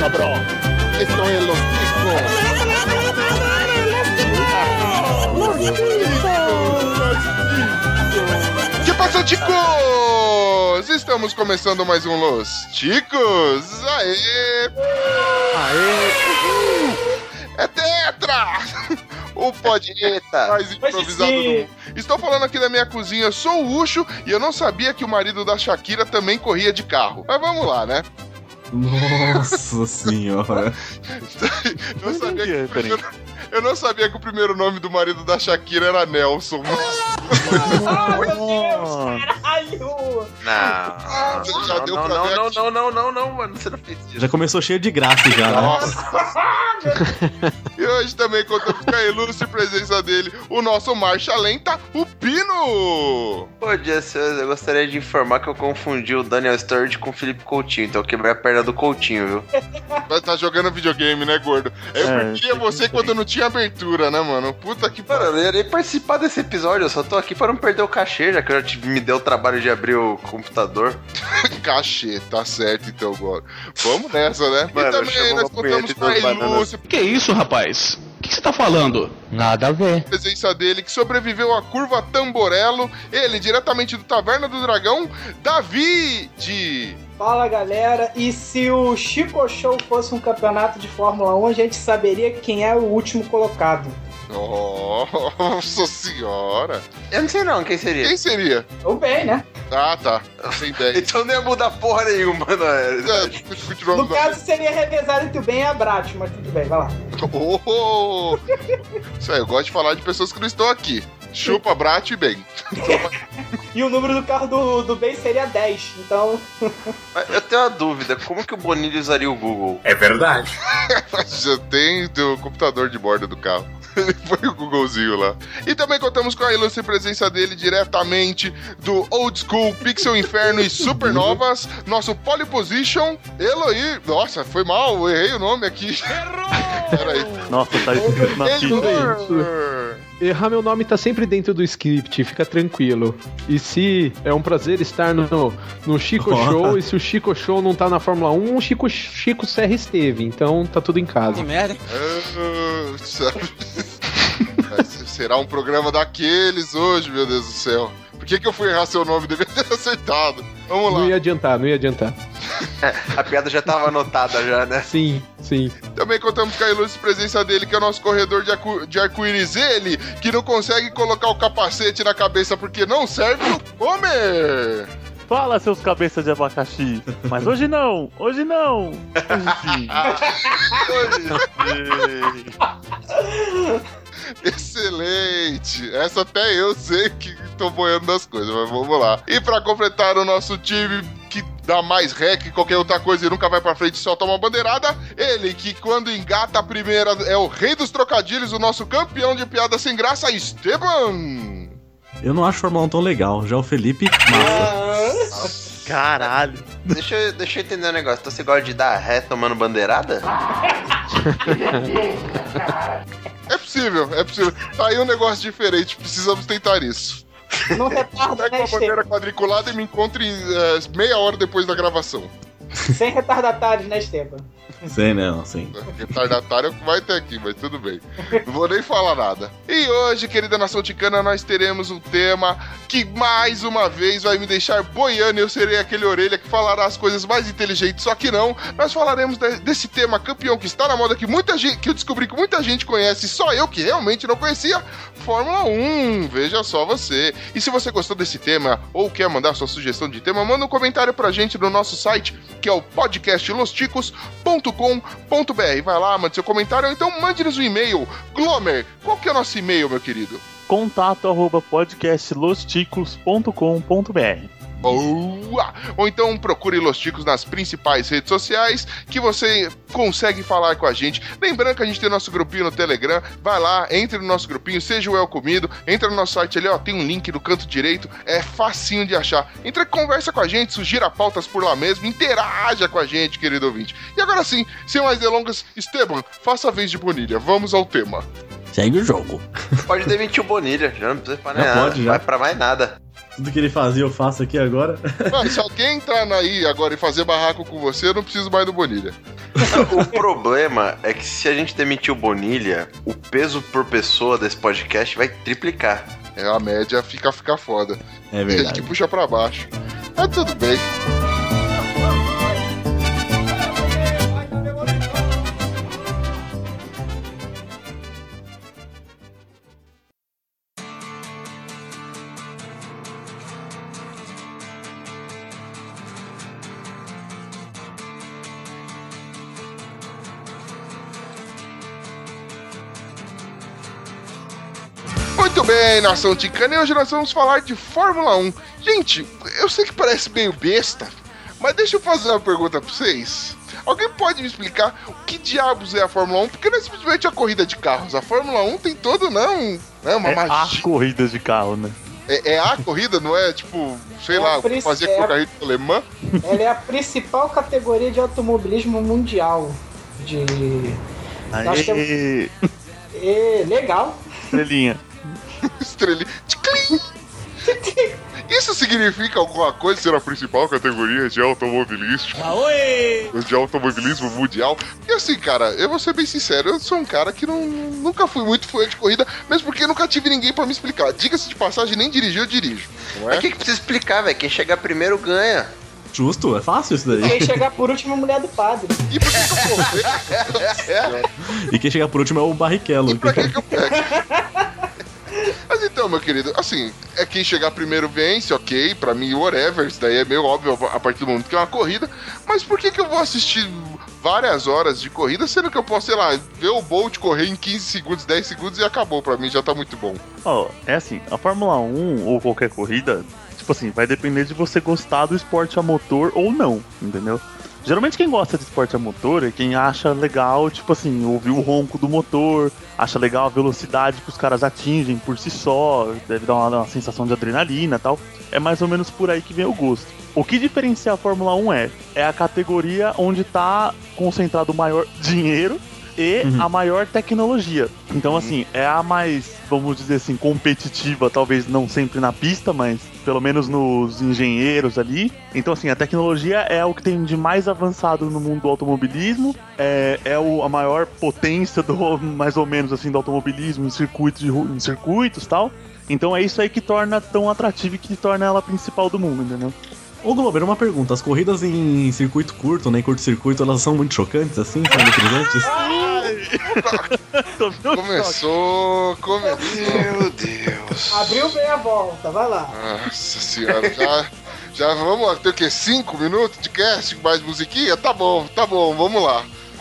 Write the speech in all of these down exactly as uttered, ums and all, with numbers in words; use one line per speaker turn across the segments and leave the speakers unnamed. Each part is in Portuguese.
cabrón.
Esto es Los Ticos. Que passou, Ticos? Estamos começando mais um Los Ticos. Aê!
Aê!
É tetra! O podcast mais improvisado do mundo. Estou falando aqui da minha cozinha, sou o Ucho e eu não sabia que o marido da Shakira também corria de carro. Mas vamos lá, né?
Nossa senhora.
eu, não sabia que o primeiro, eu não sabia que o primeiro nome do marido da Shakira era Nelson.
Ah, meu Deus, caralho!
Não,
já
não,
deu
não,
pra
não,
ver
não,
aqui.
não, não, não, não, mano, você não fez isso.
Já começou cheio de graça já, né?
Nossa. E hoje também contamos com a ilustre presença dele, o nosso marcha lenta, o Pino!
Pô, Jesse, eu gostaria de informar que eu confundi o Daniel Sturridge com o Felipe Coutinho, então eu quebrei a perna do Coutinho, viu?
Mas tá jogando videogame, né, gordo? Eu
É,
perdia você quando não tinha abertura, né, mano? Puta que
Mano, eu
pariu.
não ia nem participar desse episódio, eu só tô aqui pra não perder o cachê, já que eu já tive, me deu o trabalho de abrir o computador.
Cachê, tá certo então, gordo. Vamos nessa, né?
Mano,
e também
chamou
nós
uma
contamos
punheta
com a
de duas bananas.
ilustre
Que isso, rapaz? O que você tá falando? Nada a ver.
presença dele, que sobreviveu à curva Tamborello, ele, diretamente do Taverna do Dragão, David!
Fala, galera, e se o Chico Show fosse um campeonato de Fórmula um, a gente saberia quem é o último colocado.
Nossa senhora!
Eu não sei não, quem seria?
Quem seria?
Ou bem, né?
Ah, tá. Sem ideia.
Então não ia mudar porra nenhuma, na realidade.
É, continuamos
No caso, seria revezar entre o bem e a Brat, mas tudo bem, vai lá.
Oh! Isso aí, eu gosto de falar de pessoas que não estão aqui. Chupa, Brat e bem.
E o número do carro do, do bem seria dez, então...
Mas eu tenho uma dúvida, como que o Bonilha usaria o Google?
É verdade.
Já tem o computador de bordo do carro. Foi o Googlezinho lá. E também contamos com a ilustre presença dele diretamente do Old School, Pixel Inferno e Supernovas, nosso Pole Position, Eloy. Nossa, foi mal, eu errei o nome aqui. Errou! Peraí.
Nossa, tá escrito na ficha.
Eloy.
Errar meu nome tá sempre dentro do script, fica tranquilo. E se é um prazer estar no, no Chico Show, e se o Chico Show não tá na Fórmula um, o Chico, Chico Serra esteve, então tá tudo em casa.
Ah, sabe? Será um programa daqueles hoje, meu Deus do céu. Por que, que eu fui errar seu nome? Devia ter acertado. Vamos lá.
Não ia adiantar, não ia adiantar.
A piada já tava anotada já, né?
Sim, sim.
Também contamos com a ilustre presença dele, que é o nosso corredor de, arco, de arco-íris. Ele, que não consegue colocar o capacete na cabeça porque não serve o Homer.
Fala, seus cabeças de abacaxi. Mas hoje não, hoje não. Hoje sim.
Excelente! Essa até eu sei que tô boiando das coisas, mas vamos lá. E pra completar o nosso time que dá mais ré que qualquer outra coisa e nunca vai pra frente e só toma uma bandeirada, ele que quando engata a primeira é o rei dos trocadilhos, o nosso campeão de piada sem graça, Esteban!
Eu não acho Fórmula um tão legal. Já o Felipe, massa.
Caralho.
Deixa eu, deixa eu entender um negócio. Então você gosta de dar ré tomando bandeirada?
É possível, é possível. Tá aí um negócio diferente, precisamos tentar isso.
Não retarda,
Pega
né,
uma bandeira
Esteban?
quadriculada e me encontre é, meia hora depois da gravação.
Sem retardatários, né, Esteban?
Sei não, sim.
Retardatário vai ter aqui, mas tudo bem. Não vou nem falar nada. E hoje, querida nação ticana, nós teremos um tema que mais uma vez vai me deixar boiando. Eu serei aquele orelha que falará as coisas mais inteligentes, só que não. Nós falaremos de, desse tema campeão que está na moda, que muita gente, que eu descobri que muita gente conhece, só eu que realmente não conhecia, Fórmula um. Veja só você. E se você gostou desse tema ou quer mandar sua sugestão de tema, manda um comentário pra gente no nosso site, que é o podcast los ticos ponto com ponto b r. Vai lá, mande seu comentário, ou então mande-nos um e-mail. Glomer, qual que é o nosso e-mail, meu querido?
Contato arroba podcast los ticos ponto com ponto b r.
Boa! Ou então procure Los Ticos nas principais redes sociais, que você consegue falar com a gente. Lembrando que a gente tem nosso grupinho no Telegram, vai lá, entre no nosso grupinho, seja o Welcomido, entra no nosso site ali, ó, tem um link no canto direito, é facinho de achar. Entra e conversa com a gente, sugira pautas por lá mesmo, interaja com a gente, querido ouvinte. E agora sim, sem mais delongas, Esteban, faça a vez de Bonilha, vamos ao tema.
Segue o jogo.
Pode demitir o Bonilha, já não precisa pra
Já
nada,
pode, já.
vai pra mais nada.
Tudo que ele fazia eu faço aqui agora.
Mano, se alguém entrar aí agora e fazer barraco com você, eu não preciso mais do Bonilha.
O problema é que se a gente demitir o Bonilha, o peso por pessoa desse podcast vai triplicar.
É, a média fica, fica foda.
É
Tem gente
verdade.
que puxa pra baixo. Mas tudo bem. Muito bem, nação ticana, e hoje nós vamos falar de Fórmula um. Gente, eu sei que parece meio besta, mas deixa eu fazer uma pergunta pra vocês. Alguém pode me explicar o que diabos é a Fórmula um? Porque não é simplesmente a corrida de carros. A Fórmula um tem todo, não, né, uma
É
magia.
a corrida de carro, né?
É, é a corrida, não é tipo, sei
É
lá,
a princ-
fazer
é
com
a-
a corrida alemã?
Ela é a principal categoria de automobilismo mundial. De. Acho que
Aê,
É legal.
estrelinha.
Estrelinha. Tclim! Isso significa alguma coisa ser a principal categoria de automobilismo? De automobilismo mundial? Porque assim, cara, eu vou ser bem sincero, eu sou um cara que não, nunca fui muito fã de corrida, mesmo porque nunca tive ninguém pra me explicar. Diga-se de passagem, nem dirigir eu dirijo, não
Mas
é?
o que, que precisa explicar, velho? Quem chegar primeiro ganha.
Justo, é fácil isso daí.
Quem chegar por último é a mulher do padre.
E por que que eu vou ver?
E quem chegar por último é o Barrichello.
E pra que que eu pego? Mas então, meu querido, assim, é quem chegar primeiro vence, ok, pra mim, whatever, isso daí é meio óbvio a partir do momento que é uma corrida, mas por que que eu vou assistir várias horas de corrida, sendo que eu posso, sei lá, ver o Bolt correr em quinze segundos, dez segundos e acabou, pra mim já tá muito bom.
Ó, é assim, a Fórmula um ou qualquer corrida, tipo assim, vai depender de você gostar do esporte a motor ou não, entendeu? Geralmente quem gosta de esporte a motor é quem acha legal, tipo assim, ouvir o ronco do motor, acha legal a velocidade que os caras atingem por si só, deve dar uma, uma sensação de adrenalina e tal. É mais ou menos por aí que vem o gosto. O que diferencia a Fórmula um é, é a categoria onde tá concentrado o maior dinheiro e
Uhum.
a maior tecnologia. Então, assim, é a mais, vamos dizer assim, competitiva, talvez não sempre na pista, mas pelo menos nos engenheiros ali. Então, assim, a tecnologia é o que tem de mais avançado no mundo do automobilismo, é, é o, a maior potência do, mais ou menos, assim, do automobilismo em circuitos, de, ru- em circuitos e tal. Então é isso aí que torna tão atrativa e que torna ela a principal do mundo, entendeu?
Ô Glober, uma pergunta. As corridas em circuito curto, né, em curto-circuito, elas são muito chocantes, assim, são eletrizantes?
Tô vendo
Começou, começou.
Meu Deus.
Abriu bem a volta, vai lá.
Nossa senhora, já, já vamos lá, tem o quê? Cinco minutos de cast, mais musiquinha? Tá bom, tá bom, vamos lá.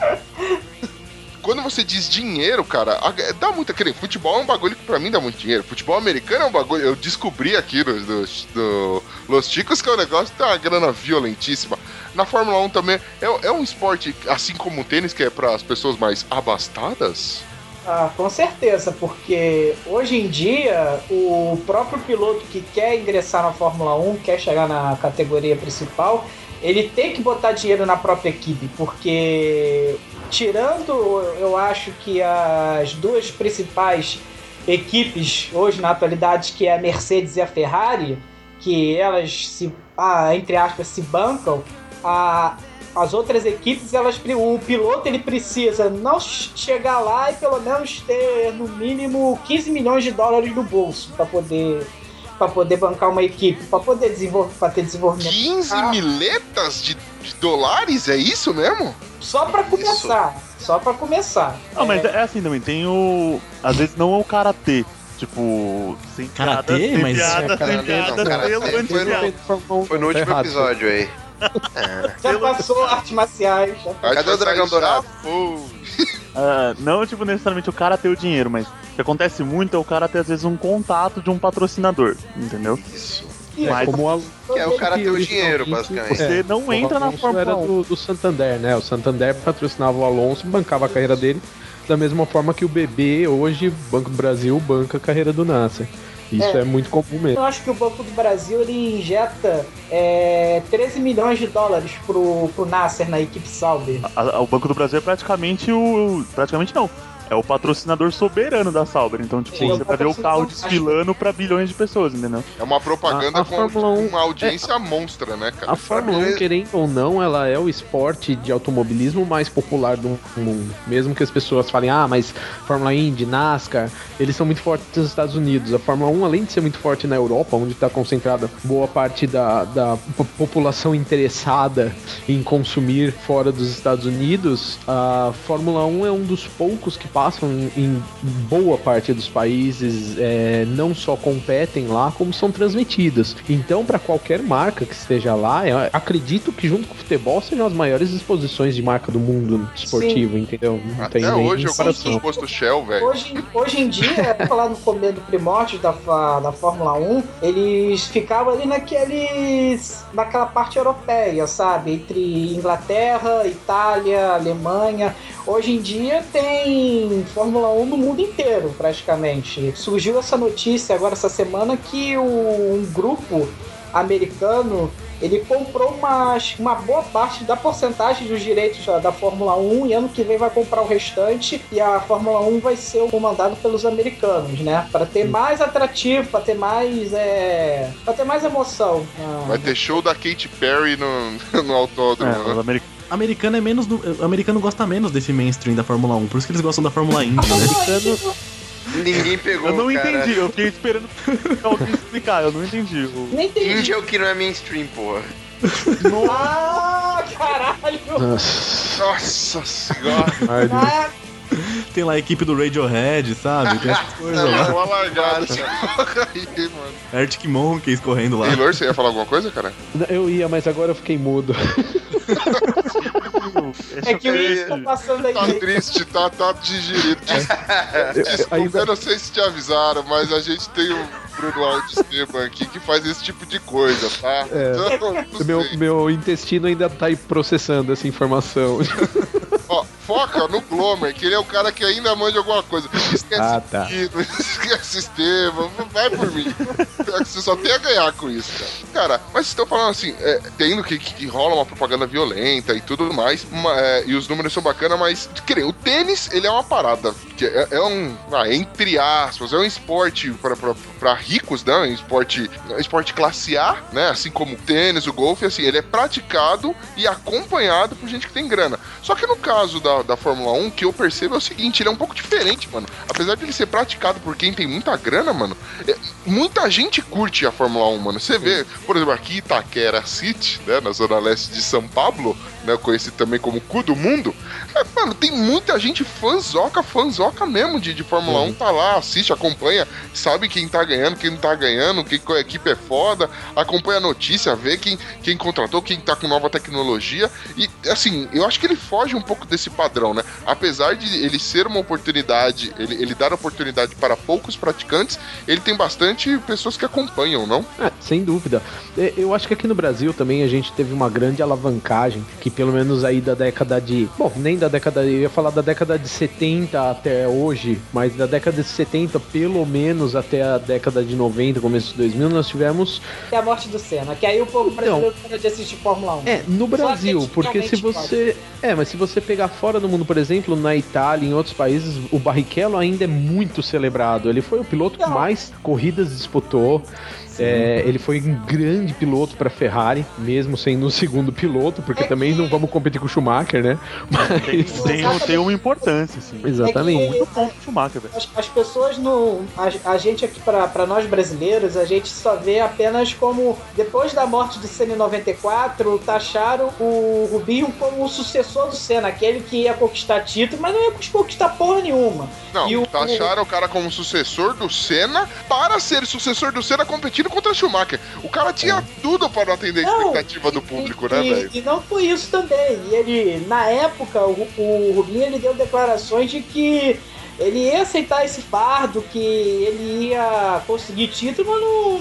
Quando você diz dinheiro, cara, dá muito aquele. Futebol é um bagulho que pra mim dá muito dinheiro. Futebol americano é um bagulho. Eu descobri aqui no, no, no Los Ticos que é um negócio que tem uma grana violentíssima. Na Fórmula um também é, é um esporte, assim como o tênis, que é para as pessoas mais abastadas?
Ah, com certeza, porque hoje em dia o próprio piloto que quer ingressar na Fórmula um, quer chegar na categoria principal, ele tem que botar dinheiro na própria equipe, porque tirando, eu acho que as duas principais equipes hoje na atualidade, que é a Mercedes e a Ferrari, que elas se, ah, entre aspas, se bancam, a as outras equipes, elas, o piloto ele precisa não chegar lá e pelo menos ter no mínimo quinze milhões de dólares no bolso para poder para poder bancar uma equipe, para poder desenvolver, para ter desenvolvimento.
quinze
ah,
miletas de, de dólares, é isso mesmo?
Só para começar, só para começar.
Não,
é,
mas é assim também, tem o... Às vezes não é o karatê, tipo... Sem
Karatê?
piada, sem
Mas-
piada,
É, karatê
sem piada,
não, karatê
pelo
foi no-
anti-piada.
Foi no último episódio aí.
já passou artes marciais. Já passou.
Cadê o dragão dourado?
Ah, não, tipo, necessariamente o cara ter o dinheiro, mas o que acontece muito é o cara ter, às vezes, um contato de um patrocinador, entendeu?
Isso.
E
Mas-
Como a,
Que é o cara ter o dinheiro,
originalmente,
basicamente.
Você não entra na
Alonso
Fórmula
era
um.
do, do Santander, né? O Santander patrocinava o Alonso, bancava a carreira dele, da mesma forma que o B B, hoje, Banco do Brasil, banca a carreira do Nasser. Isso é,
É.
muito comum mesmo.
Eu acho que o Banco do Brasil ele injeta é, treze milhões de dólares pro, pro Nasser na equipe Sauber.
A- a- o Banco do Brasil é praticamente o... Praticamente não. é o patrocinador soberano da Sauber. Então, tipo,
Sim.
você vai ver o carro desfilando pra bilhões de pessoas, entendeu?
É uma propaganda
A- a
com
Fórmula um
uma audiência monstra, né, cara?
A Fórmula um, querendo ou não, ela é o esporte de automobilismo mais popular do mundo. Mesmo que as pessoas falem, ah, mas Fórmula Indy, NASCAR, eles são muito fortes nos Estados Unidos. A Fórmula um, além de ser muito forte na Europa, onde está concentrada boa parte da, da p- população interessada em consumir fora dos Estados Unidos, a Fórmula um é um dos poucos que passam em, em boa parte dos países, é, não só competem lá, como são transmitidas. Então, para qualquer marca que esteja lá, eu acredito que junto com o futebol sejam as maiores exposições de marca do mundo esportivo,
Sim.
entendeu? Não
Até
tem nem
hoje eu
comparação.
gosto do posto Shell, velho.
Hoje, hoje em dia, falar no começo do primórdio da, fa- da Fórmula um, eles ficavam ali naqueles, naquela parte europeia, sabe? Entre Inglaterra, Itália, Alemanha. Hoje em dia tem Fórmula um no mundo inteiro, praticamente. Surgiu essa notícia agora essa semana que o, um grupo americano, ele comprou uma, uma boa parte da porcentagem dos direitos da, da Fórmula um, e ano que vem vai comprar o restante, e a Fórmula um vai ser comandada pelos americanos, né? Para ter mais atrativo, para ter mais é, para ter mais emoção.
Vai ter show da Katy Perry no, no autódromo,
É, os
né?
americanos.
Americano é menos do, o americano gosta menos desse mainstream da Fórmula um, por isso que eles gostam da Fórmula Indy, né?
Americano,
Ninguém pegou,
Eu não
cara.
entendi, eu fiquei esperando alguém explicar, eu não entendi. O-
Nem entendi.
Índia é o que não é mainstream, porra.
Ah, caralho!
nossa,
Nossa senhora.
Ah,
Tem lá a equipe do Radiohead, sabe? Tem essas coisas
É
lá.
uma largada essa porra aí, mano.
Arctic Monkeys correndo lá.
Taylor, você ia falar alguma coisa, cara?
eu ia, mas agora eu fiquei mudo.
é que o Wilson tá passando
Tá
aí.
triste, tá, tá digerido. Desculpa,
ainda-
eu não sei se te avisaram, mas a gente tem o Bruno Alves Esteban aqui que faz esse tipo de coisa, tá?
É.
Então, não
Meu,
sei.
meu intestino ainda tá aí processando essa informação.
Ó, foca no Glomer, que ele é o cara que ainda manja alguma coisa. Esquece
Ah, tá.
Guido, esquece Esteban, vai por mim. Você só tem a ganhar com isso, cara. Cara, mas vocês estão falando assim, é, tendo que, que, que rola uma propaganda violenta e tudo mais, uma, é, e os números são bacanas, mas, querendo, o tênis, ele é uma parada, que é, é um, ah, entre aspas, é um esporte pra, pra, pra ricos, né? Um esporte, um esporte classe A, né? Assim como o tênis, o golfe, assim, ele é praticado e acompanhado por gente que tem grana. Só que no caso da, da Fórmula um, que eu percebo é o seguinte, ele é um pouco diferente, mano. Apesar de ele ser praticado por quem tem muita grana, mano, é, muita gente curte a Fórmula um, mano. Você vê, por exemplo, aqui Itaquera City, né, na zona leste de São Paulo, né, conhecido também como cu do mundo, é, mano, tem muita gente fãzoca, fãzoca mesmo de, de Fórmula um, tá lá, assiste, acompanha, sabe quem tá ganhando, quem não tá ganhando, quem a equipe é foda, acompanha a notícia, vê quem, quem contratou, quem tá com nova tecnologia, e assim, eu acho que ele foge um pouco desse padrão, né? Apesar de ele ser uma oportunidade, ele, ele dar oportunidade para poucos praticantes, ele tem bastante pessoas que acompanham, não?
É, sem dúvida. É, Eu acho que aqui no Brasil também a gente teve uma grande alavancagem, que pelo menos aí da década de... Bom, nem da década... Eu ia falar da década de setenta até hoje, mas da década de setenta, pelo menos até a década de noventa, começo de dois mil, nós tivemos...
É a morte do Senna, que aí o povo brasileiro para de assistir Fórmula um.
É, no Brasil,
Só que
porque se
realmente
você... É, mas se você pegar fora do mundo, por exemplo, na Itália, em outros países, o Barrichello ainda é muito celebrado. Ele foi o piloto que
Não.
mais corridas disputou. É, ele foi um grande piloto para Ferrari, mesmo sendo o segundo piloto, porque
É
também
que-
não vamos competir com o Schumacher, né?
Tem,
Mas,
tem, tem uma importância, assim.
exatamente.
É que-
Muito ponto Schumacher, velho.
As, as pessoas não. A, a gente aqui, para nós brasileiros, a gente só vê apenas como, depois da morte do Senna em noventa e quatro, taxaram o Rubinho como o sucessor do Senna, aquele que ia conquistar título, mas não ia conquistar porra nenhuma.
Não,
E o-
taxaram o cara como sucessor do Senna para ser sucessor do Senna competindo contra Schumacher. O cara tinha tudo para não atender a
Não,
expectativa do público,
e,
né,
e-
velho?
E não foi isso também. E ele, na época, o, o Rubinho ele deu declarações de que ele ia aceitar esse fardo, que ele ia conseguir título, mas não,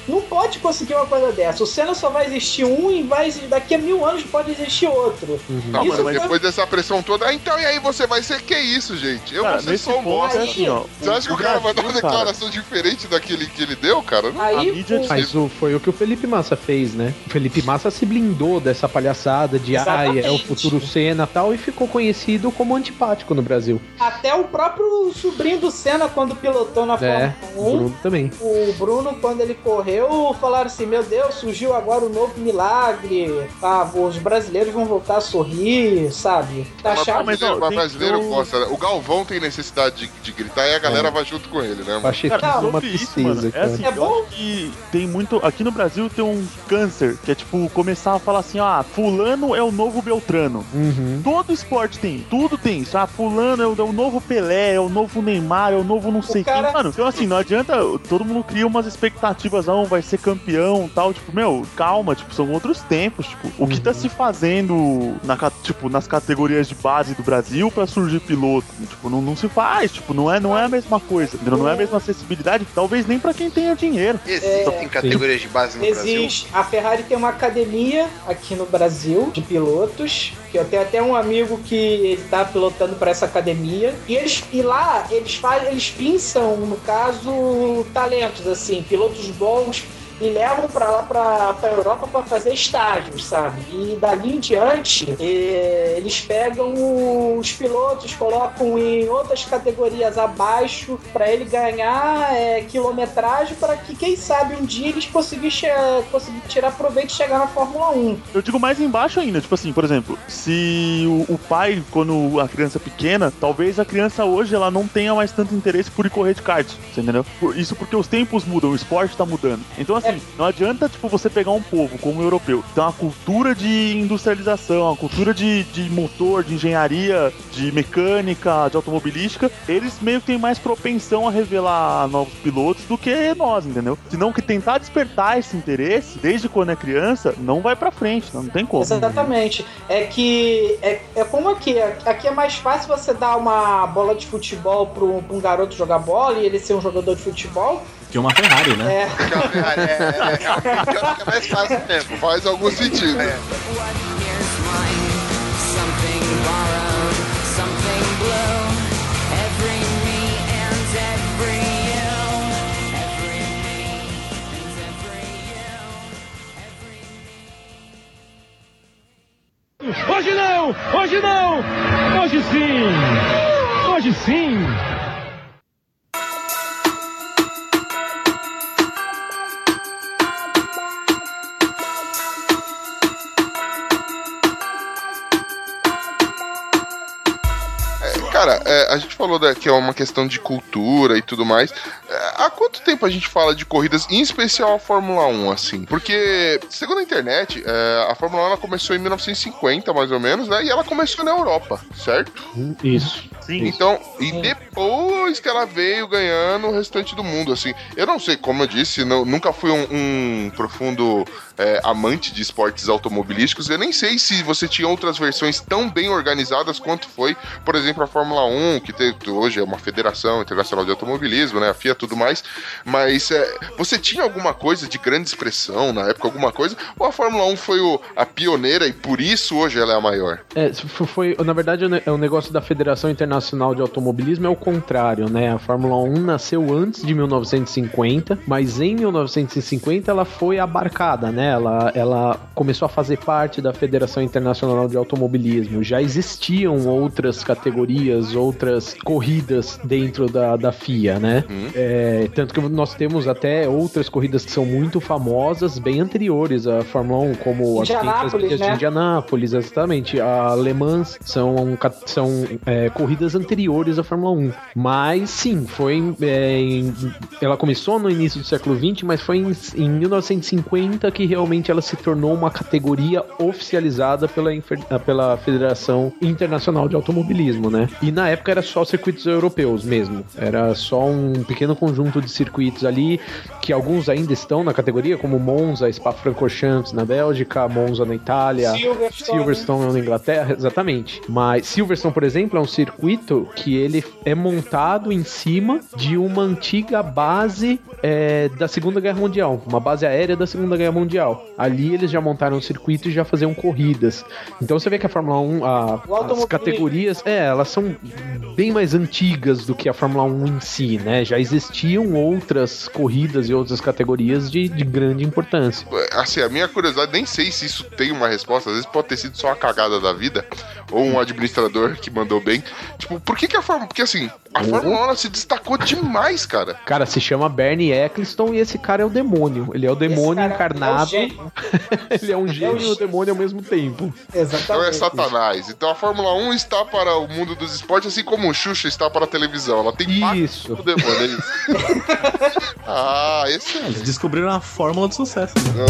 não pode conseguir uma coisa dessa. O Senna só vai existir um e vai, daqui a mil anos pode existir outro.
Uhum. Não, isso mas depois foi... dessa pressão toda, ah, então e aí você vai ser que isso, gente? Eu cara, vou ser só um bosta. Assim, ó, você acha que o cara vai dar uma declaração cara. diferente daquele que ele deu, cara? Não.
Aí, mídia... o... Mas o, foi o que o Felipe Massa fez, né? O Felipe Massa se blindou dessa palhaçada de ai, ah, é o futuro Senna e tal, e ficou conhecido como antipático no Brasil.
Até o próprio sobrinho do Senna, quando pilotou na Fórmula
é, um, o Bruno também.
O Bruno, quando ele correu, falaram assim, meu Deus, surgiu agora o novo milagre, tá, os brasileiros vão voltar a sorrir, sabe? Tá
mas
chato.
Mas o brasileiro eu... gosta, né? O Galvão tem necessidade de, de gritar e a galera é. vai junto com ele, né? Mano?
Achei cara, uma tristeza.
É assim, é bom que tem muito... Aqui no Brasil tem um câncer, que é tipo, começar a falar assim, ah, fulano é o novo Beltrano.
Uhum.
Todo esporte tem, tudo tem isso. Ah, fulano é o, é o novo Pelé, é o novo Neymar, é o novo não sei cara... quem. Mano, então assim, não adianta, todo mundo cria umas expectativas, não, vai ser campeão e tal, tipo, meu, calma, tipo, são outros tempos, tipo, o que tá se fazendo na, tipo, nas categorias de base do Brasil pra surgir piloto, tipo, não, não se faz, tipo, não é, não é a mesma coisa, não é a mesma acessibilidade, talvez nem pra quem tenha dinheiro.
Existem é, categorias de base no
existe.
Brasil?
Existe. A Ferrari tem uma academia aqui no Brasil de pilotos, que eu tenho até um amigo que ele tá pilotando para essa academia, e, eles, e lá eles fazem, eles pinçam, no caso, talentos, assim, pilotos bons, e levam pra lá, pra, pra Europa pra fazer estágios, sabe? E dali em diante, e, eles pegam os pilotos, colocam em outras categorias abaixo pra ele ganhar é, quilometragem para que, quem sabe, um dia eles conseguirem conseguir tirar proveito e chegar na Fórmula um.
Eu digo mais embaixo ainda, tipo assim, por exemplo, se o, o pai, quando a criança é pequena, talvez a criança hoje ela não tenha mais tanto interesse por ir correr de kart, você entendeu? Isso porque os tempos mudam, o esporte tá mudando. Então, assim, Assim, não adianta, tipo, você pegar um povo como o europeu, tem uma cultura de industrialização, uma cultura de, de motor, de engenharia, de mecânica, de automobilística, eles meio que têm mais propensão a revelar novos pilotos do que nós, entendeu? Senão que tentar despertar esse interesse, desde quando é criança, não vai pra frente, não, não tem como.
Exatamente. É que, é, é como aqui, aqui é mais fácil você dar uma bola de futebol pra um, pra um garoto jogar bola e ele ser um jogador de futebol,
que uma Ferrari, né?
É.
Que uma Ferrari, é, é, é, é mais fácil mesmo.
Faz algum sentido. É.
Hoje não! Hoje não! Hoje sim! Hoje sim!
Cara, é, a gente falou da, que é uma questão de cultura e tudo mais. É, há quanto tempo a gente fala de corridas, em especial a Fórmula um, assim? Porque, segundo a internet, é, a Fórmula um ela começou em mil novecentos e cinquenta, mais ou menos, né? E ela começou na Europa, certo?
Isso.
Sim. Então, e depois que ela veio ganhando o restante do mundo, assim. Eu não sei, como eu disse, não, nunca fui um, um profundo é, amante de esportes automobilísticos. Eu nem sei se você tinha outras versões tão bem organizadas quanto foi, por exemplo, a Fórmula um, que tem, hoje é uma federação internacional de automobilismo, né? A F I A e tudo mais. Mas é, você tinha alguma coisa de grande expressão na época, alguma coisa? Ou a Fórmula um foi o, a pioneira e por isso hoje ela é a maior?
É, foi, na verdade, é o negócio da Federação Internacional de Automobilismo é o contrário, né? A Fórmula um nasceu antes de mil novecentos e cinquenta, mas em mil novecentos e cinquenta ela foi abarcada, né? Ela, ela começou a fazer parte da Federação Internacional de Automobilismo. Já existiam outras categorias, outras corridas dentro da, da F I A, né? Hum. É, tanto que nós temos até outras corridas que são muito famosas, bem anteriores à Fórmula um, como as corridas
né?
de Indianápolis, exatamente. A Le Mans são, são é, corridas anteriores à Fórmula um. Mas sim, foi é, em, ela começou no início do século vinte, mas foi em, em mil novecentos e cinquenta que realmente ela se tornou uma categoria oficializada pela, pela Federação Internacional de Automobilismo, né? E na época era só circuitos europeus mesmo. Era só um pequeno conjunto de circuitos ali, que alguns ainda estão na categoria, como Monza, Spa-Francorchamps na Bélgica, Monza na Itália, Silverstone, Silverstone na Inglaterra, exatamente. Mas Silverstone, por exemplo, é um circuito circuito que ele é montado em cima de uma antiga base é, da Segunda Guerra Mundial, uma base aérea da Segunda Guerra Mundial. Ali eles já montaram um circuito e já faziam corridas. Então você vê que a Fórmula um, a, as categorias, é, elas são bem mais antigas do que a Fórmula um em si, né? Já existiam outras corridas e outras categorias de, de grande importância.
Assim, a minha curiosidade, nem sei se isso tem uma resposta, às vezes pode ter sido só uma cagada da vida, ou um administrador que mandou bem. Tipo, por que que a Fórmula... Porque assim, a uhum. Fórmula um ela se destacou demais, cara.
Cara, se chama Bernie Eccleston e esse cara é o demônio. Ele é o demônio encarnado. É ele é um gênio e o demônio ao mesmo tempo.
Exatamente.
Então é Satanás. Então a Fórmula um está para o mundo dos esportes, assim como o Xuxa está para a televisão. Ela tem
isso.
pacto com o demônio, é isso. Ah, esse é.
Eles descobriram a fórmula do sucesso. Né?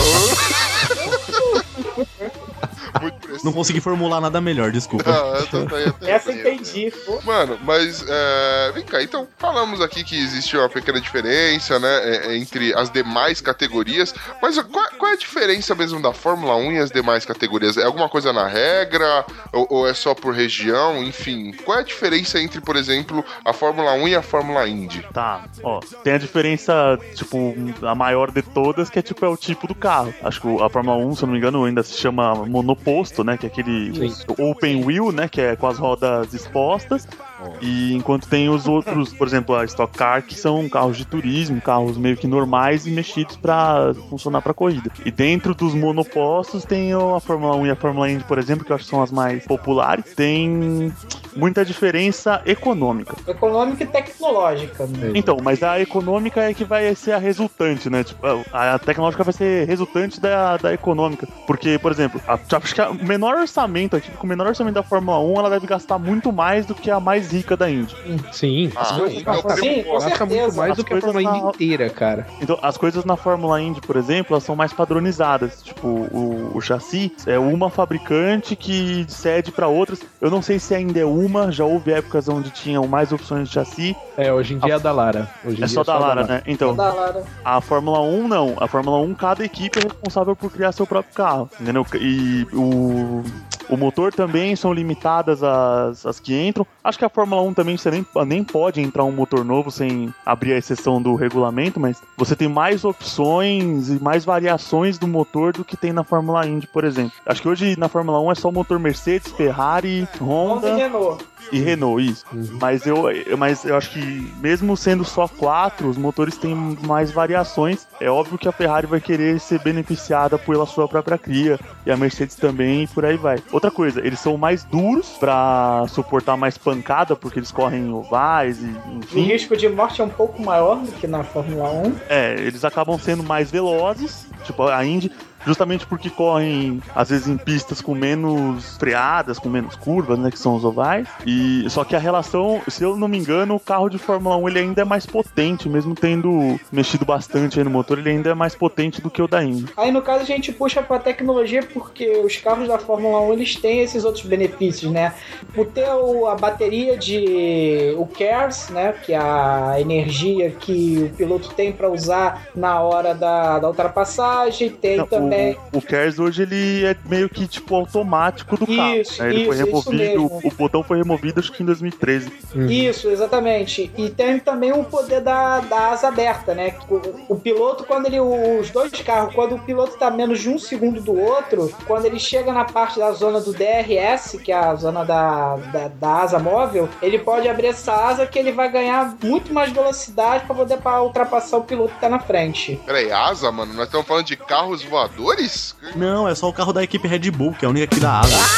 Não consegui formular nada melhor, desculpa.
Ah, eu tô, tô, eu tô,
Essa entendi.
Mano, mas é, vem cá, então falamos aqui que existe uma pequena diferença, né, entre as demais categorias, mas qual, qual é a diferença mesmo da Fórmula um e as demais categorias? É alguma coisa na regra? Ou, ou é só por região? Enfim, qual é a diferença entre, por exemplo, a Fórmula um e a Fórmula Indy?
Tá, ó, tem a diferença, tipo, a maior de todas, que é tipo, é o tipo do carro. Acho que a Fórmula um, se eu não me engano, ainda se chama monoposto, né, que é aquele Sim. open wheel, né, que é com as rodas expostas. E enquanto tem os outros, por exemplo, a Stock Car, que são carros de turismo, carros meio que normais e mexidos pra funcionar pra corrida. E dentro dos monopostos tem a Fórmula um e a Fórmula Indy, por exemplo, que eu acho que são as mais populares. Tem muita diferença econômica.
Econômica e tecnológica. Né?
Então, mas a econômica é que vai ser a resultante, né? Tipo, a tecnológica vai ser resultante da, da econômica. Porque, por exemplo, a, acho que o menor orçamento aqui, com o menor orçamento da Fórmula um, ela deve gastar muito mais do que a mais rica da Indy.
Sim.
Ah,
coisas,
então,
sim, com certeza.
Muito mais
as
do que a Fórmula Indy
na...
inteira, cara.
Então, as coisas na Fórmula Indy, por exemplo, elas são mais padronizadas. Tipo, o, o chassi é uma fabricante que cede para outras. Eu não sei se ainda é uma, já houve épocas onde tinham mais opções de chassi.
É, hoje em dia a... é da Lara. Hoje em
é
dia
só, é só da Lara,
Lara,
né? Então,
da Lara.
A Fórmula um não. A Fórmula um, cada equipe é responsável por criar seu próprio carro, entendeu? E o... O motor também são limitadas as, as que entram. Acho que a Fórmula um também você nem, nem pode entrar um motor novo sem abrir a exceção do regulamento, mas você tem mais opções e mais variações do motor do que tem na Fórmula Indy, por exemplo. Acho que hoje na Fórmula um é só motor Mercedes, Ferrari, Honda...
Honda e Renault.
E Renault, isso. Uhum. Mas, eu, mas eu acho que mesmo sendo só quatro, os motores têm mais variações. É óbvio que a Ferrari vai querer ser beneficiada pela sua própria cria, e a Mercedes também, e por aí vai. Outra coisa, eles são mais duros pra suportar mais pancada, porque eles correm ovais e enfim.
O risco de morte é um pouco maior do que na Fórmula um.
É, eles acabam sendo mais velozes, tipo a Indy, justamente porque correm, às vezes, em pistas com menos freadas, com menos curvas, né, que são os ovais. E, só que a relação, se eu não me engano, o carro de Fórmula um ele ainda é mais potente, mesmo tendo mexido bastante aí no motor, ele ainda é mais potente do que o da Indy.
Aí, no caso, a gente puxa pra tecnologia porque os carros da Fórmula um, eles têm esses outros benefícios, né? Por ter o, a bateria de... o CARES, né, que é a energia que o piloto tem pra usar na hora da, da ultrapassagem, tem não, também...
O, o CARES hoje ele é meio que tipo automático do
isso,
carro. Né? Ele
isso,
foi removido,
o,
o botão foi removido acho que em dois mil e treze.
Uhum. Isso, exatamente. E tem também o poder da, da asa aberta, né? O, o piloto, quando ele. Os dois carros, quando o piloto tá menos de um segundo do outro, quando ele chega na parte da zona do D R S, que é a zona da, da, da asa móvel, ele pode abrir essa asa que ele vai ganhar muito mais velocidade para poder pra ultrapassar o piloto que tá na frente.
Peraí, asa, mano? Nós estamos falando de carros voadores?
Não, é só o carro da equipe Red Bull, que é a única que dá asa.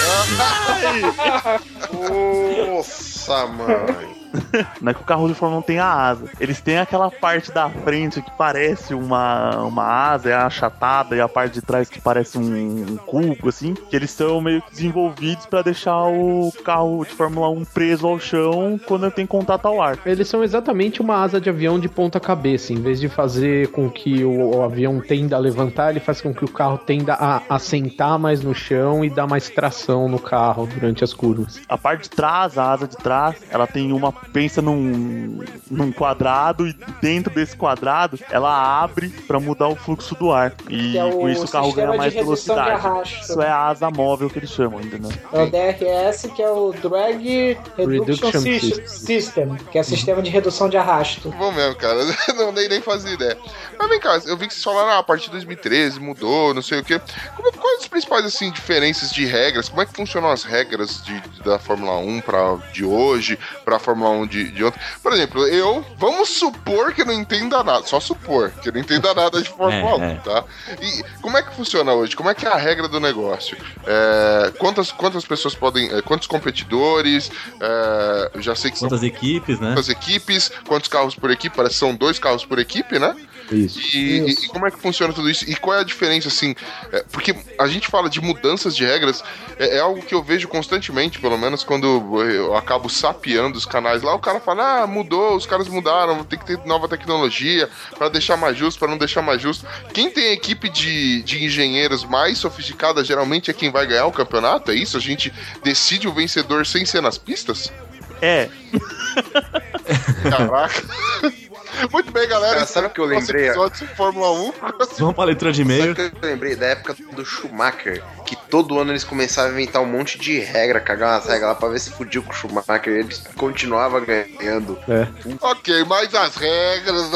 Nossa, mãe.
Não é que o carro de Fórmula um tem a asa. Eles têm aquela parte da frente que parece uma, uma asa, é achatada, e a parte de trás que parece um, um cubo, assim, que eles são meio que desenvolvidos pra deixar o carro de Fórmula um preso ao chão quando tem contato ao ar.
Eles são exatamente uma asa de avião de ponta cabeça. Em vez de fazer com que o, o avião tenda a levantar, ele faz com que o carro tenda a assentar mais no chão e dar mais tração no carro durante as curvas.
A parte de trás, a asa de trás, ela tem uma pensa num, num quadrado e dentro desse quadrado ela abre pra mudar o fluxo do ar. E
é
com isso o carro ganha mais velocidade. Isso é a asa móvel que eles chamam, entendeu?
É o D R S, que é o Drag Reduction, Reduction System, System, que é o sistema de redução de arrasto.
Bom mesmo, cara. Não nem, nem fazia ideia. Mas vem cá, eu vi que vocês falaram, ah, a partir de dois mil e treze mudou, não sei o quê. Como, quais as principais, assim, diferenças de regras? Como é que funcionam as regras de, de, da Fórmula um pra, de hoje pra Fórmula um de, de ontem? Por exemplo, eu, vamos supor que eu não entenda nada, só supor que eu não entenda nada de Fórmula é, um, tá? E como é que funciona hoje? Como é que é a regra do negócio? É, quantas, quantas pessoas podem, é, quantos competidores, é, eu já sei que
quantas
são...
equipes, né?
Quantas equipes, quantos carros por equipe, parece que são dois carros por equipe, né?
Isso.
E,
isso.
e como é que funciona tudo isso? E qual é a diferença, assim? É, porque a gente fala de mudanças de regras, é, é algo que eu vejo constantemente, pelo menos quando eu acabo sapeando os canais lá, o cara fala, ah, mudou, os caras mudaram, tem que ter nova tecnologia pra deixar mais justo, pra não deixar mais justo. Quem tem equipe de, de engenheiros mais sofisticada, geralmente é quem vai ganhar o campeonato, é isso? A gente decide o vencedor sem ser nas pistas?
É.
Caraca. Muito bem, galera.
Cara, sabe o que eu lembrei?
Episódio de Fórmula um.
Vamos pra leitura de e-mail.
Sabe o que eu lembrei? Da época do Schumacher, que todo ano eles começavam a inventar um monte de regra, cagar umas regras lá pra ver se fudiu com o Schumacher e eles continuavam ganhando.
É.
Ok, mas as regras...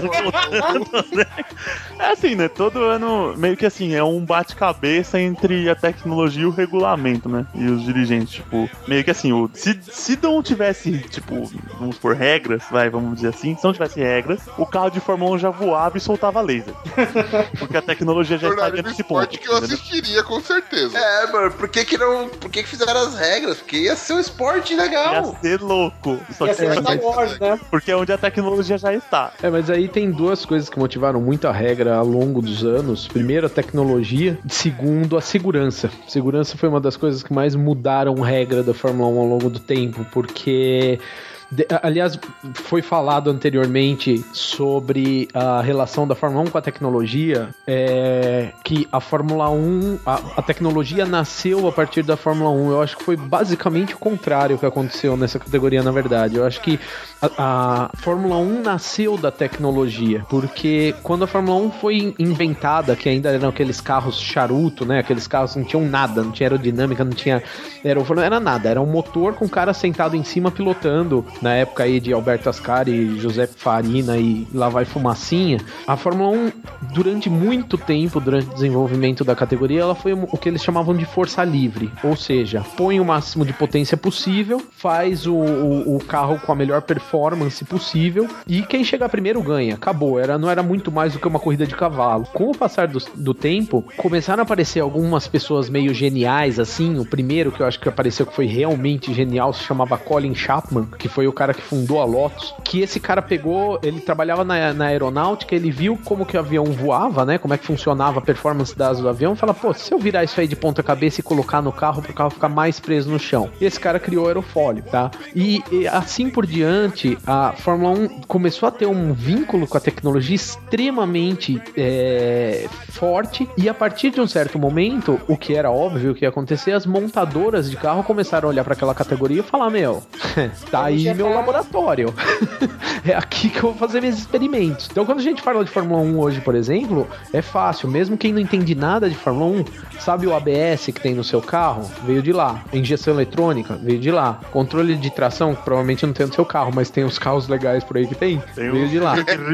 É assim, né? Todo ano, meio que assim, é um bate-cabeça entre a tecnologia e o regulamento, né? E os dirigentes, tipo, meio que assim, o, se, se não tivesse, tipo, vamos por regras, vai, vamos dizer assim, se não tivesse regras, o carro de Fórmula um já voava e soltava laser. Porque a tecnologia já estaria nesse ponto.
Que eu assistiria, com certeza.
É, mano, por que que não, por que que fizeram as regras? Porque ia ser um esporte legal.
Ia ser louco. Só
ia
que
ser Star Wars, né?
Porque é onde a tecnologia já está.
É, mas aí tem duas coisas que motivaram muito a regra ao longo dos anos. Primeiro, a tecnologia. Segundo, a segurança. Segurança foi uma das coisas que mais mudaram a regra da Fórmula um ao longo do tempo, porque... De, aliás, foi falado anteriormente sobre a relação da Fórmula um com a tecnologia, é, que a Fórmula um, a, a tecnologia nasceu a partir da Fórmula um. Eu acho que foi basicamente o contrário que aconteceu nessa categoria, na verdade. Eu acho que a, a Fórmula um nasceu da tecnologia, porque quando a Fórmula um foi inventada, que ainda eram aqueles carros charuto, né, aqueles carros que não tinham nada, não tinha aerodinâmica, não tinha era, era nada, era um motor com o cara sentado em cima pilotando. Na época aí de Alberto Ascari, José Farina e lá vai fumacinha, a Fórmula um, durante muito tempo, durante o desenvolvimento da categoria, ela foi o que eles chamavam de força livre, ou seja, põe o máximo de potência possível, faz o, o, o carro com a melhor performance possível e quem chegar primeiro ganha, acabou, era, não era muito mais do que uma corrida de cavalo. Com o passar do, do tempo, começaram a aparecer algumas pessoas meio geniais, assim, o primeiro que eu acho que apareceu que foi realmente genial se chamava Colin Chapman, que foi o cara que fundou a Lotus, que esse cara pegou, ele trabalhava na, na aeronáutica, ele viu como que o avião voava, né, como é que funcionava a performance das do avião, e fala, pô, se eu virar isso aí de ponta cabeça e colocar no carro, pro carro ficar mais preso no chão. E esse cara criou o aerofólio, tá? E, e assim por diante, a Fórmula um começou a ter um vínculo com a tecnologia extremamente é, forte, e a partir de um certo momento, o que era óbvio que ia acontecer, as montadoras de carro começaram a olhar para aquela categoria e falar, meu, tá aí meu laboratório. É aqui que eu vou fazer meus experimentos. Então, quando a gente fala de Fórmula um hoje, por exemplo, é fácil. Mesmo quem não entende nada de Fórmula um, sabe o A B S que tem no seu carro? Veio de lá. Injeção eletrônica? Veio de lá. Controle de tração? Que provavelmente não tem no seu carro, mas tem os carros legais por aí que tem? tem veio um... de lá.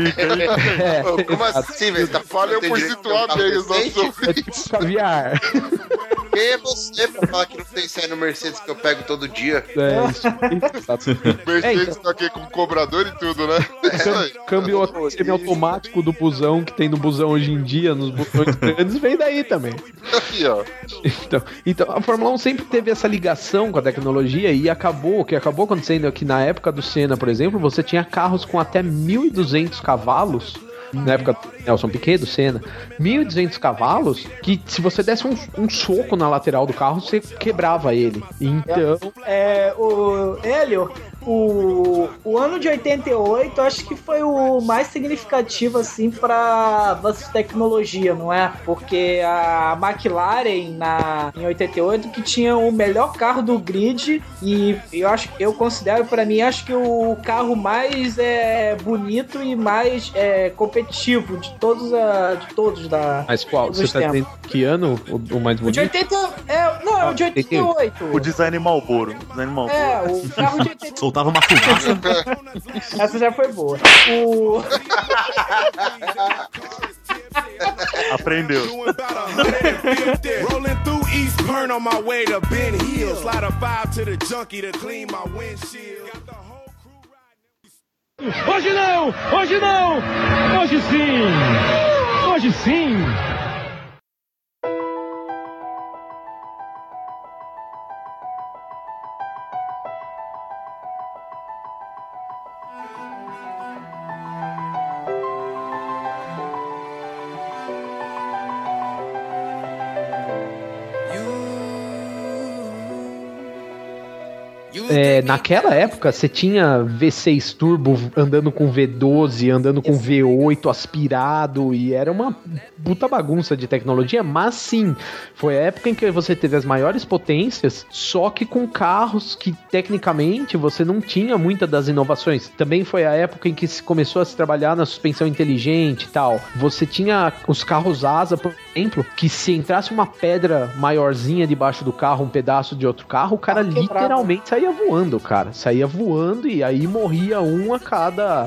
é, Pô, como assim, velho? Tá
falando por situar bem os nossos ouvintes.
É tipo caviar.
Quem é você pra falar que não tem série no Mercedes que eu pego todo dia?
É, isso.
Mercedes é, então... tá aqui com cobrador e tudo, né?
É, câmbio semiautomático do busão que tem no busão hoje em dia, nos busões grandes, vem daí também.
Aqui, ó.
Então, então, a Fórmula um sempre teve essa ligação com a tecnologia e acabou, o que acabou acontecendo é que na época do Senna, por exemplo, você tinha carros com até mil e duzentos cavalos. Na época do Nelson Piquet, do Senna, mil e duzentos cavalos, que se você desse um, um soco na lateral do carro, você quebrava ele. Então...
É, o Hélio, O, o ano de oitenta e oito acho que foi o mais significativo assim para avanço de tecnologia, não é? Porque a McLaren na, em oitenta e oito que tinha o melhor carro do grid e eu acho eu considero para mim acho que o carro mais é, bonito e mais é, competitivo de todos a, de todos da.
Mas qual? Você tá dizendo que ano o, o mais bonito?
O de oitenta é, não, é o de oitenta e oito.
O design Marlboro. Design Marlboro.
É, o carro de oitenta e oito.
Soltava uma fumaça.
Essa já foi boa. O...
Aprendeu.
Rolling through East Burn on my way to Ben Hill. Slide a five to the junkie to clean my windshield.
Hoje não! Hoje não! Hoje sim! Hoje sim!
É, naquela época você tinha V seis Turbo andando com V doze, andando com V oito aspirado e era uma puta bagunça de tecnologia, mas sim, foi a época em que você teve as maiores potências, só que com carros que tecnicamente você não tinha muita das inovações. Também foi a época em que se começou a se trabalhar na suspensão inteligente e tal. Você tinha os carros asa, por exemplo, que se entrasse uma pedra maiorzinha debaixo do carro, um pedaço de outro carro, o cara ah, literalmente saía voando, cara. Saía voando e aí morria um a cada...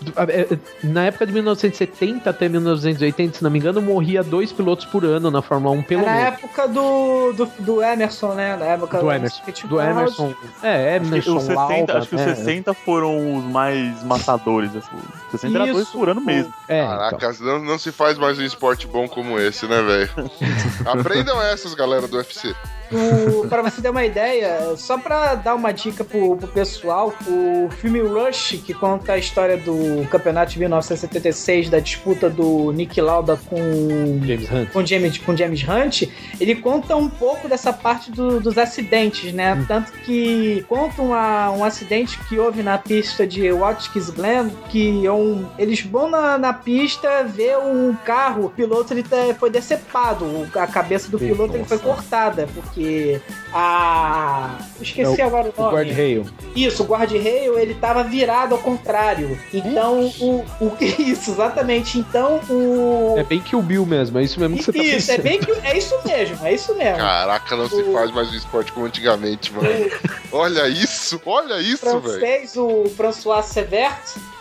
Na época de mil novecentos e setenta até mil novecentos e oitenta, se não me engano, morria dois pilotos por ano na Fórmula um, pelo
menos.
Na
época do, do, do Emerson, né? Na época
do Emerson. Do, do Emerson. É, Emerson,
acho que,
Lauda,
sessenta, acho que
né?
os sessenta foram os mais matadores. Assim. sessenta era dois por ano mesmo.
É, Caraca, então. não, não se faz mais um esporte bom como esse, né, velho? Aprendam essas, galera do U F C.
O, pra você ter uma ideia, só pra dar uma dica pro, pro pessoal, o filme Rush, que conta a história do campeonato de mil novecentos e setenta e seis, da disputa do Nick Lauda com
James Hunt,
com James, com James Hunt, ele conta um pouco dessa parte do, dos acidentes, né? Hum. Tanto que conta uma, um acidente que houve na pista de Watkins Glen, que é um, eles vão na, na pista ver um carro, o piloto ele foi decepado, a cabeça do piloto ele foi cortada, porque que a... esqueci é o, agora o nome.
O guard-rail.
Isso, o guard-rail, ele tava virado ao contrário. Então, o, o... Isso, exatamente. Então, o...
É bem que o Bill mesmo, é isso mesmo que você tá
isso,
pensando.
É bem que... É isso mesmo, é isso mesmo.
Caraca, não o... se faz mais um esporte como antigamente, mano. Olha isso, olha isso, velho. O
francês, o François Severt,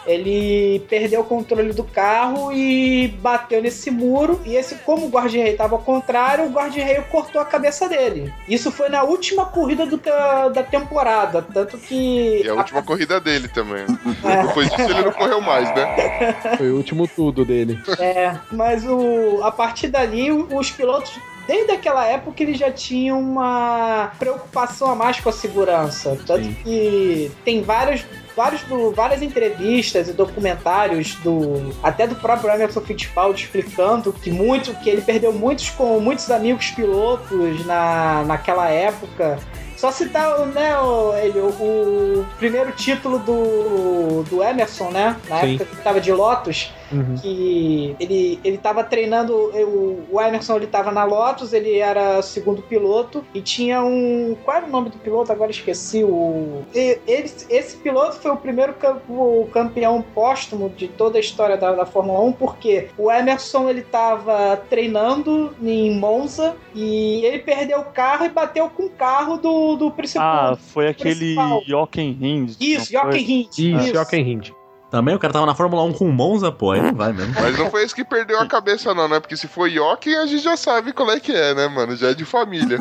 ele perdeu o controle do carro e bateu nesse muro. E esse, como o guarda-reio estava ao contrário, o guarda-reio cortou a cabeça dele. Isso foi na última corrida do, da temporada. Tanto que.
E a, a última corrida dele também. É. Depois disso ele não correu mais, né?
Foi o último tudo dele.
É, mas o, a partir dali, os pilotos. Desde aquela época eles já tinham uma preocupação a mais com a segurança. Tanto Sim. que tem vários, vários do, várias entrevistas e documentários do, até do próprio Emerson Fittipaldi explicando que, muito, que ele perdeu muitos, com muitos amigos pilotos na, naquela época. Só citar, né, o, ele, o, o primeiro título do, do Emerson, né? Na Sim. época que estava de Lotus, uhum. que ele, ele tava treinando, o, o Emerson ele tava na Lotus, ele era segundo piloto e tinha um... Qual era o nome do piloto? Agora esqueci. O, ele, esse piloto foi o primeiro o campeão póstumo de toda a história da, da Fórmula um, porque o Emerson ele tava treinando em Monza e ele perdeu o carro e bateu com o carro do do principal.
Ah, foi aquele Jochen Rindt.
Isso, Jochen Rindt.
Isso, Jochen Rindt.
Também o cara tava na Fórmula um com o Monza, pô, aí não vai mesmo.
Mas não foi esse que perdeu a cabeça não, né? Porque se for Jochen, a gente já sabe qual é que é, né, mano? Já é de família.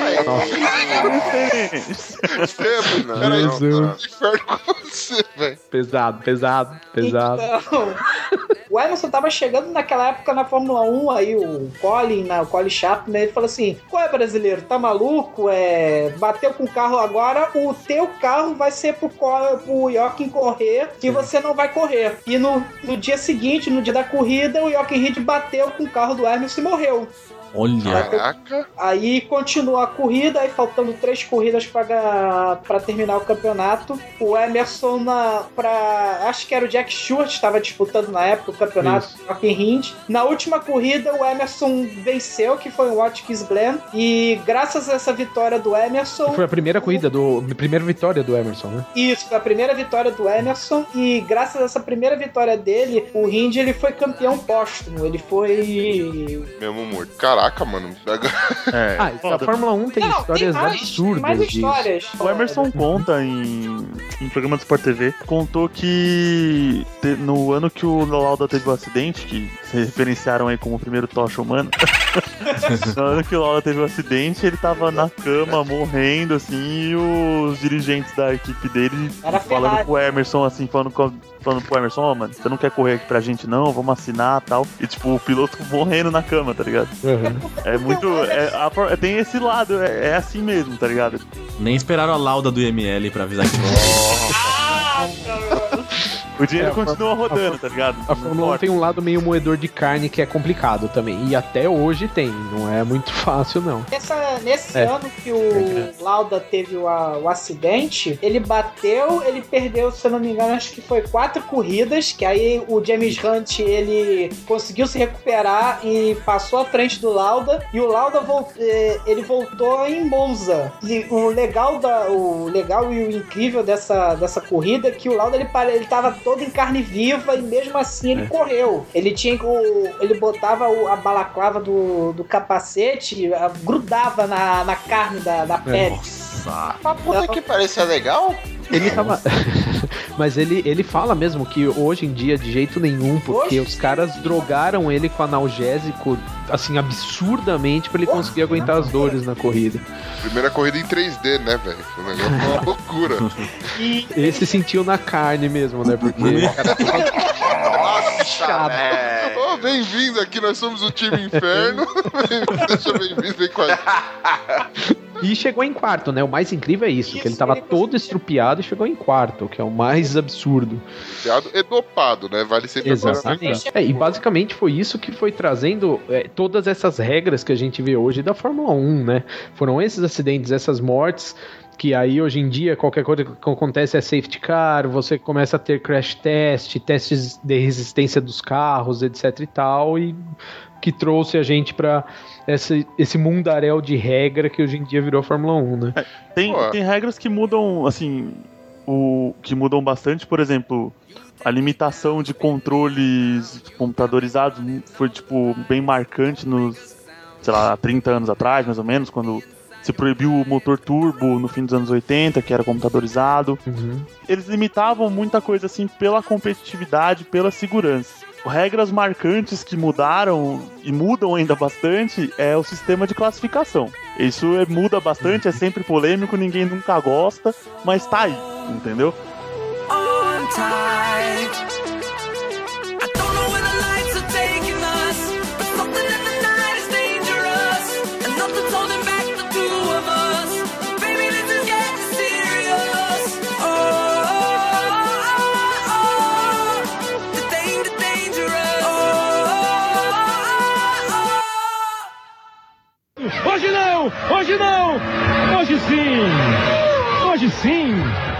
Sempre, não. Peraí, eu tô de inferno com você, velho.
Pesado, pesado, pesado.
Então, o Emerson tava chegando naquela época na Fórmula um, aí o Colin, né, o Colin Chapman, ele falou assim, qual é, brasileiro, tá maluco? É, bateu com o carro agora, o teu carro vai ser pro, pro Jochen correr, que você não vai correr. E no, no dia seguinte, no dia da corrida, o Jochen Rindt bateu com o carro do Emerson e morreu.
Olha.
Caraca.
Aí continua a corrida, aí faltando três corridas pra, pra terminar o campeonato. O Emerson, na, pra, acho que era o Jack Stewart, estava disputando na época o campeonato Rock in Ring. Na última corrida, o Emerson venceu, que foi o Watkins Glen. E graças a essa vitória do Emerson...
Foi a primeira corrida, do, a primeira vitória do Emerson, né?
Isso, foi a primeira vitória do Emerson. E graças a essa primeira vitória dele, o Ring ele foi campeão póstumo. Ele foi...
Mesmo morto. Caraca, mano.
É, ah, a Fórmula um tem não, histórias tem mais, absurdas.
Mais histórias.
O Emerson conta em, em programa do Sport T V, contou que te, no ano que o Lauda teve o um acidente, que se referenciaram aí como o primeiro tocha humano, no ano que o Lauda teve o um acidente, ele tava na cama morrendo, assim, e os dirigentes da equipe dele
Era
falando
Ferrari.
pro Emerson, assim, falando com falando pro Emerson, ó, oh, mano, você não quer correr aqui pra gente não, vamos assinar e tal. E tipo, o piloto morrendo na cama, tá ligado? Uhum. É muito. É, a, tem esse lado, é, é assim mesmo, tá ligado?
Nem esperaram a lauda do I M L pra avisar que
o dinheiro
é,
continua
a,
rodando,
a,
tá ligado?
A Fórmula um tem um lado meio moedor de carne que é complicado também. E até hoje tem, não é muito fácil, não.
Essa, nesse
é.
ano que o Lauda teve o, o acidente, ele bateu, ele perdeu, se eu não me engano, acho que foi quatro corridas, que aí o James Hunt, ele conseguiu se recuperar e passou à frente do Lauda, e o Lauda volt, ele voltou em Monza. E o legal, da, o legal e o incrível dessa, dessa corrida é que o Lauda, ele, ele tava todo em carne viva e mesmo assim ele é. correu. Ele tinha o, ele botava o, a balaclava do, do capacete, a, grudava na, na carne da, da pele.
Nossa. Mas puta que parecia legal.
Ele tava. Mas ele, ele fala mesmo que hoje em dia de jeito nenhum, porque Oxe, os caras sim. drogaram ele com analgésico, assim, absurdamente pra ele Oxe, conseguir aguentar não. as dores na corrida.
Primeira corrida em três D, né, velho? Foi um negócio, uma loucura.
E esse sentiu na carne mesmo, né? Porque.
Nossa, velho! Oh, bem-vindo aqui, nós somos o time Inferno. Deixa bem-vindo, vem com a gente.
E chegou em quarto, né? O mais incrível é isso, isso que ele tava ele todo estrupiado e chegou em quarto, que é o mais absurdo.
Estrupiado e dopado, né? Vale sempre
Exatamente. É, e basicamente foi isso que foi trazendo é, todas essas regras que a gente vê hoje da Fórmula um, né? Foram esses acidentes, essas mortes, que aí hoje em dia qualquer coisa que acontece é safety car, você começa a ter crash test, testes de resistência dos carros, etc e tal, e que trouxe a gente pra esse, esse mundaréu de regra que hoje em dia virou a Fórmula um, né?
É, tem, tem regras que mudam, assim, o, que mudam bastante, por exemplo, a limitação de controles computadorizados foi, tipo, bem marcante nos, sei lá, trinta anos atrás, mais ou menos, quando se proibiu o motor turbo no fim dos anos oitenta, que era computadorizado. Uhum. Eles limitavam muita coisa, assim, pela competitividade, pela segurança. Regras marcantes que mudaram e mudam ainda bastante é o sistema de classificação. Isso é, muda bastante, é sempre polêmico, ninguém nunca gosta, mas tá aí, entendeu? On time.
Hoje não! Hoje não! Hoje sim! Hoje sim!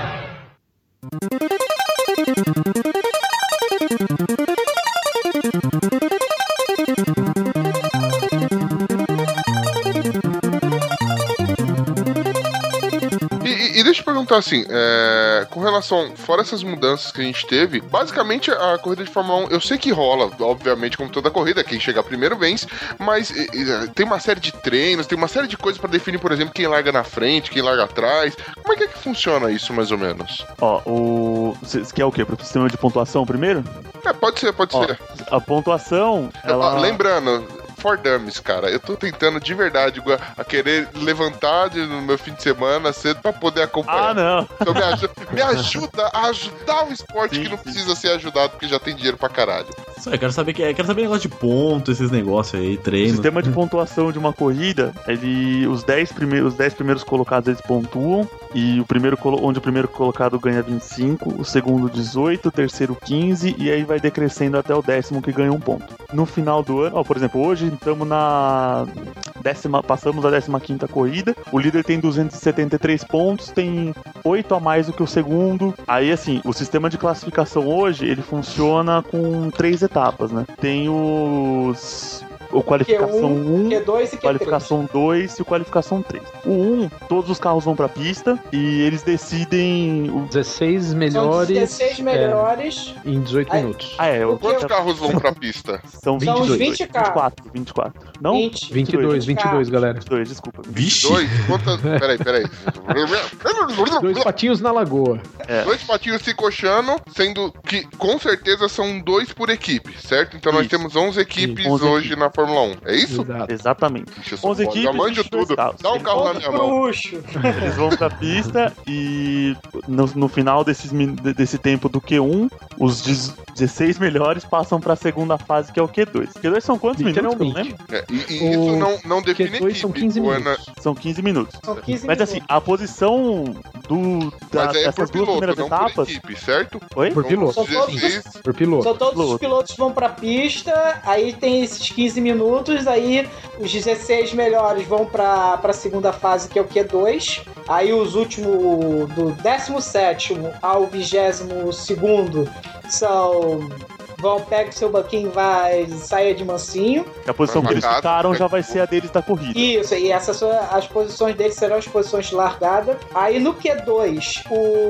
E, e deixa eu perguntar assim, é, com relação, fora essas mudanças que a gente teve, basicamente a corrida de Fórmula um, eu sei que rola, obviamente, como toda corrida, quem chegar primeiro vence, mas e, e, tem uma série de treinos, tem uma série de coisas pra definir, por exemplo, quem larga na frente, quem larga atrás. Como é que é que funciona isso, mais ou menos?
Ó, o... Você quer o quê? Pro sistema de pontuação primeiro?
É, pode ser, pode Ó, ser.
A pontuação, ela...
Ó, lembrando... For Dummies, cara. Eu tô tentando de verdade a querer levantar no meu fim de semana cedo pra poder acompanhar.
Ah, não.
Então me ajuda, me ajuda a ajudar o esporte sim, que não sim. precisa ser ajudado porque já tem dinheiro pra caralho.
Só, eu quero saber que quero saber negócio de ponto, esses negócios aí, treino.
O sistema de pontuação de uma corrida, ele, os dez primeiros, os dez primeiros colocados eles pontuam, e o primeiro, onde o primeiro colocado ganha vinte e cinco, o segundo dezoito, o terceiro quinze, e aí vai decrescendo até o décimo que ganha um ponto. No final do ano, ó, por exemplo, hoje estamos na décima, passamos a décima quinta corrida, o líder tem duzentos e setenta e três pontos, tem oito a mais do que o segundo. Aí assim, o sistema de classificação hoje, ele funciona com três etapas, né? Tem os... o qualificação um,
Q dois e Q três.
Qualificação dois e o qualificação três. O um, todos os carros vão pra pista e eles decidem... O...
dezesseis melhores...
São dezesseis melhores...
É, em dezoito
Aí,
minutos.
Ah, é. O...
Quantos carros vão pra pista?
São vinte e dois.
São os vinte
vinte e quatro, vinte e quatro. Não?
vinte,
vinte e dois, vinte e dois, galera.
vinte e dois, desculpa.
Vixe!
Dois? Quantas... Peraí, peraí.
Dois patinhos na lagoa.
É.
Dois patinhos se coxando, sendo que com certeza são dois por equipe, certo? Então nós
Isso.
temos onze equipes
onze
hoje
equipes.
na Fórmula um. É isso?
Exato.
Exatamente.
Ixi, eu sou
onze
foda,
equipes,
já manjo
vinte e dois
tudo.
carros.
Dá um carro na minha mão.
Bruxo.
Eles vão pra pista e no, no final desses, min- desse tempo do Q um, os dezesseis melhores passam pra segunda fase, que é o Q dois. Q dois são quantos minutos? Eu não
Literalmente.
lembro.
É, e e isso
O
não, não define
Q dois
equipe.
são quinze
O Ana-
minutos.
São quinze minutos.
São quinze
Mas
minutos.
assim, a posição do, da,
Mas aí é por
dessas duas
piloto,
primeiras
não
etapas...
por equipe, certo?
Oi?
Por
Então,
piloto.
São todos-
dezesseis,
Por piloto.
São todos
Piloto.
os pilotos vão pra pista, aí tem esses quinze minutos, aí os dezesseis melhores vão pra, pra segunda fase, que é o Q dois, aí os últimos, do décimo sétimo ao vigésimo segundo, são... Vão, pega o seu banquinho, vai, saia de mansinho.
A posição que eles
Marcado,
ficaram
né?
já vai ser a deles da corrida.
Isso, e essas são as posições deles serão as posições de largada. Aí no Q dois,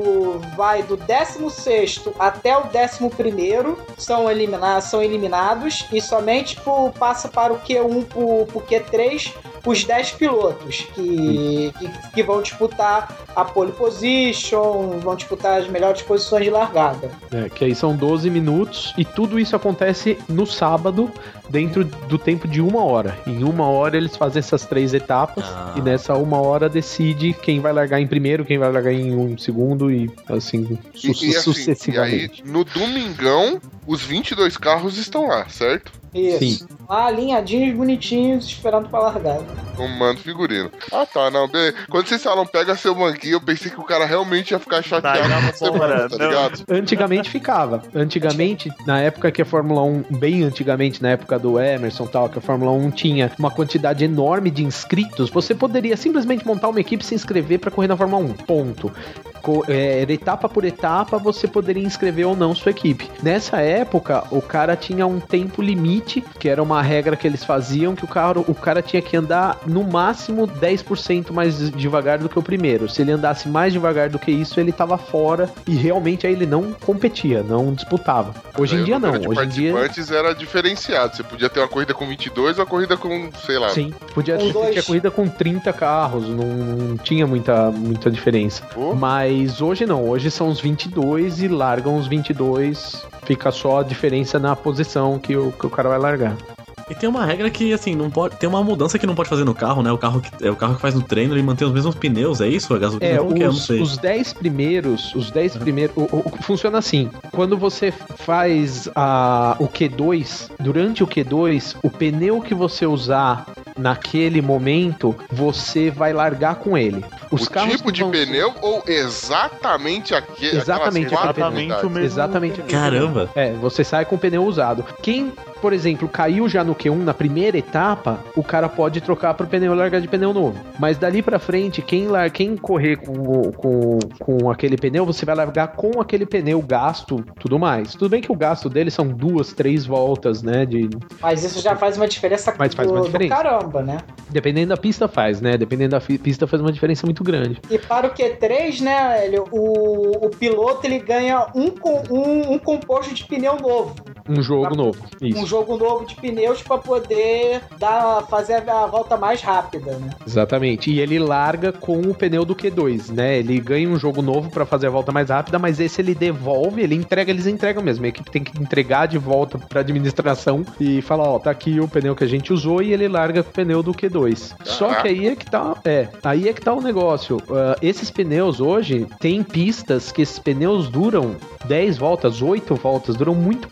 o vai do décimo sexto até o décimo primeiro são eliminados, são eliminados e somente pro, passa para o Q um pro, pro Q três os dez pilotos que, que, que vão disputar a pole position, vão disputar as melhores posições de largada.
É, que aí são doze minutos e tudo isso acontece no sábado, dentro do tempo de uma hora. Em uma hora eles fazem essas três etapas
Ah.
e nessa uma hora decide quem vai largar em primeiro, quem vai largar em um segundo e assim, su-
E, e, assim, e
sucessivamente.
aí, no domingão, os vinte e dois carros estão lá, certo?
Isso.
Sim.
Lá, alinhadinhos, bonitinhos, esperando pra largada.
Comando figurino. Ah, tá, não. Beleza. Quando vocês falam pega seu banquinho, eu pensei que o cara realmente ia ficar chateado
Tá,
na semana,
fora,
tá
não.
ligado?
Antigamente ficava. Antigamente, na época que a Fórmula um, bem antigamente, na época do Emerson e tal, que a Fórmula um tinha uma quantidade enorme de inscritos, você poderia simplesmente montar uma equipe e se inscrever pra correr na Fórmula um. Ponto. Co- é, etapa por etapa, você poderia inscrever ou não sua equipe. Nessa época, o cara tinha um tempo limite, que era uma regra que eles faziam, que o cara, o cara tinha que andar no máximo dez por cento mais devagar do que o primeiro. Se ele andasse mais devagar do que isso, ele tava fora e realmente aí ele não competia, não disputava. Hoje
Aí
em
o
dia não,
número de
hoje em dia
participantes era diferenciado. Você podia ter uma corrida com vinte e dois ou uma corrida com, sei lá.
sim, podia
Com
ter
dois.
tinha corrida com trinta carros, não, não tinha muita, muita diferença.
Pô.
Mas hoje não, hoje são os vinte e dois e largam os vinte e dois, fica só a diferença na posição que o, que o cara vai largar.
E tem uma regra que, assim, não pode. Tem uma mudança que não pode fazer no carro, né? O carro que, é o carro que faz no treino, ele mantém os mesmos pneus, é isso? A gasolina?
É,
Como que é? Eu não
os,
sei.
os dez primeiros, os dez primeiros, o, o- funciona assim, quando você faz a, o Q dois, durante o Q dois, o pneu que você usar naquele momento, você vai largar com ele. Os
o
carros
tipo
que
de
vão-
pneu ou exatamente aquele
Exatamente
aquelas
aquele
quatro
pneu.
unidades?
o mesmo
Exatamente.
Caramba!
É, você sai com o pneu usado. Quem, por exemplo, caiu já no Q um na primeira etapa, o cara pode trocar pro pneu e largar de pneu novo. Mas dali pra frente, quem, lar... quem correr com, o- com, com aquele pneu, você vai largar com aquele pneu gasto, tudo mais. Tudo bem que o gasto dele são duas, três voltas, né? De...
Mas isso já faz uma diferença,
Mas faz
do,
uma
do
diferença.
caramba, né?
Dependendo da pista faz, né? Dependendo da fi- pista faz uma diferença muito grande.
E para o Q três, né, Hélio, o, o piloto ele ganha um, com- um, um composto de pneu novo.
Um jogo
Pra-
novo. Isso.
Um jogo novo de pneus para poder dar, fazer a volta mais rápida, né?
Exatamente. E ele larga com o pneu do Q dois, né? Ele ganha um jogo novo pra fazer a volta mais rápida, mas esse ele devolve, ele entrega, eles entregam mesmo. A equipe tem que entregar de volta pra administração e falar, ó, tá aqui o pneu que a gente usou e ele larga com o pneu do Q dois. Só que aí é que tá, é, aí é que tá o negócio. Ah, esses pneus hoje tem pistas que esses pneus duram dez voltas, oito voltas, duram muito pouco.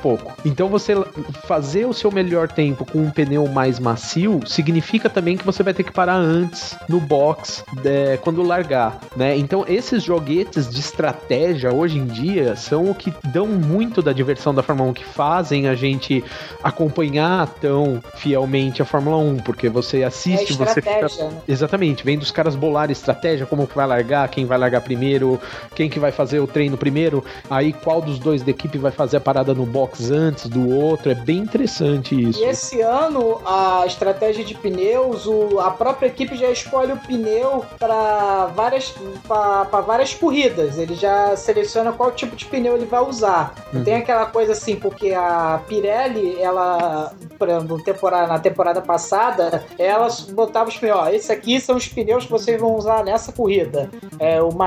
Então você fazer o seu melhor tempo com um pneu mais macio significa também que você vai ter que parar antes no box de, quando largar, né? Então esses joguetes de estratégia hoje em dia são o que dão muito da diversão da Fórmula um, que fazem a gente acompanhar tão fielmente a Fórmula um, porque você assiste,
é
você fica...
né?
Exatamente, vendo os caras bolarem estratégia, como que vai largar, quem vai largar primeiro, quem que vai fazer o treino primeiro, aí qual dos dois da equipe vai fazer a parada no box antes do outro, é bem interessante isso.
E esse ano, a estratégia de pneus, o, a própria equipe já escolhe o pneu para várias, para várias corridas, ele já seleciona qual tipo de pneu ele vai usar. Não uhum. tem aquela coisa assim, porque a Pirelli, ela, por exemplo, temporada, na temporada passada, ela botava os pneus, ó, esse aqui são os pneus que vocês vão usar nessa corrida. É, o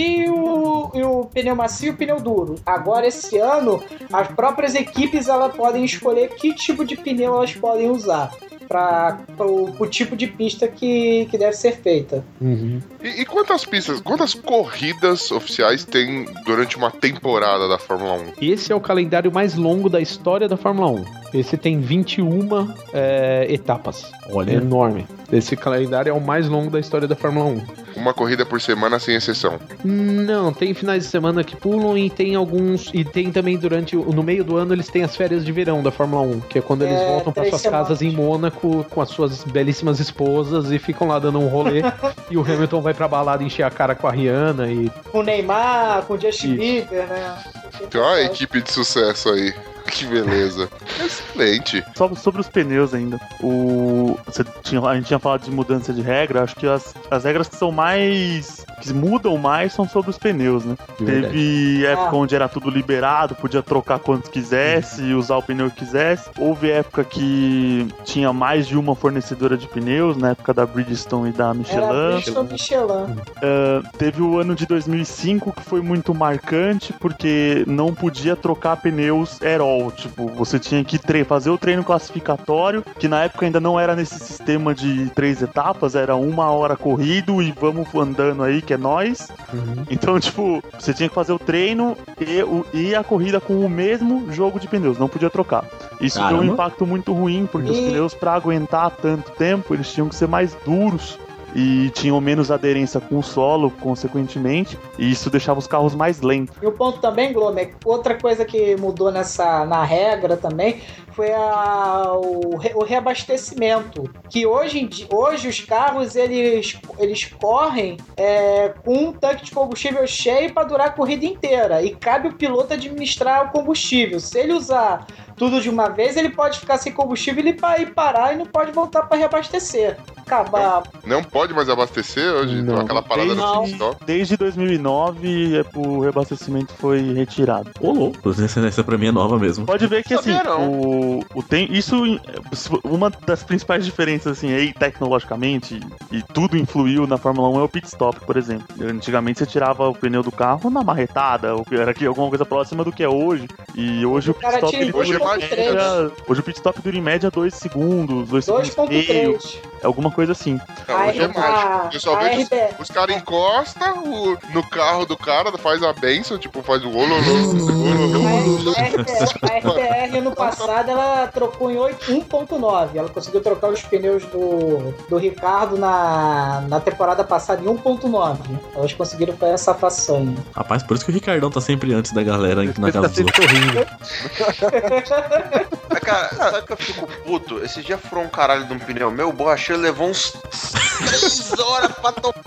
macio e o pneu macio e o pneu duro. Agora, esse ano, as próprias equipes elas podem escolher que tipo de pneu elas podem usar para o tipo de pista que, que deve ser feita.
Uhum.
E, e quantas pistas, quantas corridas oficiais tem durante uma temporada da Fórmula um?
Esse é o calendário mais longo da história da Fórmula um. Esse tem vinte e uma é, etapas. Olha. É enorme. Esse calendário é o mais longo da história da Fórmula um.
Uma corrida por semana sem exceção?
Não, tem finais de semana que pulam e tem alguns... E tem também durante... No meio do ano eles têm as férias de verão da Fórmula um, que é quando eles é, voltam para suas semanas. casas em Mônaco com as suas belíssimas esposas e ficam lá dando um rolê. E o Hamilton vai pra balada encher a cara com a Rihanna e...
Com o Neymar, com o Justin Bieber, né?
Tem uma equipe de sucesso aí. Que beleza. Excelente.
Só sobre os pneus ainda. O, você tinha, a gente tinha falado de mudança de regra. Acho que as, as regras que são mais... que mudam mais são sobre os pneus, né? Verdade. Teve época ah. onde era tudo liberado, podia trocar quantos quisesse e usar o pneu que quisesse. Houve época que tinha mais de uma fornecedora de pneus, na época da Bridgestone e da Michelin.
Era Bridgestone Michelin.
Uh, teve o ano de dois mil e cinco que foi muito marcante, porque não podia trocar pneus Aerol. Tipo, você tinha que tre- fazer o treino classificatório, que na época ainda não era nesse sistema de três etapas, era uma hora corrido e vamos andando aí, que é nós. Uhum. Então, tipo, você tinha que fazer o treino e, o, e a corrida com o mesmo jogo de pneus, não podia trocar. Isso Caramba. deu um impacto muito ruim, porque e... os pneus, pra aguentar tanto tempo, eles tinham que ser mais duros e tinham menos aderência com o solo, consequentemente, e isso deixava os carros mais lentos.
E o ponto também, Glomer, outra coisa que mudou nessa, na regra também foi a, o, o reabastecimento, que hoje, hoje os carros eles, eles correm é, com um tanque de combustível cheio para durar a corrida inteira, e cabe o piloto administrar o combustível. Se ele usar tudo de uma vez, ele pode ficar sem combustível e parar e não pode voltar para reabastecer. Acabar.
Não, não pode mais abastecer hoje? Então, aquela parada
desde,
no pit stop.
Desde dois mil e nove o reabastecimento foi retirado.
Ô, louco, essa, essa pra mim é nova mesmo.
Pode ver que assim, o, o tem, isso, uma das principais diferenças assim, aí, tecnologicamente, e tudo influiu na Fórmula um é o pit stop, por exemplo. Antigamente você tirava o pneu do carro na marretada, ou era aqui alguma coisa próxima do que é hoje. E hoje o, o pit stop ele
hoje,
dura, média, hoje o pit stop dura em média dois segundos, dois segundos e meio. É alguma coisa assim.
Não, hoje é mágico. Eu só vejo os, os caras encostam o, no carro do cara, faz a benção, tipo, faz o olho.
A R B R no passado ela trocou em um ponto nove. Ela conseguiu trocar os pneus do, do Ricardo na, na temporada passada em um ponto nove. Elas conseguiram fazer essa façanha.
Rapaz, por isso que o Ricardão tá sempre antes da galera na casa dos outros.
Mas, cara, sabe que eu fico puto? Esse dia furou um caralho de um pneu meu, o borracheiro levou uns três horas pra tomar.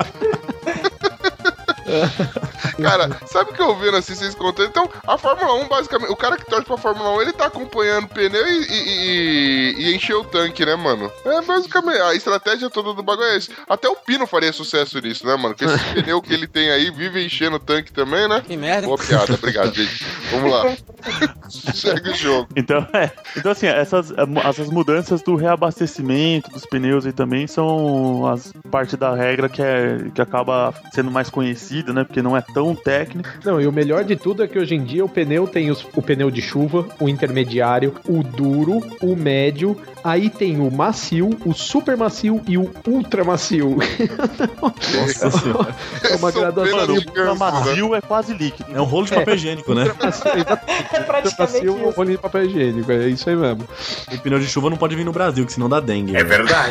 Cara, sabe o que eu vendo assim, vocês contando? Então, a Fórmula um, basicamente, o cara que torce pra Fórmula um, ele tá acompanhando o pneu e, e, e, e encher o tanque, né, mano? É basicamente, a estratégia toda do bagulho é isso. Até o Pino faria sucesso nisso, né, mano? Porque esse pneu que ele tem aí vive enchendo o tanque também, né?
Que merda.
Boa piada, obrigado, gente. Vamos lá. Segue o jogo.
Então, é. Então, assim, essas, essas mudanças do reabastecimento dos pneus aí também são as parte da regra que, é, que acaba sendo mais conhecida, né? Porque não é tão técnica.
Não, e o melhor de tudo é que hoje em dia o pneu tem os, o pneu de chuva, o intermediário, o duro, o médio, aí tem o macio, o super macio e o ultra macio.
Nossa senhora.
É uma graduação.
O macio é quase líquido.
É um rolo de papel higiênico, né?
É praticamente
Macio, um
isso.
rolinho de papel higiênico, é isso aí mesmo.
O pneu de chuva não pode vir no Brasil, que senão dá dengue.
É verdade.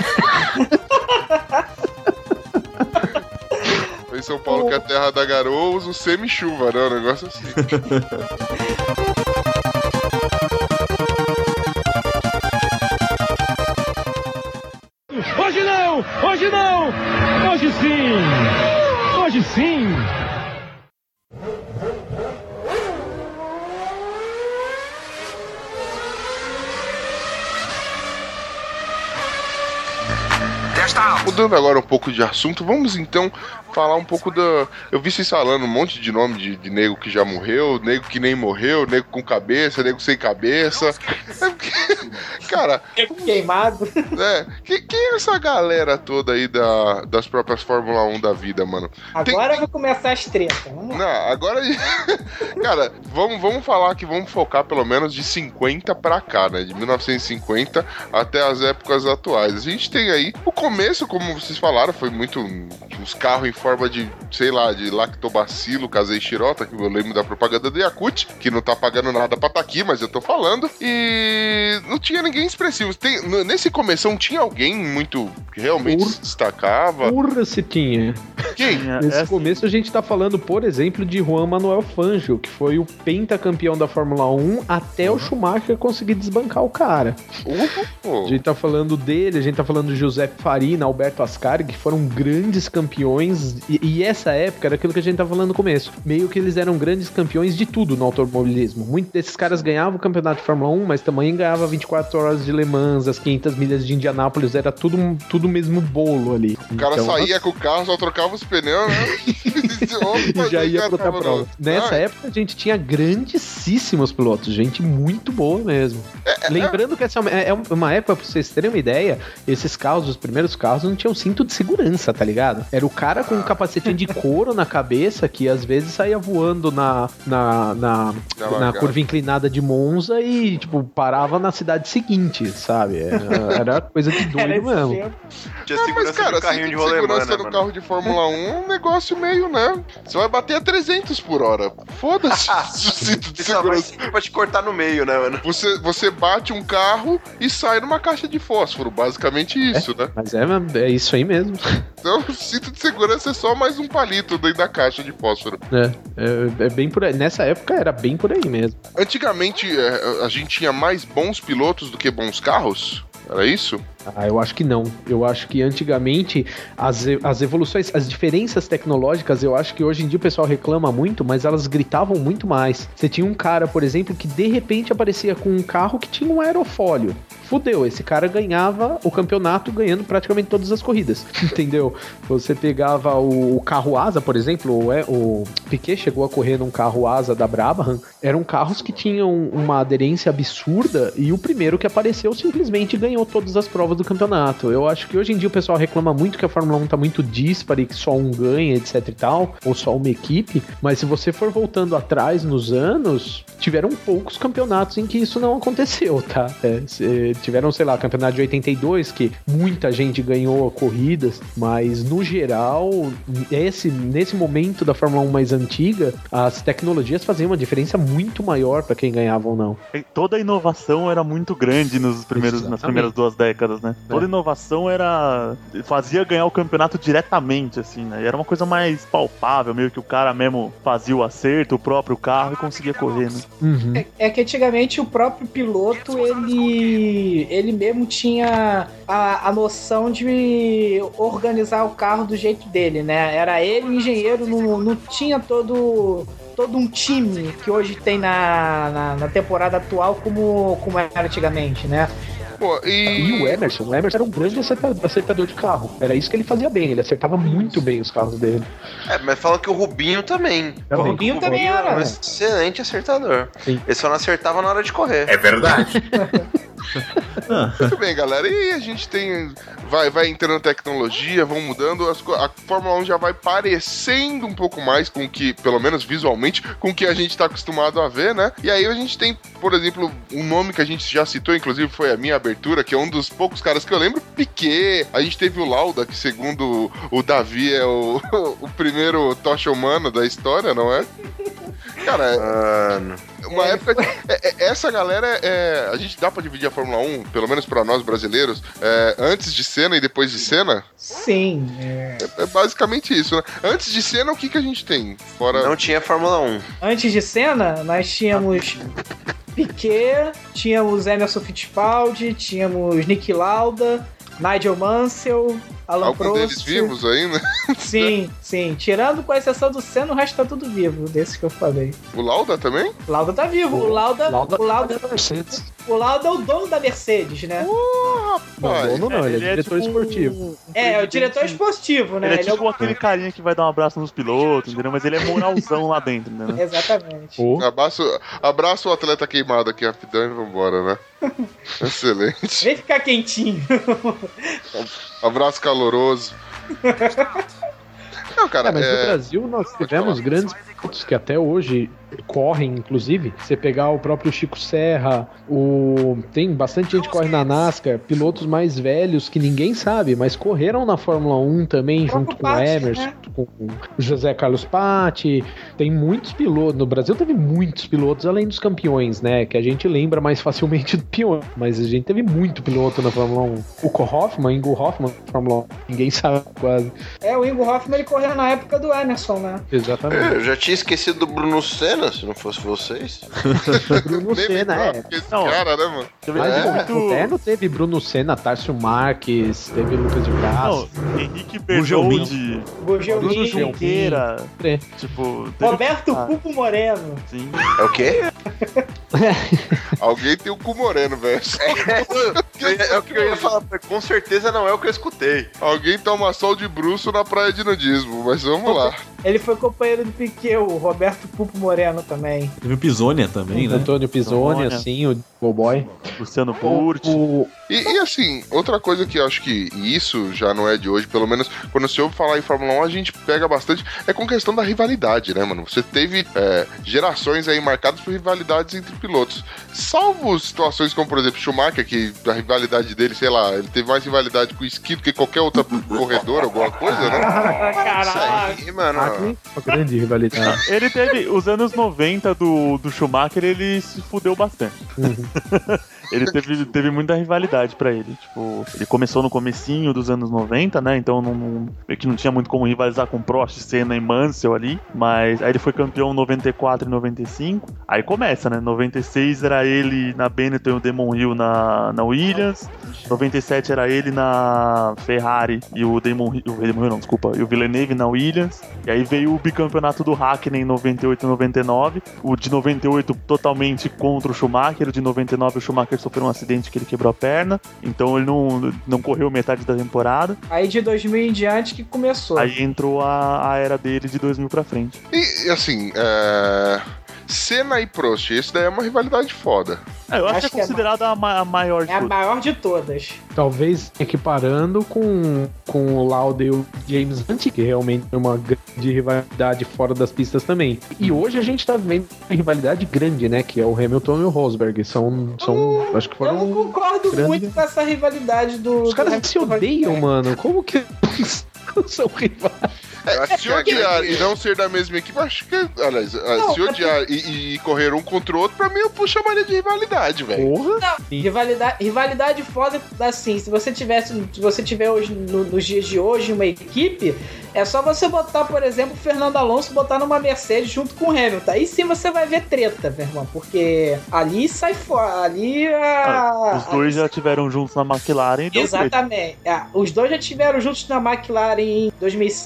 Em São Paulo, que é a terra da garoa, usa o semi-chuva, né? Um negócio assim.
Hoje não! Hoje não! Hoje sim! Hoje sim!
Mudando agora um pouco de assunto, vamos então falar um pouco da... Eu vi vocês falando um monte de nome de, de nego que já morreu, nego que nem morreu, nego com cabeça, nego sem cabeça. É porque... Cara...
Queimado.
É, quem, quem é essa galera toda aí da, das próprias Fórmula um da vida, mano?
Agora
Tem...
vai começar as tretas. Vamos lá.
Não, agora... Cara, vamos, vamos falar que vamos focar pelo menos de cinquenta pra cá, né? De mil novecentos e cinquenta até as épocas atuais. A gente tem aí... O começo, como vocês falaram, foi muito... Os carros em forma de, sei lá, de lactobacilo, casei xirota, que eu lembro da propaganda do Yakult, que não tá pagando nada pra tá aqui, mas eu tô falando. E não tinha ninguém expressivo. Tem, nesse começão tinha alguém muito que realmente
Por...
se destacava.
Porra, se tinha.
Quem?
Nesse
Essa...
começo a gente tá falando, por exemplo, de Juan Manuel Fangio, que foi o pentacampeão da Fórmula um até o Schumacher conseguir desbancar o cara.
Uhum.
A gente tá falando dele, a gente tá falando do José Farina, Alberto Ascari, que foram grandes campeões, e, e essa época era aquilo que a gente tá falando no começo, meio que eles eram grandes campeões de tudo no automobilismo. Muitos desses caras ganhavam o campeonato de Fórmula um, mas também ganhava vinte e quatro horas de Le Mans, as quinhentas milhas de Indianápolis, era tudo, tudo mesmo bolo ali.
O cara
então,
saía com o carro, só trocava os pneus, né?
E já ia pra outra prova. Nessa
Ai.
época a gente tinha grandíssimos pilotos, gente muito boa mesmo.
É,
Lembrando que essa é uma época, pra vocês terem uma ideia, esses carros, os primeiros carros, não tinham cinto de segurança, tá ligado? Era o cara com um capacetinho de couro na cabeça que às vezes saía voando na, na, na, na curva inclinada de Monza e, tipo, parava na cidade seguinte, sabe? Era, era coisa de doido mesmo.
Tinha
Ah,
segurança
mas, cara,
de carrinho
cinto
de
de
rolemã,
segurança
né,
no
mano?
carro de Fórmula um é um negócio meio, né? Você vai bater a trezentos por hora. Foda-se o cinto de
Isso só vai
segurança.
servir pra te cortar no meio, né, mano?
Você, você bate um carro e sai numa caixa de fósforo. Basicamente isso, né?
Mas é, é isso aí mesmo.
Então, o cinto de segurança é só mais um palito dentro da caixa de fósforo.
É, é, é bem por aí. Nessa época era bem por aí mesmo.
Antigamente, é, a gente tinha mais bons pilotos do que bons carros? Era isso?
Ah, eu acho que não. Eu acho que antigamente as, as evoluções, as diferenças tecnológicas, eu acho que hoje em dia o pessoal reclama muito, mas elas gritavam muito mais. Você tinha um cara, por exemplo, que de repente aparecia com um carro que tinha um aerofólio. Fudeu, esse cara ganhava o campeonato ganhando praticamente todas as corridas, entendeu? Você pegava o, o carro asa, por exemplo, o, o Piquet chegou a correr num carro asa da Brabham, eram carros que tinham uma aderência absurda e o primeiro que apareceu simplesmente ganhou todas as provas do campeonato. Eu acho que hoje em dia o pessoal reclama muito que a Fórmula um tá muito dispare, que só um ganha, etc e tal, ou só uma equipe, mas se você for voltando atrás nos anos, tiveram poucos campeonatos em que isso não aconteceu, tá? É, se, tiveram, sei lá, campeonato de oitenta e dois, que muita gente ganhou corridas, mas no geral, esse, nesse momento da Fórmula um mais antiga, as tecnologias faziam uma diferença muito maior para quem ganhava ou não.
Toda a inovação era muito grande nos primeiros, nas primeiras duas décadas, né? É. Toda inovação era... fazia ganhar o campeonato diretamente, assim, né? E era uma coisa mais palpável, meio que o cara mesmo fazia o acerto, o próprio carro e conseguia correr, né?
Uhum.
É, é que antigamente o próprio piloto, ele, ele mesmo tinha a, a noção de organizar o carro do jeito dele, né? Era ele, o engenheiro, não, não tinha todo... todo um time que hoje tem na, na, na temporada atual como, como era antigamente, né?
Pô, e...
e o Emerson, o Emerson era um grande acertador de carro. Era isso que ele fazia bem, ele acertava muito bem os carros dele.
É, mas falam que o Rubinho também.
O Rubinho, Rubinho também era.
Um excelente acertador.
Sim.
Ele só não acertava na hora de correr.
É verdade.
Muito bem, galera. E a gente tem... Vai, vai entrando tecnologia, vão mudando. As, a Fórmula um já vai parecendo um pouco mais com o que, pelo menos visualmente, com o que a gente tá acostumado a ver, né? E aí a gente tem, por exemplo, um nome que a gente já citou, inclusive foi a minha abertura, que é um dos poucos caras que eu lembro, Piquet. A gente teve o Lauda, que segundo o Davi é o, o primeiro tocha humano da história, não é? Cara,
Mano.
uma época. De, é, é, essa galera, é, a gente dá pra dividir a Fórmula um, pelo menos pra nós brasileiros, é, antes de Senna e depois de Senna?
Sim. É...
É, é basicamente isso, né? Antes de Senna, o que, que a gente tem? Fora...
Não tinha Fórmula um.
Antes de Senna, nós tínhamos Piquet, tínhamos Emerson Fittipaldi, tínhamos Niki Lauda, Nigel Mansell, Alan
Algum
Prost.
deles vivos ainda?
Sim, sim. Tirando com a exceção do Senna, o resto tá tudo vivo, desses que eu falei.
O Lauda também?
O Lauda tá vivo. O Lauda,
Lauda,
o Lauda,
é Mercedes.
o Lauda é o dono da Mercedes, né?
Uh,
Não, dono não, ele,
Ele
é
é
diretor
tipo
esportivo.
É, é o diretor esportivo, né?
Ele é
Ele é
tipo aquele carinha que vai dar um abraço nos pilotos, entendeu? Mas ele é moralzão lá dentro, entendeu?
Exatamente.
Oh.
Abraço, abraço o atleta queimado aqui rapidão e vambora, né? Excelente.
Vem ficar quentinho.
Abraço caloroso. Não, cara,
É, mas
é...
no Brasil nós tivemos grandes pilotos que até hoje correm, inclusive. Você pegar o próprio Chico Serra, o... tem bastante gente que corre na NASCAR, pilotos mais velhos que ninguém sabe, mas correram na Fórmula um também, junto com o Emerson, né? Com o José Carlos Patti. Tem muitos pilotos. No Brasil teve muitos pilotos, além dos campeões, né? Que a gente lembra mais facilmente do peão. Mas a gente teve muito piloto na Fórmula um. O Hoffman, Ingo Hoffman, Fórmula um, ninguém sabe quase.
É, o Ingo Hoffman, ele correu na época do Emerson, né?
Exatamente.
Eu já tinha esquecido do Bruno Senna, se não fosse vocês.
Bruno Senna, é.
Esse
Não,
cara, né, mano?
Mas
É,
o
muito-
Moderno teve Bruno Senna, Tárcio Marques, teve Lucas de Graça.
Não, Henrique
Bugelmin.
Bertoldi,
Bugelmin,
Bruno Junqueira,
É.
tipo... teve-
Roberto
Ah,
Pupo Moreno.
sim.
É o quê?
Alguém tem o cu moreno, velho.
É o que eu ia falar, com certeza não é o que eu escutei.
Alguém toma sol de bruço na praia de nudismo, mas vamos lá.
Ele foi companheiro do Piquet, o Roberto Pupo Moreno também.
Teve o Pisonia também, né?
Antônio Pisoni,
Pisoni.
assim, o Boboy.
Luciano Burti.
O,
E, e assim, outra coisa que eu acho que isso já não é de hoje, pelo menos quando se ouve falar em Fórmula um, a gente pega bastante, é com questão da rivalidade, né, mano? Você teve é, gerações aí marcadas por rivalidades entre pilotos. Salvo situações como, por exemplo, Schumacher, que a rivalidade dele, sei lá, ele teve mais rivalidade com o Ski do que qualquer outra corredor, alguma coisa, né?
Caraca.
Isso aí, mano.
Uma grande rivalidade.
Ele teve, os anos noventa do, do Schumacher, ele se fudeu bastante. Ele teve, teve muita rivalidade pra ele. Tipo, ele começou no comecinho dos anos noventa, né? Então não, não, meio que não tinha muito como rivalizar com Prost, Senna e Mansell ali. Mas aí ele foi campeão em noventa e quatro e noventa e cinco. Aí começa, né? noventa e seis era ele na Benetton e o Damon Hill na, na Williams. noventa e sete era ele na Ferrari e o Damon Hill, o Damon Hill não, desculpa, e o Villeneuve na Williams. E aí veio o bicampeonato do Hakkinen em noventa e oito e noventa e nove. O de noventa e oito totalmente contra o Schumacher. O de noventa e nove o Schumacher sofreu um acidente que ele quebrou a perna. Então ele não, não correu metade da temporada.
Aí de dois mil em diante que começou.
Aí entrou a, a era dele de dois mil pra frente.
E, e assim, é... Senna e Prost, isso daí é uma rivalidade foda.
É, eu acho,
Acho
que é
que é
considerada a, ma- a maior de
É a
todas.
maior de todas.
Talvez equiparando com, com o Lauda e o James Hunt, que realmente é uma grande rivalidade fora das pistas também. E hoje a gente tá vendo uma rivalidade grande, né? Que é o Hamilton e o Rosberg. São, são acho que
Eu
foram...
não concordo
grande-
muito com essa rivalidade do.
Os caras
do
se odeiam,
Rosberg.
mano. Como que são rivais?
É, se odiar e não ser da mesma equipe, acho que. Aliás,
Não,
se odiar e, e correr um contra o outro, pra mim eu chamaria de rivalidade, velho.
Porra!
Não, rivalidade, rivalidade foda, assim, se você tivesse, se você tiver hoje, no- nos dias de hoje, uma equipe, é só você botar, por exemplo, o Fernando Alonso, botar numa Mercedes junto com o Hamilton. Aí sim você vai ver treta, meu irmão, porque ali sai fora, ali a...
Ah, os dois já tiveram juntos na McLaren e deu treta.
Exatamente. É, os dois já tiveram juntos na McLaren em dois mil e sete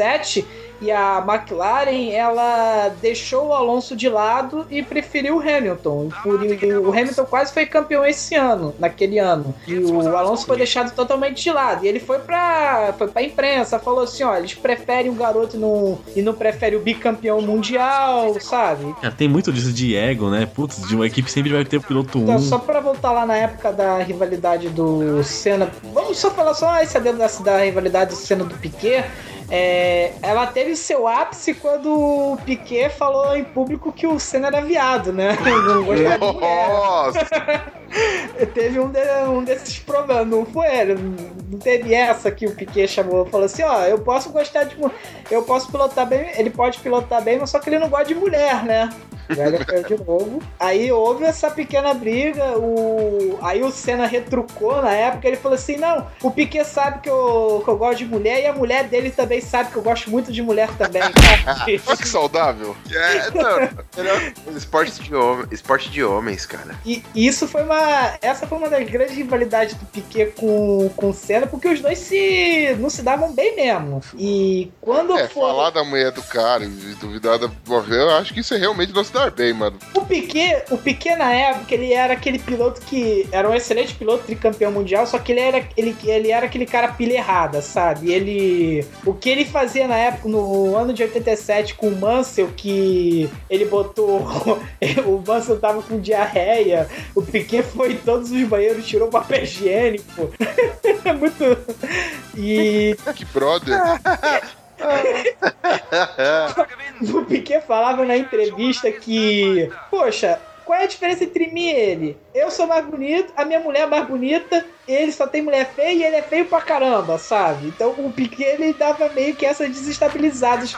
e a McLaren, ela deixou o Alonso de lado e preferiu o Hamilton. Por, o Hamilton quase foi campeão esse ano, naquele ano. E o Alonso foi deixado totalmente de lado. E ele foi pra, foi pra imprensa, falou assim, ó, eles preferem o garoto e não, e não preferem o bicampeão mundial, sabe?
Cara, tem muito disso de ego, né? Putz, de uma equipe sempre vai ter o piloto um.
Então, só pra voltar lá na época da rivalidade do Senna, vamos só falar só esse adendo da, da rivalidade do Senna do Piquet. É, ela teve seu ápice quando o Piquet falou em público que o Senna era viado, né? Não gostava de mulher. Teve um, de, um desses problemas, não foi ele? Não teve essa que o Piquet chamou, falou assim, ó, eu posso gostar de eu posso pilotar bem, ele pode pilotar bem, mas só que ele não gosta de mulher, né? De novo. Aí houve essa pequena briga, o... aí o Senna retrucou na época, ele falou assim, não, o Piquet sabe que eu, que eu gosto de mulher e a mulher dele também sabe que eu gosto muito de mulher também.
Olha que saudável.
É, não, esporte de, hom- esporte de homens, cara.
E isso foi uma... Essa foi uma das grandes rivalidades do Piquet com, com o Senna, porque os dois se, não se davam bem mesmo. E quando
É,
foi...
falar da mulher do cara e duvidar da... Eu acho que isso é realmente não se dar bem, mano.
O Piquet, o Piquet na época, ele era aquele piloto que... Era um excelente piloto, tricampeão mundial, só que ele era, ele, ele era aquele cara pilha errada, sabe? Ele... O que ele fazia na época, no ano de oitenta e sete, com o Mansell, que ele botou... o Mansell tava com diarreia, o Piquet foi em todos os banheiros, tirou papel higiênico. É muito... E...
Que brother.
O Piquet falava na entrevista que... Poxa, qual é a diferença entre mim e ele? Eu sou mais bonito, a minha mulher é mais bonita, ele só tem mulher feia e ele é feio pra caramba, sabe? Então o Piquet, ele dava meio que essas desestabilizadas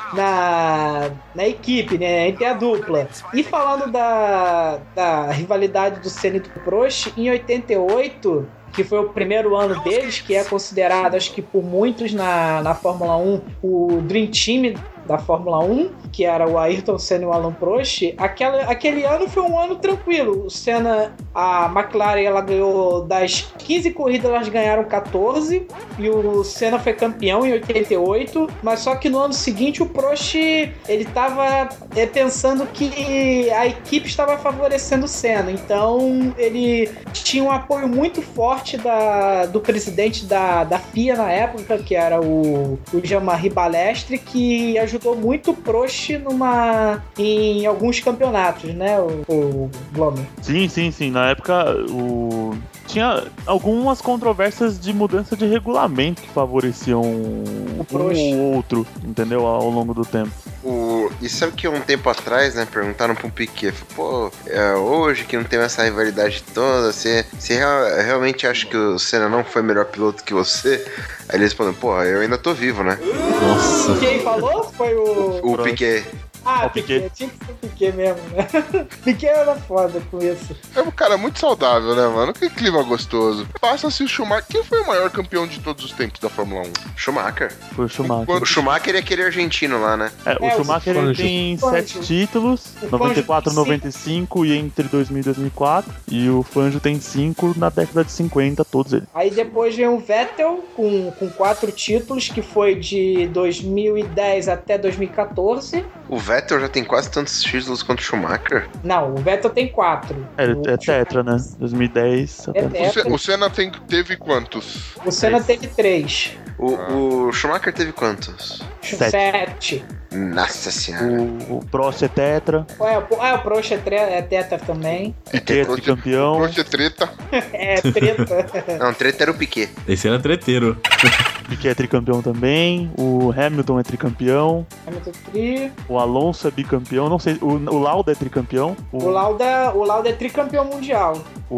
na, na equipe, né? Entre a dupla. E falando da, da rivalidade do Senna e do Prost, em oitenta e oito... que foi o primeiro ano deles, que é considerado, acho que por muitos na, na Fórmula um, o Dream Team da Fórmula um, que era o Ayrton Senna e o Alain Prost. Aquela, aquele ano foi um ano tranquilo. O Senna, a McLaren, ela ganhou das quinze corridas, elas ganharam catorze, e o Senna foi campeão em oitenta e oito, mas só que no ano seguinte o Prost, ele estava é, pensando que a equipe estava favorecendo o Senna, então ele tinha um apoio muito forte da, do presidente da, da F I A na época, que era o, o Jean-Marie Balestre, que ajudou muito o Prost numa, em alguns campeonatos, né, o, o Glomer?
Sim, sim, sim. Na época, o... tinha algumas controvérsias de mudança de regulamento que favoreciam um ou outro, entendeu? Ao longo do tempo.
O... E sabe que um tempo atrás, né, perguntaram pro Piquet, pô, é, hoje que não tem essa rivalidade toda, você, você real, realmente acha que o Senna não foi melhor piloto que você? Aí ele respondeu, pô, eu ainda tô vivo, né?
Nossa.
Quem falou foi o...
O Piquet.
Ah,
o
Piquet. Piquet, tinha que ser o Piquet mesmo, né? Piquet era foda com isso.
É um cara muito saudável, né, mano? Que clima gostoso. Passa-se o Schumacher. Quem foi o maior campeão de todos os tempos da Fórmula um?
Schumacher.
Foi o Schumacher.
Enquanto...
O Schumacher é aquele argentino lá, né?
É, o
É,
Schumacher
o
ele
Fangio.
tem
Fangio.
sete títulos,
O
noventa e quatro,
Fangio tem
noventa e cinco e entre dois mil e dois mil e quatro. E o Fangio tem cinco na década de cinquenta, todos eles.
Aí depois vem o Vettel com, com quatro títulos, que foi de dois mil e dez até dois mil e quatorze.
O Vettel já tem quase tantos títulos quanto o Schumacher.
Não, o Vettel tem quatro.
É,
o,
é tetra, né? dois mil e dez até.
É
O,
tetra.
Se- o Senna tem, teve quantos?
O Senna teve três.
O, o Schumacher teve quantos?
Sete.
Sete.
Nossa senhora.
O, o Prost é tetra,
Ué, o, ah, o Prost é, tre- é tetra também.
Piquet é
Prost-
tricampeão.
Prost é treta.
É treta.
Não, treta era o Piquet.
Esse era treteiro.
Piquet é tricampeão também. O Hamilton é tricampeão.
Hamilton tri.
O Alonso é bicampeão. Não sei, o, o Lauda é tricampeão.
O Lauda, o Lauda é tricampeão mundial.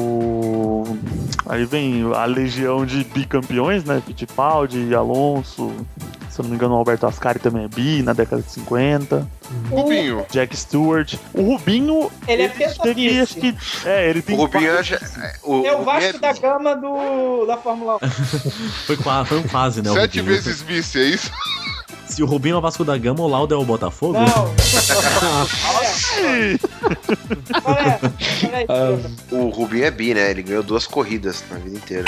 O... Aí vem a legião de bicampeões, né? Fittipaldi, Alonso. Se eu não me engano, o Alberto Ascari também é bi, na década de cinquenta.
Rubinho.
Jack Stewart. O Rubinho...
Ele é
teve,
pentavice.
acho que... É, ele tem...
O Rubinho
quatro-
já. O,
É o Vasco
Rubinho
da Gama do, da Fórmula um.
Foi, qua- foi um quase, né? o
Sete
Rubinho.
vezes vice, é isso?
Se o Rubinho é o Vasco da Gama, o Lauda é o Botafogo?
Não.
Ai!
Olha, olha aí,
Ah, o Rubinho é bi, né? Ele ganhou duas corridas na vida inteira.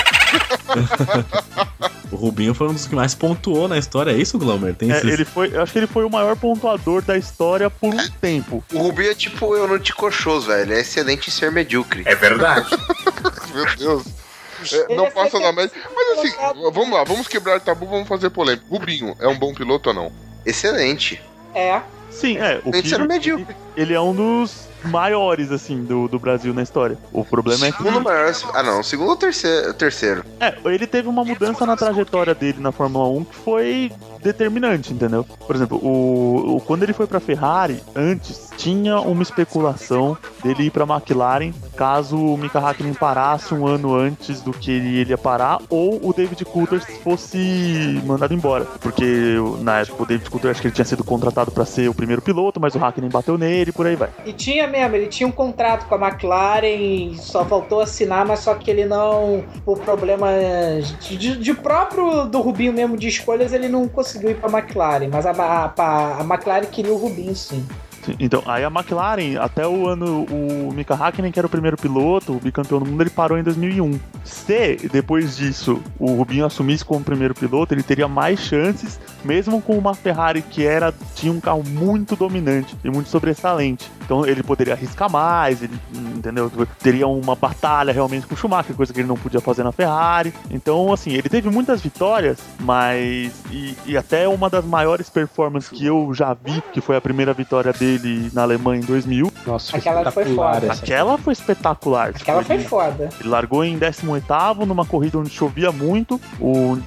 O Rubinho foi um dos que mais pontuou na história, é isso, Glomer? Tem
É,
esses...
ele foi, eu acho que ele foi o maior pontuador da história por um tempo.
O Rubinho é tipo eu no Ticochôs, velho. Ele é excelente em ser medíocre.
É verdade.
Meu Deus. É, não passa na média. Mas assim, vamos lá, vamos quebrar tabu, vamos fazer polêmica. Rubinho é um bom piloto ou não?
Excelente.
É.
Sim, é. O
Tem que ser
que,
medíocre.
ele é um dos maiores, assim, do, do Brasil na história. O problema é que...
Segundo maior. Ah, não. Segundo ou terceiro? terceiro.
É, ele teve uma mudança na trajetória dele na Fórmula um que foi determinante, entendeu? Por exemplo, o, o quando ele foi pra Ferrari, antes tinha uma especulação dele ir pra McLaren caso o Mika Häkkinen parasse um ano antes do que ele ia parar, ou o David Coulthard fosse mandado embora. Porque na época o David Coulthard, acho que ele tinha sido contratado pra ser o primeiro piloto, mas o Häkkinen bateu nele e por aí vai.
E tinha mesmo, ele tinha um contrato com a McLaren, só faltou assinar, mas só que ele não, por problemas de, de próprio do Rubinho mesmo de escolhas, ele não conseguiu ir pra McLaren, mas a, a, a McLaren queria o Rubinho, sim.
Então, aí a McLaren, até o ano, o Mika Häkkinen, que era o primeiro piloto, o bicampeão do mundo, ele parou em dois mil e um. Se, depois disso, o Rubinho assumisse como primeiro piloto, ele teria mais chances, mesmo com uma Ferrari que era, tinha um carro muito dominante e muito sobressalente. Então ele poderia arriscar mais, ele, entendeu? Teria uma batalha realmente com o Schumacher, coisa que ele não podia fazer na Ferrari. Então, assim, ele teve muitas vitórias, mas... E, e até uma das maiores performances que eu já vi, que foi a primeira vitória dele na Alemanha em dois mil.
Nossa, foi
Aquela foi foda.
essa.
Aquela foi espetacular.
Aquela
tipo,
foi foda.
Ele largou em décimo oitavo numa corrida onde chovia muito. O,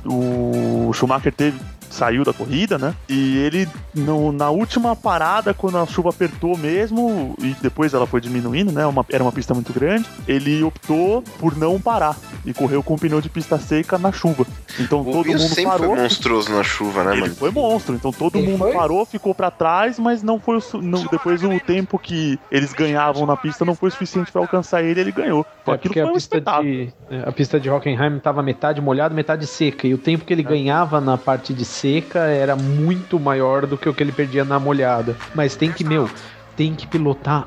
o Schumacher teve... saiu da corrida, né? E ele, no, na última parada, quando a chuva apertou mesmo, e depois ela foi diminuindo, né? Uma, era uma pista muito grande, ele optou por não parar e correu com o pneu de pista seca na chuva. Então
O
todo
Rubinho
mundo
sempre
parou.
foi monstruoso na chuva, né,
Ele
mano?
foi monstro, então todo
Ele
mundo
foi?
parou, ficou pra trás, mas não foi o, su- não, depois o tempo que eles ganhavam na pista não foi suficiente pra alcançar ele, ele ganhou. Então,
É
aquilo
porque
foi
a
um
pista,
espetáculo.
de, é, a pista de Hockenheim tava metade molhada, metade seca. E o tempo que ele ganhava na parte de seca era muito maior do que o que ele perdia na molhada. Mas tem que, meu, tem que pilotar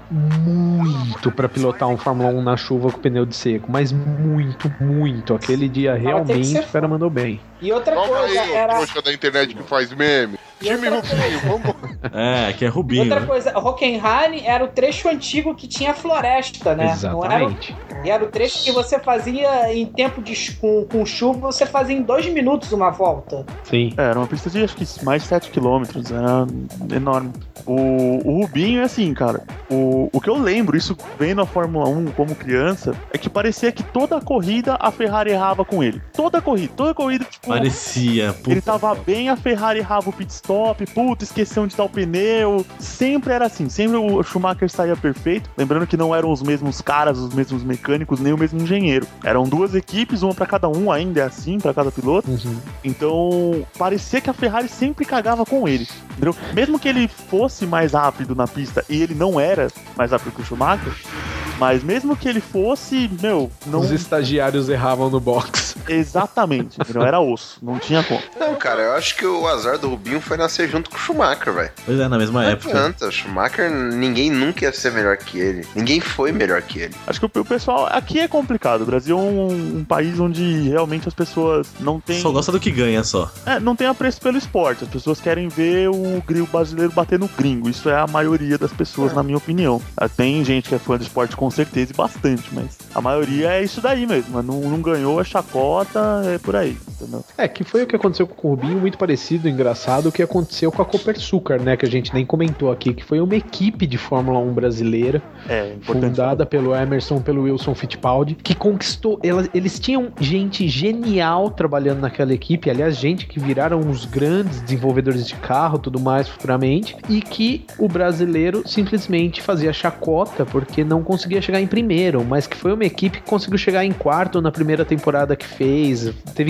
muito pra pilotar um Fórmula um na chuva com pneu de seco. Mas muito, muito. Aquele dia
tem que
realmente
ser
o cara mandou bem.
E outra
Calma
coisa,
aí, ô
era...
trouxa da internet que faz meme.
E
Time
outra
Rubinho, vamos...
É, que é Rubinho.
Outra
né?
coisa, Hockenheim era o trecho antigo que tinha floresta, né?
Exatamente.
Não era, e era o trecho que você fazia em tempo de com, com chuva, você fazia em dois minutos uma volta.
Sim.
É, era uma pista de acho que mais de sete quilômetros, era enorme. O, o Rubinho é assim, cara. O, o que eu lembro, isso vendo a Fórmula um como criança, é que parecia que toda a corrida a Ferrari errava com ele. Toda a corrida, toda a corrida, tipo.
Parecia, puta.
Ele tava bem, a Ferrari errava o pit stop, puta, esqueceu de dar o pneu. Sempre era assim, sempre o Schumacher saía perfeito. Lembrando que não eram os mesmos caras, os mesmos mecânicos, nem o mesmo engenheiro. Eram duas equipes, uma pra cada um, ainda é assim, pra cada piloto.
Uhum.
Então, parecia que a Ferrari sempre cagava com ele, entendeu? Mesmo que ele fosse mais rápido na pista, e ele não era mais rápido que o Schumacher, mas mesmo que ele fosse, meu, não...
Os estagiários erravam no box.
Exatamente, entendeu? Era osso, não tinha como.
Não, cara, eu acho que o azar do Rubinho foi nascer junto com o Schumacher, velho.
Pois é, na mesma
Não
época.
adianta, o Schumacher, ninguém nunca ia ser melhor que ele. Ninguém foi melhor que ele.
Acho que o, o pessoal, aqui é complicado, o Brasil é um, um país onde realmente as pessoas não têm...
Só gosta do que ganha, só.
É, não tem apreço pelo esporte, as pessoas querem ver o gringo brasileiro bater no gringo, isso é a maioria das pessoas, na minha opinião. Tem gente que é fã de esporte com certeza e bastante, mas a maioria é isso daí mesmo, não, não ganhou, é chacota, é por aí, entendeu?
É, que foi o que aconteceu com o Rubinho, muito parecido, engraçado, o que aconteceu com a Copersucar, né, que a gente nem comentou aqui, que foi uma equipe de Fórmula um brasileira,
É, importante.
fundada pelo Emerson, pelo Wilson Fittipaldi, que conquistou, ela, eles tinham gente genial trabalhando naquela equipe, aliás, gente que viraram os grandes desenvolvedores de carro, tudo mais, futuramente, e que o brasileiro simplesmente fazia chacota, porque não conseguia chegar em primeiro, mas que foi uma equipe que conseguiu chegar em quarto na primeira temporada que fez, teve grandes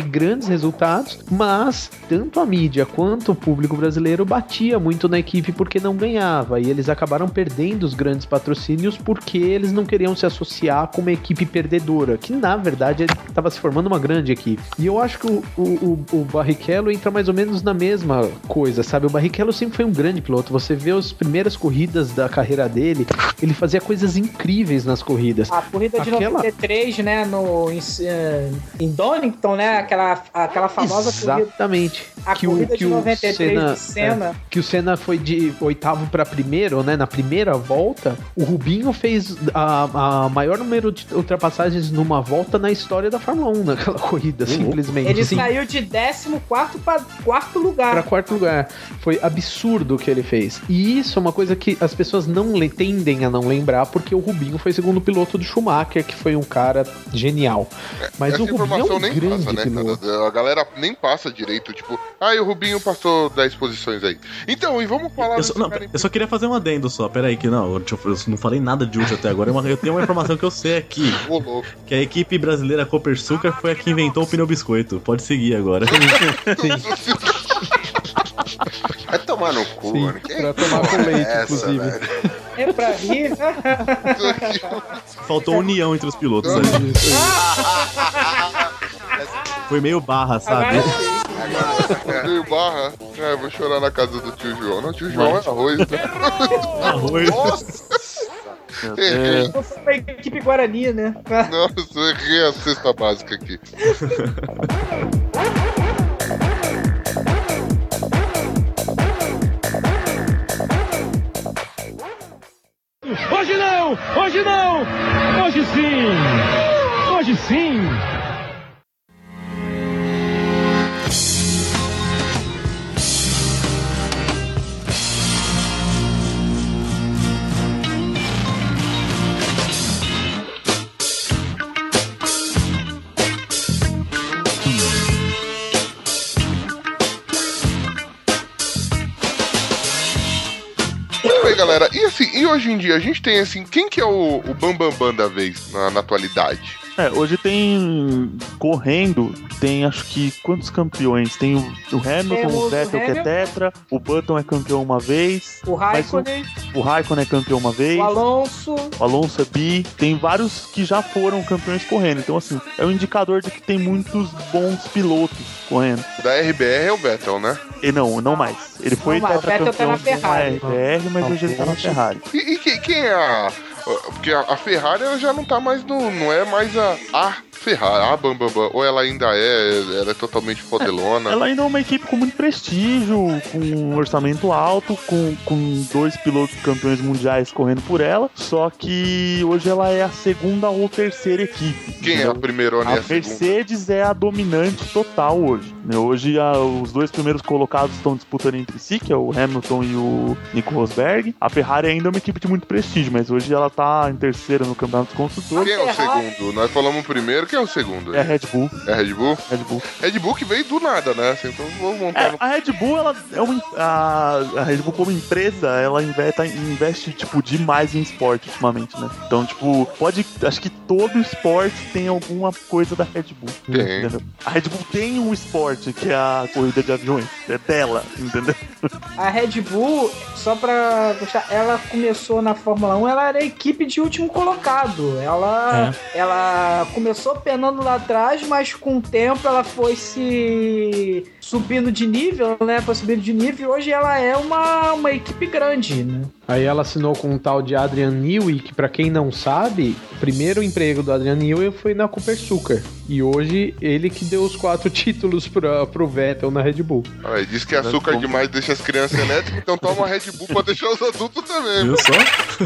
grandes resultados, mas tanto a mídia quanto o público brasileiro batia muito na equipe porque não ganhava, e eles acabaram perdendo os grandes patrocínios porque eles não queriam se associar com uma equipe perdedora, que na verdade estava se formando uma grande equipe. E eu acho que o, o, o Barrichello entra mais ou menos na mesma coisa, sabe? O Barrichello sempre foi um grande piloto. Você vê as primeiras corridas da carreira dele, ele fazia coisas incríveis nas corridas.
A corrida de
Aquela...
noventa e três, né, no, em, em Donington, né, aquela, aquela famosa
Exatamente.
corrida. A
que
corrida
o, que
de noventa e três
o Senna,
do Senna.
É, que o Senna foi de oitavo para primeiro, né, na primeira volta, o Rubinho fez a, a maior número de ultrapassagens numa volta na história da Fórmula um naquela corrida, uhum. simplesmente.
Ele
Sim.
saiu de décimo quarto para quarto lugar.
Para quarto lugar. Foi absurdo o que ele fez. E isso é uma coisa que as pessoas não le- tendem a não lembrar, porque o Rubinho foi segundo piloto do Schumacher, que foi um cara genial. Mas
Essa
o Rubinho é um
nem
grande
passa, né?
piloto.
A galera nem passa direito, tipo, ah, e o Rubinho passou dez posições aí. Então, e vamos falar...
Eu só, não, eu só queria fazer um adendo só, peraí, que não, eu, eu não falei nada de útil até agora, eu tenho uma informação que eu sei aqui, que a equipe brasileira Copersucar foi a que inventou o pneu biscoito. Pode seguir agora.
Sim.
Vai tomar no cu,
Sim,
mano. Que
pra tomar com leite,
essa,
inclusive.
velho?
É pra rir.
Faltou união entre os pilotos ali. Foi meio barra, sabe?
Meio barra. É, vou chorar na casa do tio João. Não, tio João é arroz, né?
Arroz.
Nossa! Errei.
Você foi a equipe Guarani, né?
Nossa, eu errei a cesta básica aqui.
Hoje não! Hoje não! Hoje sim! Hoje sim!
Galera, e assim, e hoje em dia a gente tem assim, quem que é o, o Bambambam Bam Bam da vez na, na atualidade?
É, hoje tem correndo, tem acho que quantos campeões? Tem o, o Hamilton,
Temos
o Vettel
o
que é tetra, o Button é campeão uma vez,
O Raikkonen,
o, o Raikkonen é campeão uma vez,
o Alonso,
o Alonso é bi, tem vários que já foram campeões correndo, então assim, é um indicador de que tem muitos bons pilotos correndo.
Da R B R é o Vettel, né?
E não, não mais. Ele foi
Não mais, o Vettel tá
tetracampeão
na
com a
Ferrari.
R B R, mas hoje ele tá na Ferrari.
E, e quem, quem é a... Porque a, a Ferrari ela já não tá mais no... Não é mais a, a Ferrari, a Bambambam. Bam, Bam, ou ela ainda é, ela é totalmente fodelona.
Ela ainda é uma equipe com muito prestígio, com um orçamento alto, com, com dois pilotos campeões mundiais correndo por ela, só que hoje ela é a segunda ou terceira equipe.
Quem entendeu? É a primeirona e
a,
a segunda?
Mercedes é a dominante total hoje. Hoje a, os dois primeiros colocados estão disputando entre si, que é o Hamilton e o Nico Rosberg. A Ferrari ainda é uma equipe de muito prestígio, mas hoje ela tá em terceiro no Campeonato dos Construtores.
Quem é o segundo? Nós falamos o primeiro, quem é o segundo?
É a Red Bull.
É a Red Bull?
Red Bull.
Red Bull que veio do nada, né? Assim, então vou montar
É,
no...
a Red Bull, ela é uma. A, a Red Bull, como empresa, ela investe, investe, tipo, demais em esporte ultimamente, né? Então, tipo, pode. Acho que todo esporte tem alguma coisa da Red Bull.
Tem.
Entendeu? A Red Bull tem um esporte que é a corrida de aviões. É dela, entendeu?
A Red Bull, só pra deixar, ela começou na Fórmula um, ela era a equipe de último colocado. Ela, é. ela começou penando lá atrás, mas com o tempo ela foi se subindo de nível, né? Foi subindo de nível e hoje ela é uma, uma equipe grande, né?
Aí ela assinou com um tal de Adrian Newey, que pra quem não sabe, o primeiro emprego do Adrian Newey foi na Copersucar. E hoje ele que deu os quatro títulos pra, pro Vettel na Red Bull.
Ah, e diz que açúcar demais deixa as crianças elétricas, então toma Red Bull pra deixar os adultos também.
Viu só?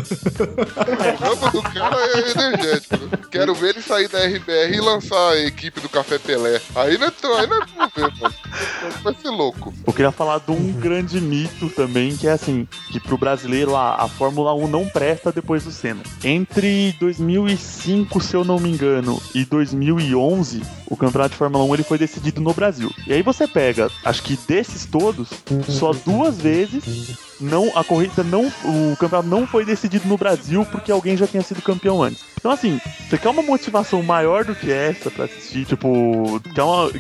O nome do cara é energético. Quero ver ele sair da R B R e lançar a equipe do Café Pelé. Aí não é, aí não é pra ver, mano. Vai ser louco.
Eu queria falar de um grande mito também, que é assim, que pro brasileiro a, a Fórmula um não presta depois do Senna. Entre dois mil e cinco, se eu não me engano, e dois mil e onze, o campeonato de Fórmula um ele foi decidido no Brasil. E aí você pega, acho que desses todos, só duas vezes não, a corrida não, o campeonato não foi decidido no Brasil porque alguém já tinha sido campeão antes. Então assim, você quer uma motivação maior do que essa pra assistir, tipo, quer uma...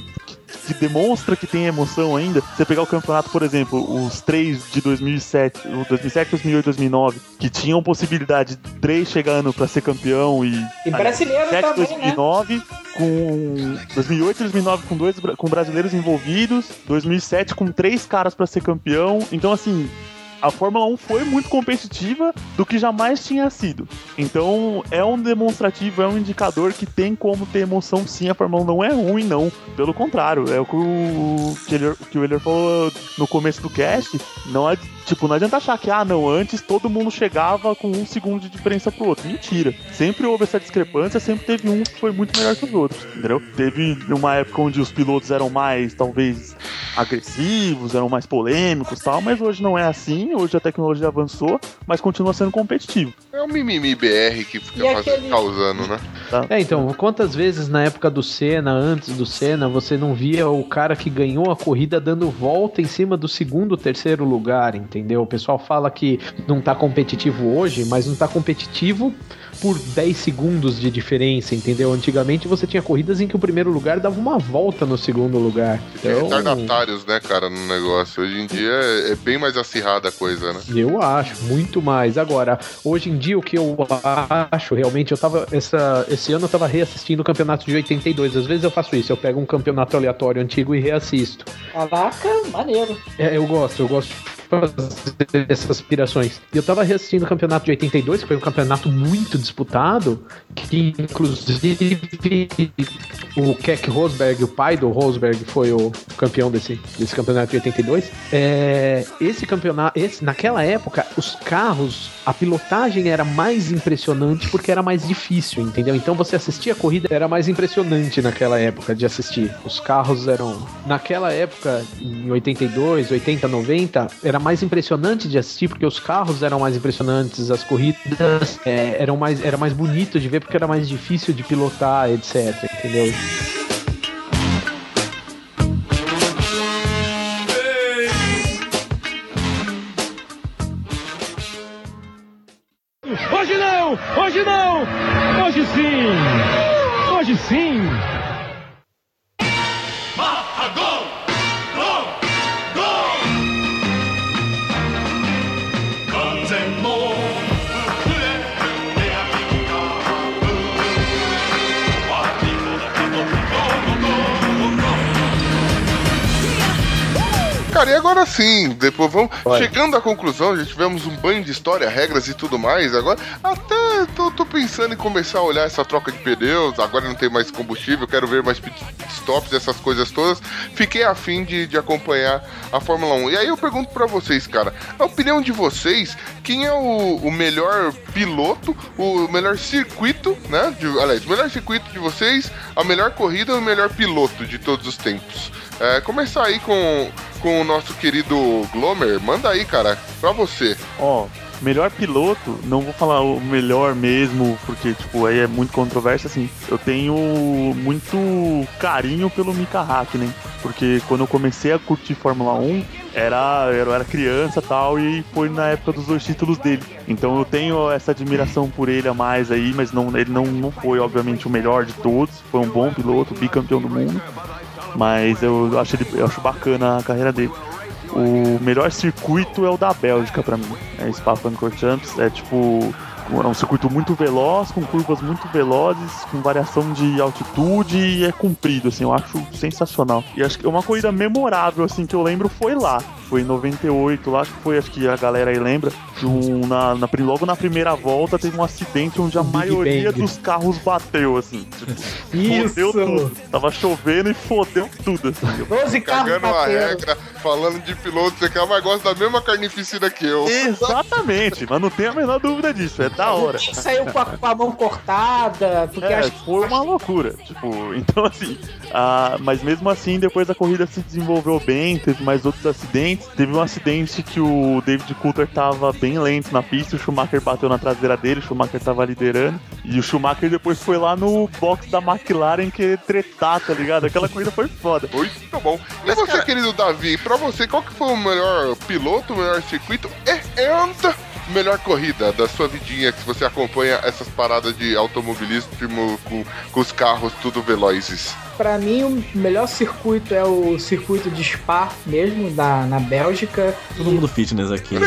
que demonstra que tem emoção ainda, você pegar o campeonato, por exemplo, os três de dois mil e sete, dois mil e sete, dois mil e oito, dois mil e nove, que tinham possibilidade de três chegando pra ser campeão e...
E brasileiro
aí,
também,
dois mil e nove, né? Com dois mil e oito e dois mil e nove com dois com brasileiros envolvidos, dois mil e sete com três caras pra ser campeão. Então, assim, a Fórmula um foi muito competitiva do que jamais tinha sido. Então, é um demonstrativo, é um indicador que tem como ter emoção sim. A Fórmula um não é ruim, não. Pelo contrário, é o que o, que ele, que o Euler falou no começo do cast. Não é, tipo, não adianta achar que, ah, não, antes todo mundo chegava com um segundo de diferença pro outro. Mentira. Sempre houve essa discrepância, sempre teve um que foi muito melhor que os outros, entendeu? Teve uma época onde os pilotos eram mais, talvez, agressivos, eram mais polêmicos e tal, mas hoje não é assim. Hoje a tecnologia avançou, mas continua sendo competitivo.
É o mimimi B R que fica fazendo, aquele... causando, né?
Tá. É, então, quantas vezes na época do Senna, antes do Senna, você não via o cara que ganhou a corrida dando volta em cima do segundo, terceiro lugar, entendeu? O pessoal fala que não tá competitivo hoje, mas não tá competitivo por dez segundos de diferença, entendeu? Antigamente você tinha corridas em que o primeiro lugar dava uma volta no segundo lugar.
Então... retardatários, né, cara, no negócio. Hoje em dia é bem mais acirrada a coisa, né?
Eu acho, muito mais. Agora, hoje em dia o que eu acho, realmente, eu tava, essa, esse ano eu tava reassistindo o campeonato de oitenta e dois. Às vezes eu faço isso, eu pego um campeonato aleatório antigo e reassisto.
Caraca, maneiro.
É, eu gosto, eu gosto fazer essas aspirações. E eu tava reassistindo o campeonato de oitenta e dois, que foi um campeonato muito disputado, que inclusive o Keck Rosberg, o pai do Rosberg, foi o campeão desse, desse campeonato de oitenta e dois. É, esse campeonato, esse, naquela época, os carros, a pilotagem era mais impressionante porque era mais difícil, entendeu? Então você assistia a corrida, era mais impressionante naquela época de assistir. Os carros eram, naquela época, em oitenta e dois, oitenta, noventa, era mais impressionante de assistir porque os carros eram mais impressionantes, as corridas é, eram mais, era mais bonito de ver porque era mais difícil de pilotar, etc, entendeu?
Hoje não! Hoje não! Hoje sim! Hoje sim!
Cara, e agora sim, depois vamos... Vai. Chegando à conclusão, já tivemos um banho de história, regras e tudo mais, agora até tô, tô pensando em começar a olhar essa troca de pneus, agora não tem mais combustível, quero ver mais pitstops, essas coisas todas. Fiquei afim de, de acompanhar a Fórmula um. E aí eu pergunto pra vocês, cara, a opinião de vocês, quem é o, o melhor piloto, o melhor circuito, né? De, aliás, o melhor circuito de vocês, a melhor corrida e o melhor piloto de todos os tempos. É, começar aí com, com o nosso querido Glomer. Manda aí, cara, pra você.
Ó, oh, melhor piloto, não vou falar o melhor mesmo, porque, tipo, aí é muito controverso, assim. Eu tenho muito carinho pelo Mika Hakkinen, porque quando eu comecei a curtir Fórmula um, era, eu era criança e tal, e foi na época dos dois títulos dele. Então eu tenho essa admiração por ele a mais aí, mas não, ele não, não foi, obviamente, o melhor de todos. Foi um bom piloto, bicampeão do mundo. Mas eu acho, ele, eu acho bacana a carreira dele. O melhor circuito é o da Bélgica pra mim. É Spa-Francorchamps. É tipo... É um circuito muito veloz, com curvas muito velozes, com variação de altitude e é comprido, assim, eu acho sensacional. E acho que uma corrida memorável, assim, que eu lembro foi lá. Foi em noventa e oito, lá, acho que foi, acho que a galera aí lembra, um, na, na, logo na primeira volta teve um acidente onde a Big maioria Bang. dos carros bateu, assim. Tipo,
Isso!
Fodeu tudo. Tava chovendo e fodeu tudo, assim.
doze carros
cagando a regra, falando de piloto, você que mais gosta da mesma carnificina que eu.
Exatamente, mas não tem a menor dúvida disso, é da hora.
Quem saiu com a, com a mão cortada, porque
é,
acho
foi uma loucura, tipo, então assim, ah, mas mesmo assim, depois a corrida se desenvolveu bem, teve mais outros acidentes. Teve um acidente que o David Coulthard tava bem lento na pista, o Schumacher bateu na traseira dele, o Schumacher tava liderando, e o Schumacher depois foi lá no box da McLaren querer tretar, tá ligado? Aquela corrida foi foda.
Muito bom. E você, cara... querido Davi, pra você, qual que foi o melhor piloto, o melhor circuito e anda melhor corrida da sua vidinha, que você acompanha essas paradas de automobilismo com, com os carros tudo velozes?
pra mim o melhor circuito é o circuito de Spa mesmo, da, na Bélgica.
Todo e... mundo fitness aqui.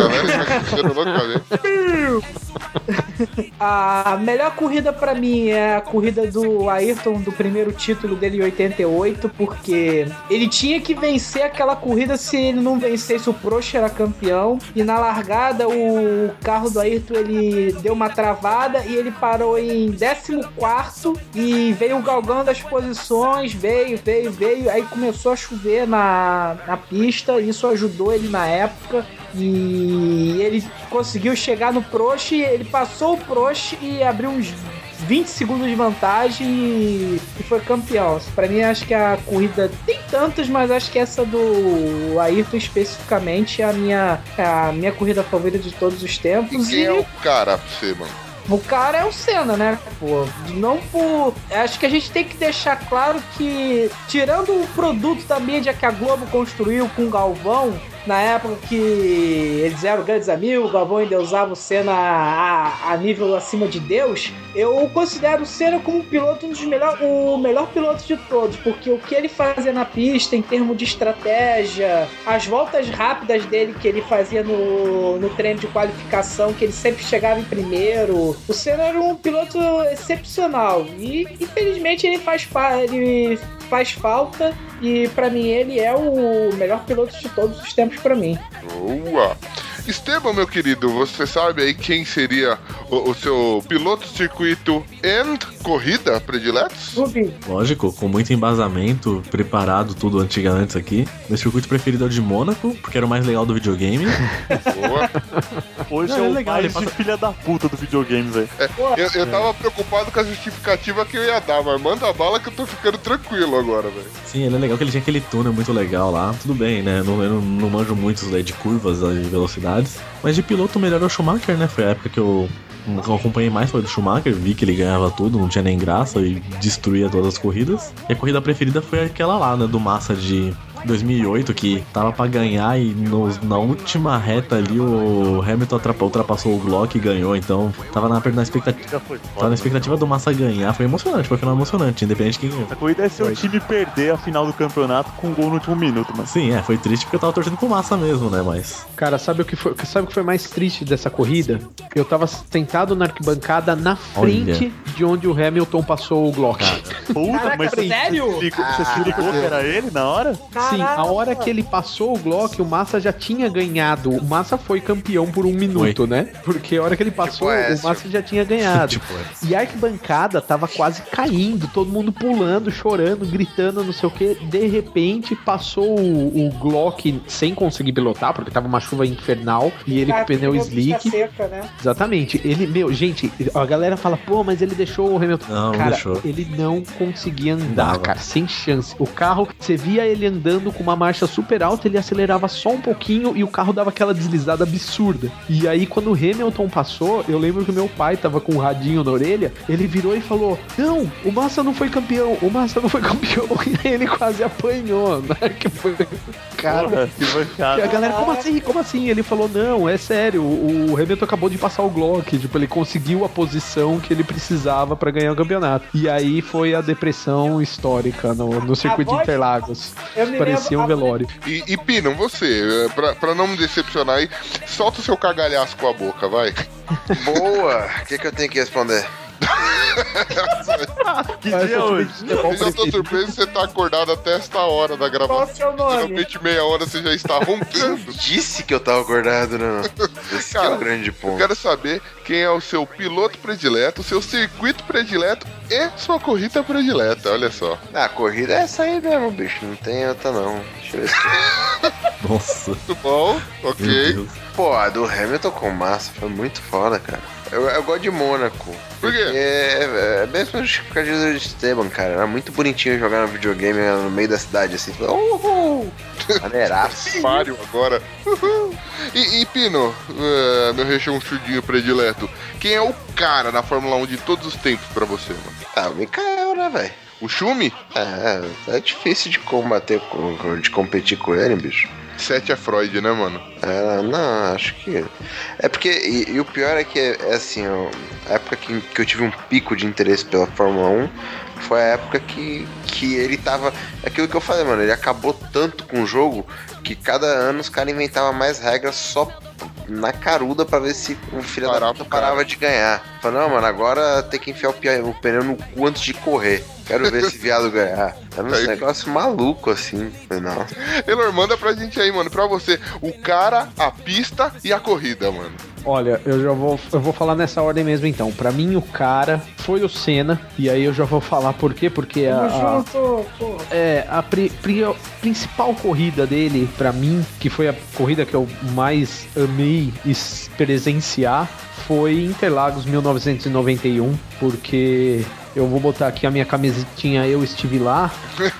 A melhor corrida pra mim é a corrida do Ayrton, do primeiro título dele em oitenta e oito, porque ele tinha que vencer aquela corrida. Se ele não vencesse, o Prost era campeão, e na largada o carro do Ayrton ele deu uma travada e ele parou em décimo quarto e veio galgando as posições, veio, veio, veio, aí começou a chover na, na pista, isso ajudou ele na época. E ele conseguiu chegar no Prost, ele passou o Prost e abriu uns vinte segundos de vantagem e, e foi campeão. Pra mim, acho que a corrida tem tantas, mas acho que essa do Ayrton especificamente é a minha, é a minha corrida favorita de todos os tempos.
E quem
e...
é o cara pra você, mano?
O cara é o Senna, né? Pô, não por... Acho que a gente tem que deixar claro que, tirando o produto da mídia que a Globo construiu com o Galvão, na época que eles eram grandes amigos, o Galvão ainda usava o Senna a, a nível acima de Deus, eu considero o Senna como um piloto, um dos melhor, o melhor piloto de todos, porque o que ele fazia na pista, em termos de estratégia, as voltas rápidas dele que ele fazia no, no treino de qualificação, que ele sempre chegava em primeiro, o Senna era um piloto excepcional, e infelizmente ele faz, ele faz falta, e pra mim ele é o melhor piloto de todos os tempos pra mim.
Boa! Esteban, meu querido, você sabe aí quem seria o, o seu piloto, circuito e corrida prediletos?
Lógico, com muito embasamento, preparado tudo antigamente aqui. Meu circuito preferido é o de Mônaco, porque era o mais legal do videogame.
Boa!
Hoje é, é o legal, mais passa... filha da puta do videogame, velho.
É, eu, eu tava preocupado com a justificativa que eu ia dar, mas manda a bala que eu tô ficando tranquilo agora, velho.
Sim, ele é legal que ele tinha aquele túnel muito legal lá. Tudo bem, né? Não, eu não, não manjo muito daí de curvas e velocidades. Mas de piloto o melhor é o Schumacher, né? Foi a época que eu, eu acompanhei mais, foi do Schumacher, vi que ele ganhava tudo, não tinha nem graça e destruía todas as corridas. E a corrida preferida foi aquela lá, né? Do Massa de dois mil e oito, que tava pra ganhar e no, na última reta ali o Hamilton ultrapassou o Glock e ganhou, então tava na, na expectativa tava na expectativa do Massa ganhar, foi emocionante, foi um final emocionante, independente de quem ganhou.
A corrida é seu foi. time perder a final do campeonato com um gol no último minuto, mano.
Sim, é, foi triste porque eu tava torcendo pro Massa mesmo, né, mas...
Cara, sabe o que foi, sabe o que foi mais triste dessa corrida? Eu tava sentado na arquibancada na frente Olha. de onde o Hamilton passou o Glock.
Puta, Caraca, mas
sério?
Você, você se ligou que era ele na hora?
Sim, a hora que ele passou o Glock, o Massa já tinha ganhado. O Massa foi campeão por um minuto, foi. né? Porque a hora que ele passou, tipo o Massa já tinha ganhado. Tipo e a arquibancada tava quase caindo, todo mundo pulando, chorando, gritando, não sei o que. De repente, passou o, o Glock sem conseguir pilotar, porque tava uma chuva infernal, e ele ah, com o pneu slick. Seca, né? Exatamente. Ele, meu, gente, a galera fala, pô, mas ele deixou o Hamilton.
Não,
cara,
não deixou.
Ele não conseguia andar, Dava. cara, sem chance. O carro, você via ele andando com uma marcha super alta, ele acelerava só um pouquinho e o carro dava aquela deslizada absurda. E aí, quando o Hamilton passou, eu lembro que meu pai tava com um radinho na orelha, ele virou e falou, não, o Massa não foi campeão, o Massa não foi campeão. E aí ele quase apanhou, né? Que foi... Cara, Porra, que bancada. E a galera, como assim? Como assim? Ele falou, não, é sério, o Hamilton acabou de passar o Glock, tipo, ele conseguiu a posição que ele precisava pra ganhar o campeonato. E aí foi a depressão histórica no, no circuito de Interlagos. Parecia um velório.
E, e Pino, você, pra, pra não me decepcionar aí, solta o seu cagalhaço com a boca, vai.
Boa! O que, que eu tenho que responder?
Que dia hoje?
Eu já tô surpreso que você tá acordado até esta hora da gravação.
Qual o seu nome?
Geralmente meia hora você já está roncando.
Eu disse que eu tava acordado, não. Esse Cara, é o grande ponto.
Eu quero saber quem é o seu piloto predileto, o seu circuito predileto e sua corrida predileta, olha só.
Ah, a corrida é essa aí mesmo, bicho. Não tem outra não. Deixa eu ver se...
Nossa.
Muito bom, ok.
Pô, a do Hamilton com Massa foi muito foda, cara. Eu, eu gosto de Mônaco.
Por quê?
É, é mesmo por causa de Esteban, cara. Era muito bonitinho jogar no videogame no meio da cidade, assim. Uhul! Maneiraço.
Mario agora. Uhul! E, e Pino, uh, meu rechonchudinho predileto, quem é o cara na Fórmula um de todos os tempos pra você, mano?
Ah, o Mikael, né, velho?
O Schumi?
É, é difícil de combater, com, de competir com ele, bicho.
Sete é Freud, né, mano?
É, não, acho que... É porque... E, e o pior é que, é, é assim, ó, a época que, que eu tive um pico de interesse pela Fórmula um foi a época que, que ele tava... Aquilo que eu falei, mano, ele acabou tanto com o jogo que cada ano os caras inventavam mais regras só na caruda pra ver se o filho da puta parava de ganhar. Falei, não, mano, agora tem que enfiar o, pia- o pneu no cu antes de correr. Quero ver esse viado ganhar. Era um negócio maluco, assim. Não.
Elor, manda pra gente aí, mano, pra você, o cara, a pista e a corrida, mano.
Olha, eu já vou, eu vou falar nessa ordem mesmo então. Pra mim, o cara foi o Senna, e aí eu já vou falar por quê, porque a, a, é, a pri, pri, principal corrida dele, pra mim, que foi a corrida que eu mais amei presenciar, foi Interlagos mil novecentos e noventa e um, porque... Eu vou botar aqui a minha camisetinha, eu estive lá.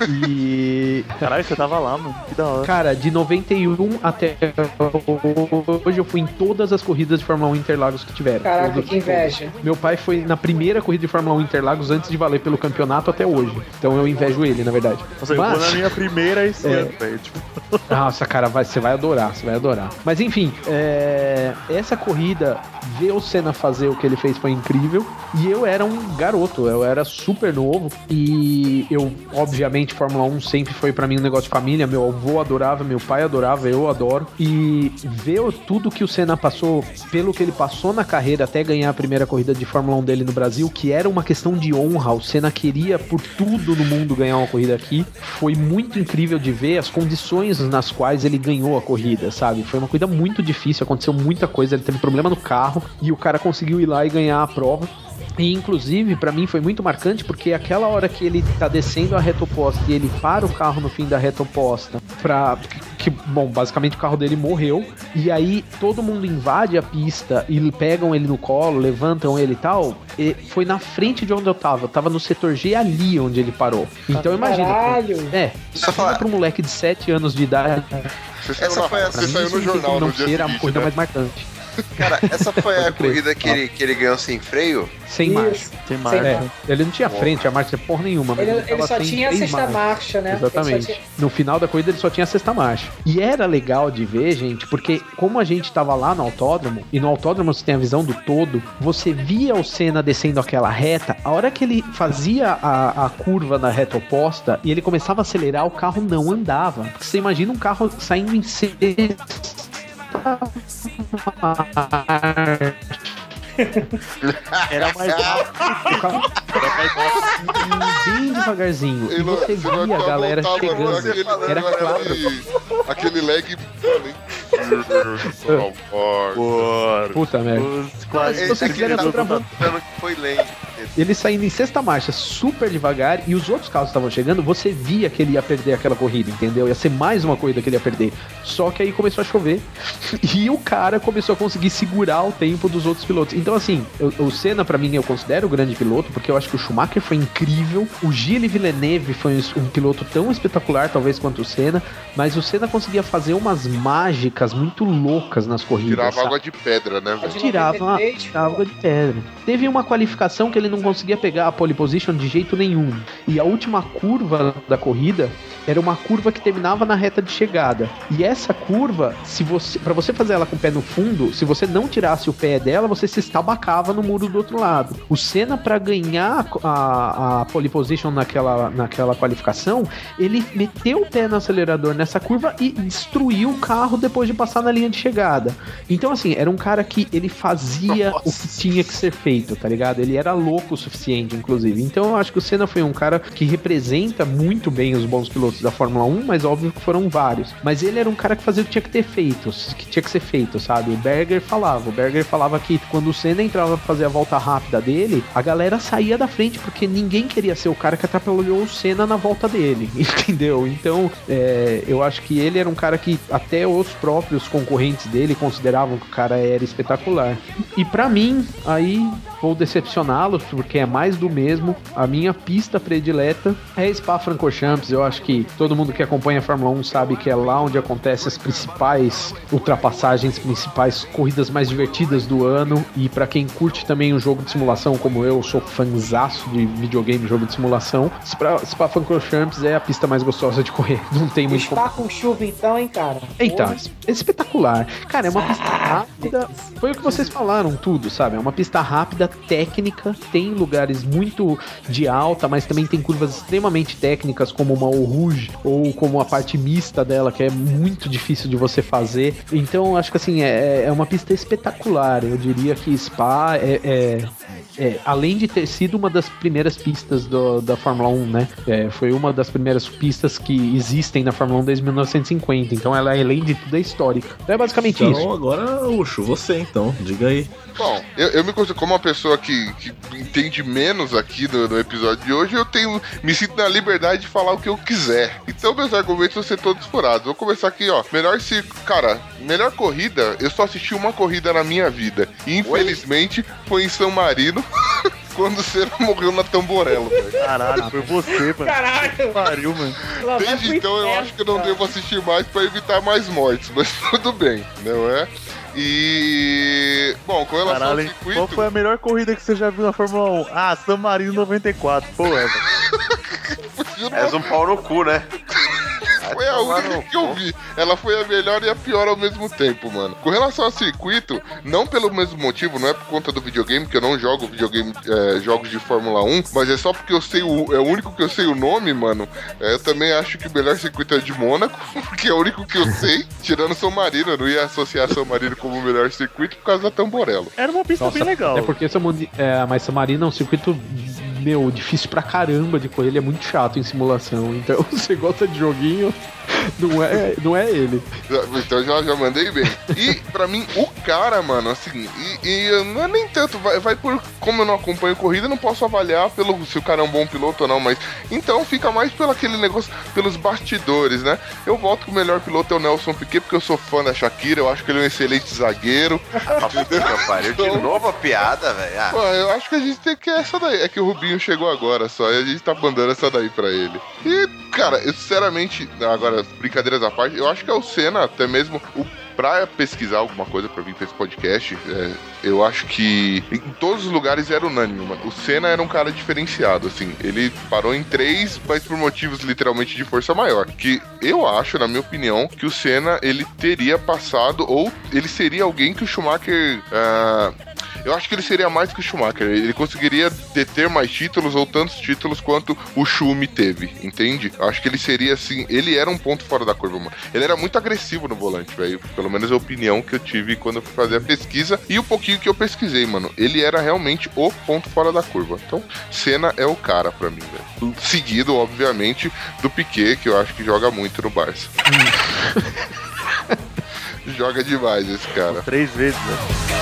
E.
Caralho, você tava lá, mano. Que da hora.
Cara, de noventa e um até hoje eu fui em todas as corridas de Fórmula um Interlagos que tiveram.
Caraca,
todos,
que inveja.
Todos. Meu pai foi na primeira corrida de Fórmula um Interlagos antes de valer pelo campeonato até hoje. Então eu invejo ele, na verdade.
Nossa, Mas... eu vou na minha primeira esse é... ano, velho. Tipo...
Nossa, cara, vai, você vai adorar, você vai adorar. Mas enfim, é... essa corrida, ver o Senna fazer o que ele fez foi incrível. E eu era um garoto, eu era super novo. E eu, obviamente, Fórmula um sempre foi pra mim um negócio de família. Meu avô adorava, meu pai adorava, eu adoro. E ver tudo que o Senna passou, pelo que ele passou na carreira até ganhar a primeira corrida de Fórmula um dele no Brasil, que era uma questão de honra. O Senna queria, por tudo no mundo, ganhar uma corrida aqui. Foi muito incrível de ver as condições nas quais ele ganhou a corrida, sabe? Foi uma corrida muito difícil, aconteceu muita coisa, ele teve problema no carro e o cara conseguiu ir lá e ganhar a prova. E inclusive, pra mim foi muito marcante, porque aquela hora que ele tá descendo a reta oposta e ele para o carro no fim da reta oposta pra... que, bom, basicamente o carro dele morreu, e aí todo mundo invade a pista e pegam ele no colo, levantam ele e tal, e foi na frente de onde eu tava, eu tava no setor G ali onde ele parou. Então imagina, é, isso fala pra um moleque de sete anos de idade.
Você Essa saiu, foi, na, você saiu no jornal
não
no dia
ser
seguinte,
a corrida
né?
mais marcante.
Cara, essa foi a corrida que ele, que ele ganhou sem freio?
Sem marcha.
Sem marcha.
É, ele não tinha frente, a marcha porra nenhuma. Mas
ele,
ele,
ele só tinha a sexta marcha, marcha, né?
Exatamente.
Tinha...
No final da corrida ele só tinha a sexta marcha. E era legal de ver, gente, porque como a gente tava lá no autódromo, e no autódromo você tem a visão do todo, você via o Senna descendo aquela reta, a hora que ele fazia a, a curva na reta oposta e ele começava a acelerar, o carro não andava. Porque você imagina um carro saindo em sexta
era mais rápido.
Bem devagarzinho. E você via a galera chegando.
Aquele,
era claro.
Aquele lag.
Puta merda.
Se você quiser travando, foi lento.
Ele saindo em sexta marcha, super devagar, e os outros carros estavam chegando, você via que ele ia perder aquela corrida, entendeu? Ia ser mais uma corrida que ele ia perder. Só que aí começou a chover e o cara começou a conseguir segurar o tempo dos outros pilotos. Então, assim, eu, o Senna, pra mim, eu considero o grande piloto, porque eu acho que o Schumacher foi incrível, o Gilles Villeneuve foi um, um piloto tão espetacular, talvez, quanto o Senna, mas o Senna conseguia fazer umas mágicas muito loucas nas corridas.
Tirava
sabe?
água de pedra, né, velho?
Tirava, tirava água de pedra. Teve uma qualificação que ele não conseguia pegar a pole position de jeito nenhum. E a última curva da corrida era uma curva que terminava na reta de chegada. E essa curva, se você, para você fazer ela com o pé no fundo, se você não tirasse o pé dela, você se estabacava no muro do outro lado. O Senna, para ganhar a, a pole position naquela, naquela qualificação, ele meteu o pé no acelerador nessa curva e destruiu o carro depois de passar na linha de chegada. Então, assim, era um cara que ele fazia Nossa. o que tinha que ser feito, tá ligado? Ele era louco o suficiente, inclusive. Então eu acho que o Senna foi um cara que representa muito bem os bons pilotos da Fórmula um, mas óbvio que foram vários. Mas ele era um cara que fazia o que tinha que ter feito, que tinha que ser feito, sabe? O Berger falava, o Berger falava que quando o Senna entrava pra fazer a volta rápida dele, a galera saía da frente, porque ninguém queria ser o cara que atrapalhou o Senna na volta dele, entendeu? Então, é, eu acho que ele era um cara que até os próprios concorrentes dele consideravam que o cara era espetacular. E pra mim, aí vou decepcioná-los, porque é mais do mesmo. A minha pista predileta é Spa-Francorchamps. Eu acho que todo mundo que acompanha a Fórmula um sabe que é lá onde acontecem as principais ultrapassagens, principais corridas mais divertidas do ano. E pra quem curte também o jogo de simulação, como eu, sou fãzaço de videogame, jogo de simulação, Spa-Francorchamps é a pista mais gostosa de correr. Não tem muito
Spa com chuva então, hein, cara?
Então, é espetacular. Cara, é uma pista rápida. Foi o que vocês falaram tudo, sabe? É uma pista rápida, técnica, tem lugares muito de alta, mas também tem curvas extremamente técnicas, como uma Eau Rouge, ou como a parte mista dela, que é muito difícil de você fazer. Então, acho que assim, é, é uma pista espetacular. Eu diria que Spa é, é, é além de ter sido uma das primeiras pistas do, da Fórmula um, né? É, foi uma das primeiras pistas que existem na Fórmula um desde mil novecentos e cinquenta. Então, ela, além de tudo, é histórica. Então, é basicamente
então,
isso.
Então, agora, Ucho, você, então. Diga aí.
Bom, eu, eu me considero como uma pessoa que, que entende menos aqui no, no episódio de hoje. Eu tenho, me sinto na liberdade de falar o que eu quiser. Então meus argumentos vão ser todos furados. Vou começar aqui, ó. Melhor se... Cara, melhor corrida, eu só assisti uma corrida na minha vida. E infelizmente foi em San Marino. Quando o Senna morreu na Tamborello, velho.
Caralho, foi você, mano.
Caralho.
Pariu, mano.
Desde então eu acho que eu não devo assistir mais pra evitar mais mortes. Mas tudo bem, não é? E... Bom, com relação
Caralho,
ao circuito...
Qual foi a melhor corrida que você já viu na Fórmula um? Ah, San Marino noventa e quatro. Porra, velho.
És um pau no cu, né?
Foi a única que eu vi. Ela foi a melhor e a pior ao mesmo tempo, mano. Com relação ao circuito, não pelo mesmo motivo, não é por conta do videogame, que eu não jogo videogame, é, jogos de Fórmula um, mas é só porque eu sei o, é o único que eu sei o nome, mano. É, eu também acho que o melhor circuito é de Mônaco, porque é o único que eu sei, tirando São Marino. Eu não ia associar São Marino como o melhor circuito por causa da Tamborello.
Era uma pista
Nossa,
bem legal.
É porque São, é, mas São Marino é um circuito, meu, difícil pra caramba de correr, ele é muito chato em simulação. Então, você gosta de joguinho, não é, não é ele.
Então já, já mandei bem. E pra mim, o cara, mano, assim, e, e não é nem tanto, vai, vai por como eu não acompanho corrida, eu não posso avaliar pelo se o cara é um bom piloto ou não, mas então fica mais pelo aquele negócio, pelos bastidores, né? Eu volto que o melhor piloto é o Nelson Piquet, porque eu sou fã da Shakira, eu acho que ele é um excelente zagueiro.
Ah, pariu de novo a piada, velho. Ah.
Pô, eu acho que a gente tem que essa daí. É que o Rubinho chegou agora só, e a gente tá mandando essa daí pra ele. E, cara, eu sinceramente, agora, brincadeiras à parte, eu acho que é o Senna, até mesmo o pra pesquisar alguma coisa pra vir pra esse podcast, é, eu acho que em todos os lugares era unânime, mano. O Senna era um cara diferenciado, assim. Ele parou em três, mas por motivos literalmente de força maior. Que eu acho, na minha opinião, que o Senna, ele teria passado, ou ele seria alguém que o Schumacher... Uh, eu acho que ele seria mais que o Schumacher. Ele conseguiria deter mais títulos ou tantos títulos quanto o Schumi teve, entende? Eu acho que ele seria, assim... Ele era um ponto fora da curva, mano. Ele era muito agressivo no volante, velho. Pelo menos a opinião que eu tive quando eu fui fazer a pesquisa e o pouquinho que eu pesquisei, mano. Ele era realmente o ponto fora da curva. Então, Senna é o cara pra mim, velho. Seguido, obviamente, do Piquet, que eu acho que joga muito no Barça. Joga demais esse cara.
Três vezes, né?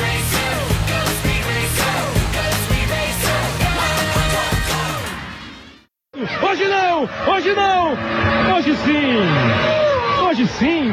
Hoje não! Hoje não! Hoje sim! Hoje sim!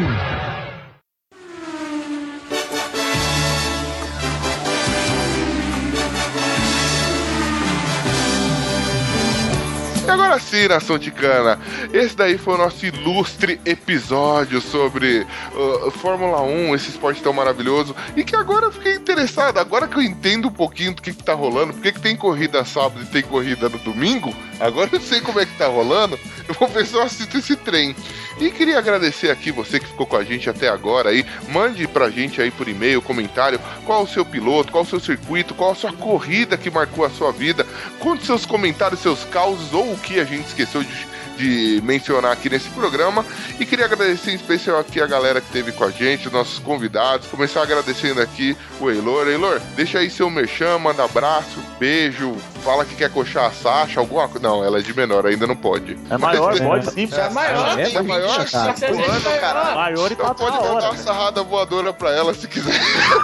E agora sim, Nação Ticana, esse daí foi o nosso ilustre episódio sobre uh, Fórmula um, esse esporte tão maravilhoso, e que agora eu fiquei interessado, agora que eu entendo um pouquinho do que que tá rolando, porque que tem corrida sábado e tem corrida no domingo, agora eu sei como é que tá rolando, eu vou ver se eu assisto esse trem. E queria agradecer aqui você que ficou com a gente até agora aí, mande pra gente aí por e-mail, comentário, qual o seu piloto, qual o seu circuito, qual a sua corrida que marcou a sua vida, conte seus comentários, seus causos ou o que a gente esqueceu de de mencionar aqui nesse programa. E queria agradecer em especial aqui a galera que esteve com a gente, os nossos convidados. Começar agradecendo aqui o Eilor. Eilor, deixa aí seu merchan, manda abraço, beijo, fala que quer coxar a Sasha, alguma coisa. Não, ela é de menor, ainda não pode.
É maior, pode sim.
É maior,
é,
sim,
é
maior.
cara.
Mano, cara.
Maior e
Então
quatro
pode
da
mandar
hora.
uma sarrada voadora pra ela se quiser.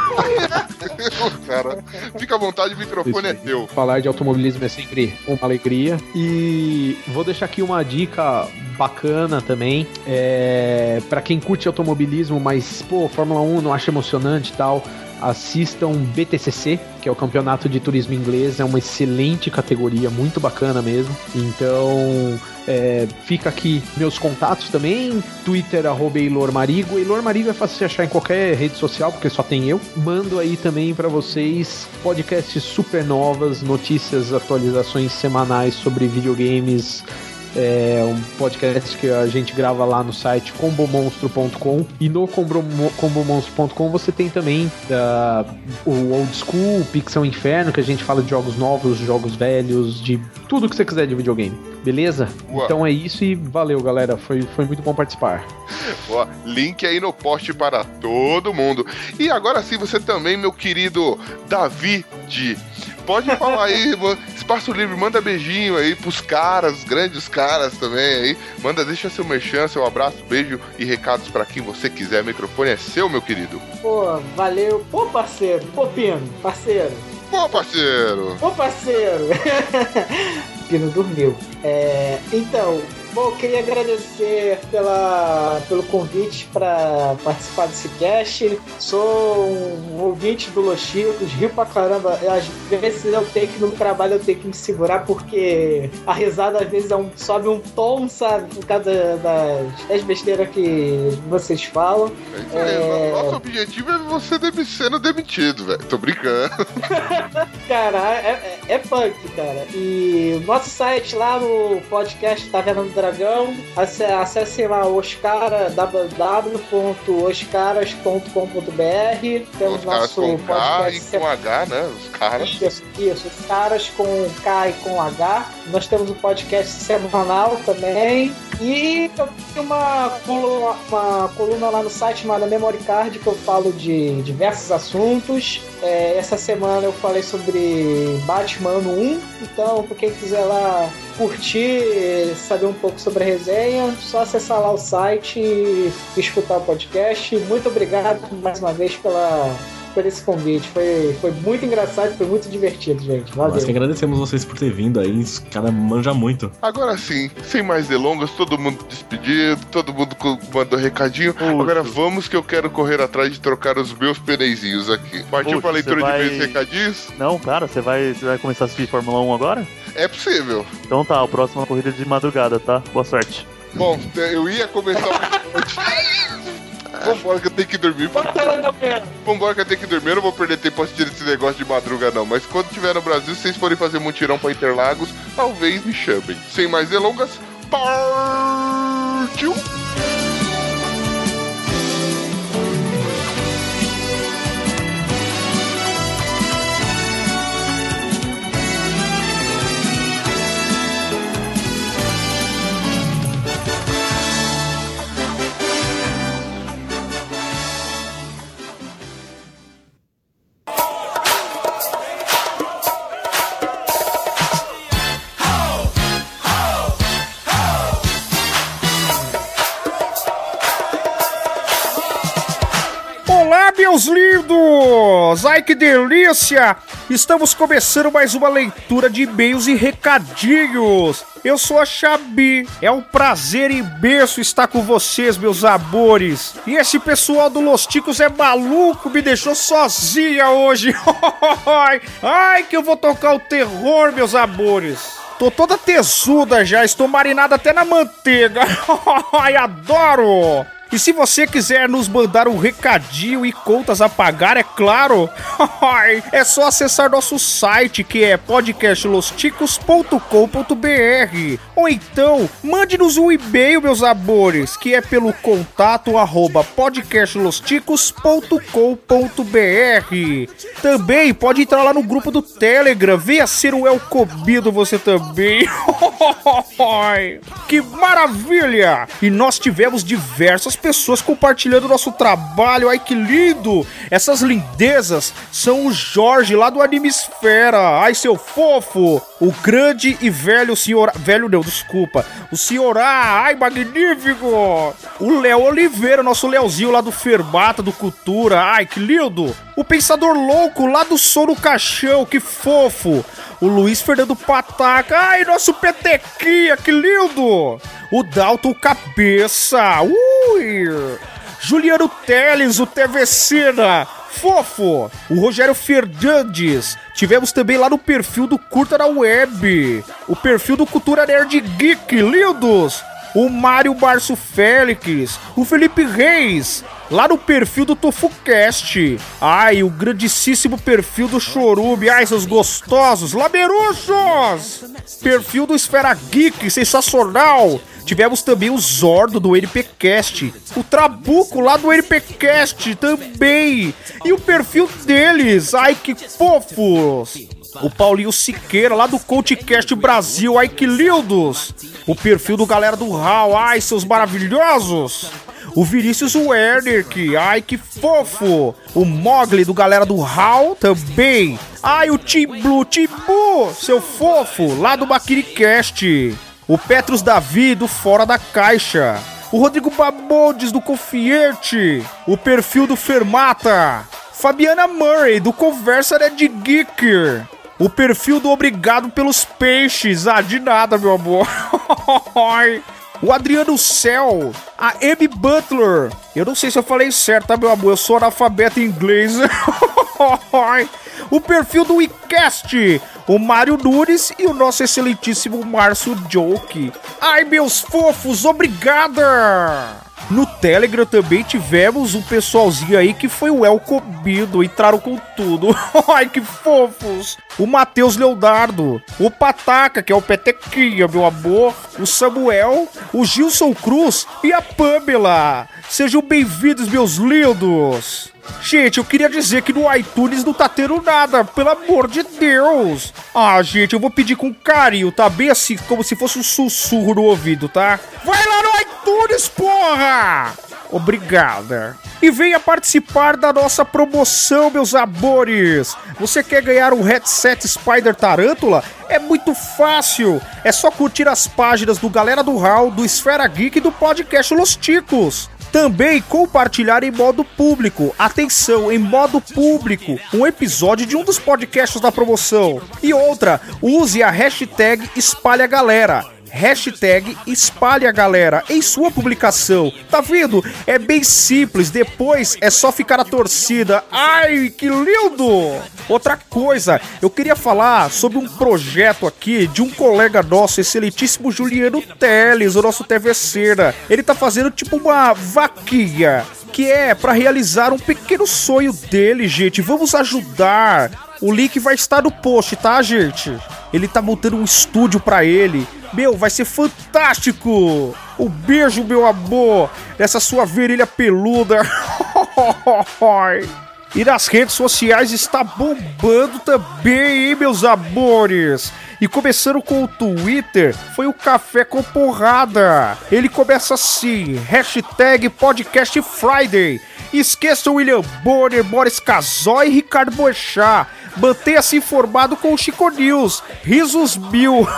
Cara, fica à vontade, o microfone é teu.
Falar de automobilismo é sempre uma alegria. E vou deixar aqui uma dica bacana também. É, para quem curte automobilismo, mas, pô, Fórmula um não acha emocionante e tal, assistam B T C C, que é o Campeonato de Turismo Inglês. É uma excelente categoria, muito bacana mesmo. Então, é, fica aqui meus contatos também. Twitter, arroba Eilor Marigo. Eilor Marigo é fácil de achar em qualquer rede social, porque só tem eu. Mando aí também pra vocês podcasts super novas, notícias, atualizações semanais sobre videogames, É um podcast que a gente grava lá no site combo monstro ponto com. E no combo monstro ponto com você tem também uh, o Old School, o Pixel Inferno, que a gente fala de jogos novos, jogos velhos, de tudo que você quiser de videogame. Beleza? Ué. Então é isso e valeu, galera. Foi, foi muito bom participar.
Ó, link aí no post para todo mundo. E agora sim, você também, meu querido Davi de... Pode falar aí, espaço livre, manda beijinho aí pros caras, grandes caras também aí. Manda, deixa seu merchan, seu abraço, beijo e recados pra quem você quiser. O microfone é seu, meu querido.
Pô, valeu. Pô, parceiro. Pô, Pino, parceiro.
Pô, parceiro.
Pô, parceiro. Pino dormiu. É, então... Bom, queria agradecer pela, pelo convite para participar desse cast. Sou um ouvinte do Los Chicos, rio pra caramba. Às vezes eu tenho que, no trabalho, eu tenho que me segurar porque a risada às vezes é um, sobe um tom, sabe? Por causa das, das besteiras que vocês falam.
É isso aí, é... Nosso objetivo é você sendo demitido, velho. Tô brincando.
Cara, é, é, é punk, cara. E o nosso site lá no podcast Taverna do Dragão, acessem lá Oscara, w w w ponto oscaras ponto com ponto b r. Temos nosso
com
podcast
K e com H, né? Os caras.
Isso, isso, os caras com K e com H. Nós temos um podcast semanal também. E eu tenho uma coluna, uma coluna lá no site chamada Memory Card, que eu falo de diversos assuntos. É, essa semana eu falei sobre Batman um, então pra quem quiser lá curtir, saber um pouco sobre a resenha, só acessar lá o site e escutar o podcast. Muito obrigado mais uma vez pela... por esse convite, foi, foi muito engraçado, foi muito divertido, gente. Valeu.
Nós que agradecemos vocês por ter vindo aí, esse cara manja muito.
Agora sim, sem mais delongas, todo mundo despedido, todo mundo mandou recadinho. Puxa. Agora vamos que eu quero correr atrás de trocar os meus pneuzinhos aqui. Partiu pra leitura vai... de meus recadinhos?
Não, cara, você vai, você vai começar a assistir Fórmula um agora?
É possível.
Então tá, a próxima corrida de madrugada, tá? Boa sorte.
Bom, eu ia começar Vambora que eu tenho que dormir. Vambora que eu tenho que dormir. Eu não vou perder tempo assistindo esse negócio de madruga, não. Mas quando tiver no Brasil, se vocês forem fazer mutirão pra Interlagos, talvez me chamem. Sem mais delongas, partiu!
Meus lindos! Ai que delícia! Estamos começando mais uma leitura de e-mails e recadinhos. Eu sou a Xabi. É um prazer imenso estar com vocês, meus amores. E esse pessoal do Los Ticos é maluco, me deixou sozinha hoje. Ai, que eu vou tocar o terror, meus amores. Tô toda tesuda já, estou marinada até na manteiga. Ai, adoro! E se você quiser nos mandar um recadinho e contas a pagar, é claro, é só acessar nosso site, que é podcast los ticos ponto com ponto b r. Ou então, mande-nos um e-mail, meus amores, que é pelo contato arroba podcast los ticos ponto com ponto b r. Também pode entrar lá no grupo do Telegram, venha ser um El Comido você também. Que maravilha! E nós tivemos diversas pessoas compartilhando nosso trabalho. Ai, que lindo! Essas lindezas são o Jorge lá do Animesfera. Ai, seu fofo! O grande e velho senhor... Velho não, desculpa. O senhorá. Ai, magnífico! O Léo Oliveira, nosso Leozinho lá do Fermata, do Cultura. Ai, que lindo! O Pensador Louco lá do Som no Caixão. Que fofo! O Luiz Fernando Pataca. Ai, nosso Petequinha, que lindo! O Dalton Cabeça. Ui! Juliano Teles, o T V Cena. Fofo! O Rogério Fernandes. Tivemos também lá no perfil do Curta na Web. O perfil do Cultura Nerd Geek. Lindos! O Mário Barço Félix. O Felipe Reis. Lá no perfil do TofuCast. Ai, o grandíssimo perfil do Chorume. Ai, seus gostosos lameruchos. Perfil do Esfera Geek, sensacional. Tivemos também o Zordo do N P Cast, o Trabuco lá do N P Cast também, e o perfil deles, ai que fofos. O Paulinho Siqueira lá do CoachCast Brasil, ai que lindos. O perfil do galera do Hall, ai seus maravilhosos. O Vinícius Werner, que, ai que fofo. O Mogli do galera do Hall também. Ai o Tim Blue, Tim Blue, seu fofo, lá do BaquiriCast. O Petrus Davi do Fora da Caixa. O Rodrigo Babodes do Confiante. O perfil do Fermata. Fabiana Murray do Conversa Red Geek. O perfil do Obrigado pelos Peixes. Ah, de nada, meu amor. O Adriano Cell. A Amy Butler. Eu não sei se eu falei certo, tá, meu amor? Eu sou analfabeto em inglês. O perfil do WeCast, o Mário Nunes e o nosso excelentíssimo Márcio Joke. Ai, meus fofos, obrigada! No Telegram também tivemos um pessoalzinho aí que foi o El Comido, entraram com tudo. Ai, que fofos! O Matheus Leonardo, o Pataca, que é o Petequinha, meu amor, o Samuel, o Gilson Cruz e a Pamela. Sejam bem-vindos, meus lindos! Gente, eu queria dizer que no iTunes não tá tendo nada, pelo amor de Deus. Ah, gente, eu vou pedir com carinho, tá? Bem assim, como se fosse um sussurro no ouvido, tá? Vai lá no iTunes, porra! Obrigada. E venha participar da nossa promoção, meus amores. Você quer ganhar um headset Spider Tarântula? É muito fácil. É só curtir as páginas do Galera do Hall, do Esfera Geek e do podcast Los Ticos. Também compartilhar em modo público. Atenção, em modo público, um episódio de um dos podcasts da promoção. E outra, use a hashtag Espalha Galera. Hashtag Espalha Galera em sua publicação. Tá vendo? É bem simples. Depois é só ficar na torcida. Ai, que lindo! Outra coisa, eu queria falar sobre um projeto aqui de um colega nosso, excelentíssimo Juliano Teles, o nosso TVceira. Ele tá fazendo tipo uma vaquinha, que é pra realizar um pequeno sonho dele, gente. Vamos ajudar. O link vai estar no post, tá, gente? Ele tá montando um estúdio pra ele. Meu, vai ser fantástico! Um beijo, meu amor, nessa sua virilha peluda. E nas redes sociais está bombando também, hein, meus amores? E começando com o Twitter, foi o Café com Porrada. Ele começa assim, hashtag Podcast Friday. Esqueça o William Bonner, Boris Casoy e Ricardo Boechat. Mantenha-se informado com o Chico News. Risos mil.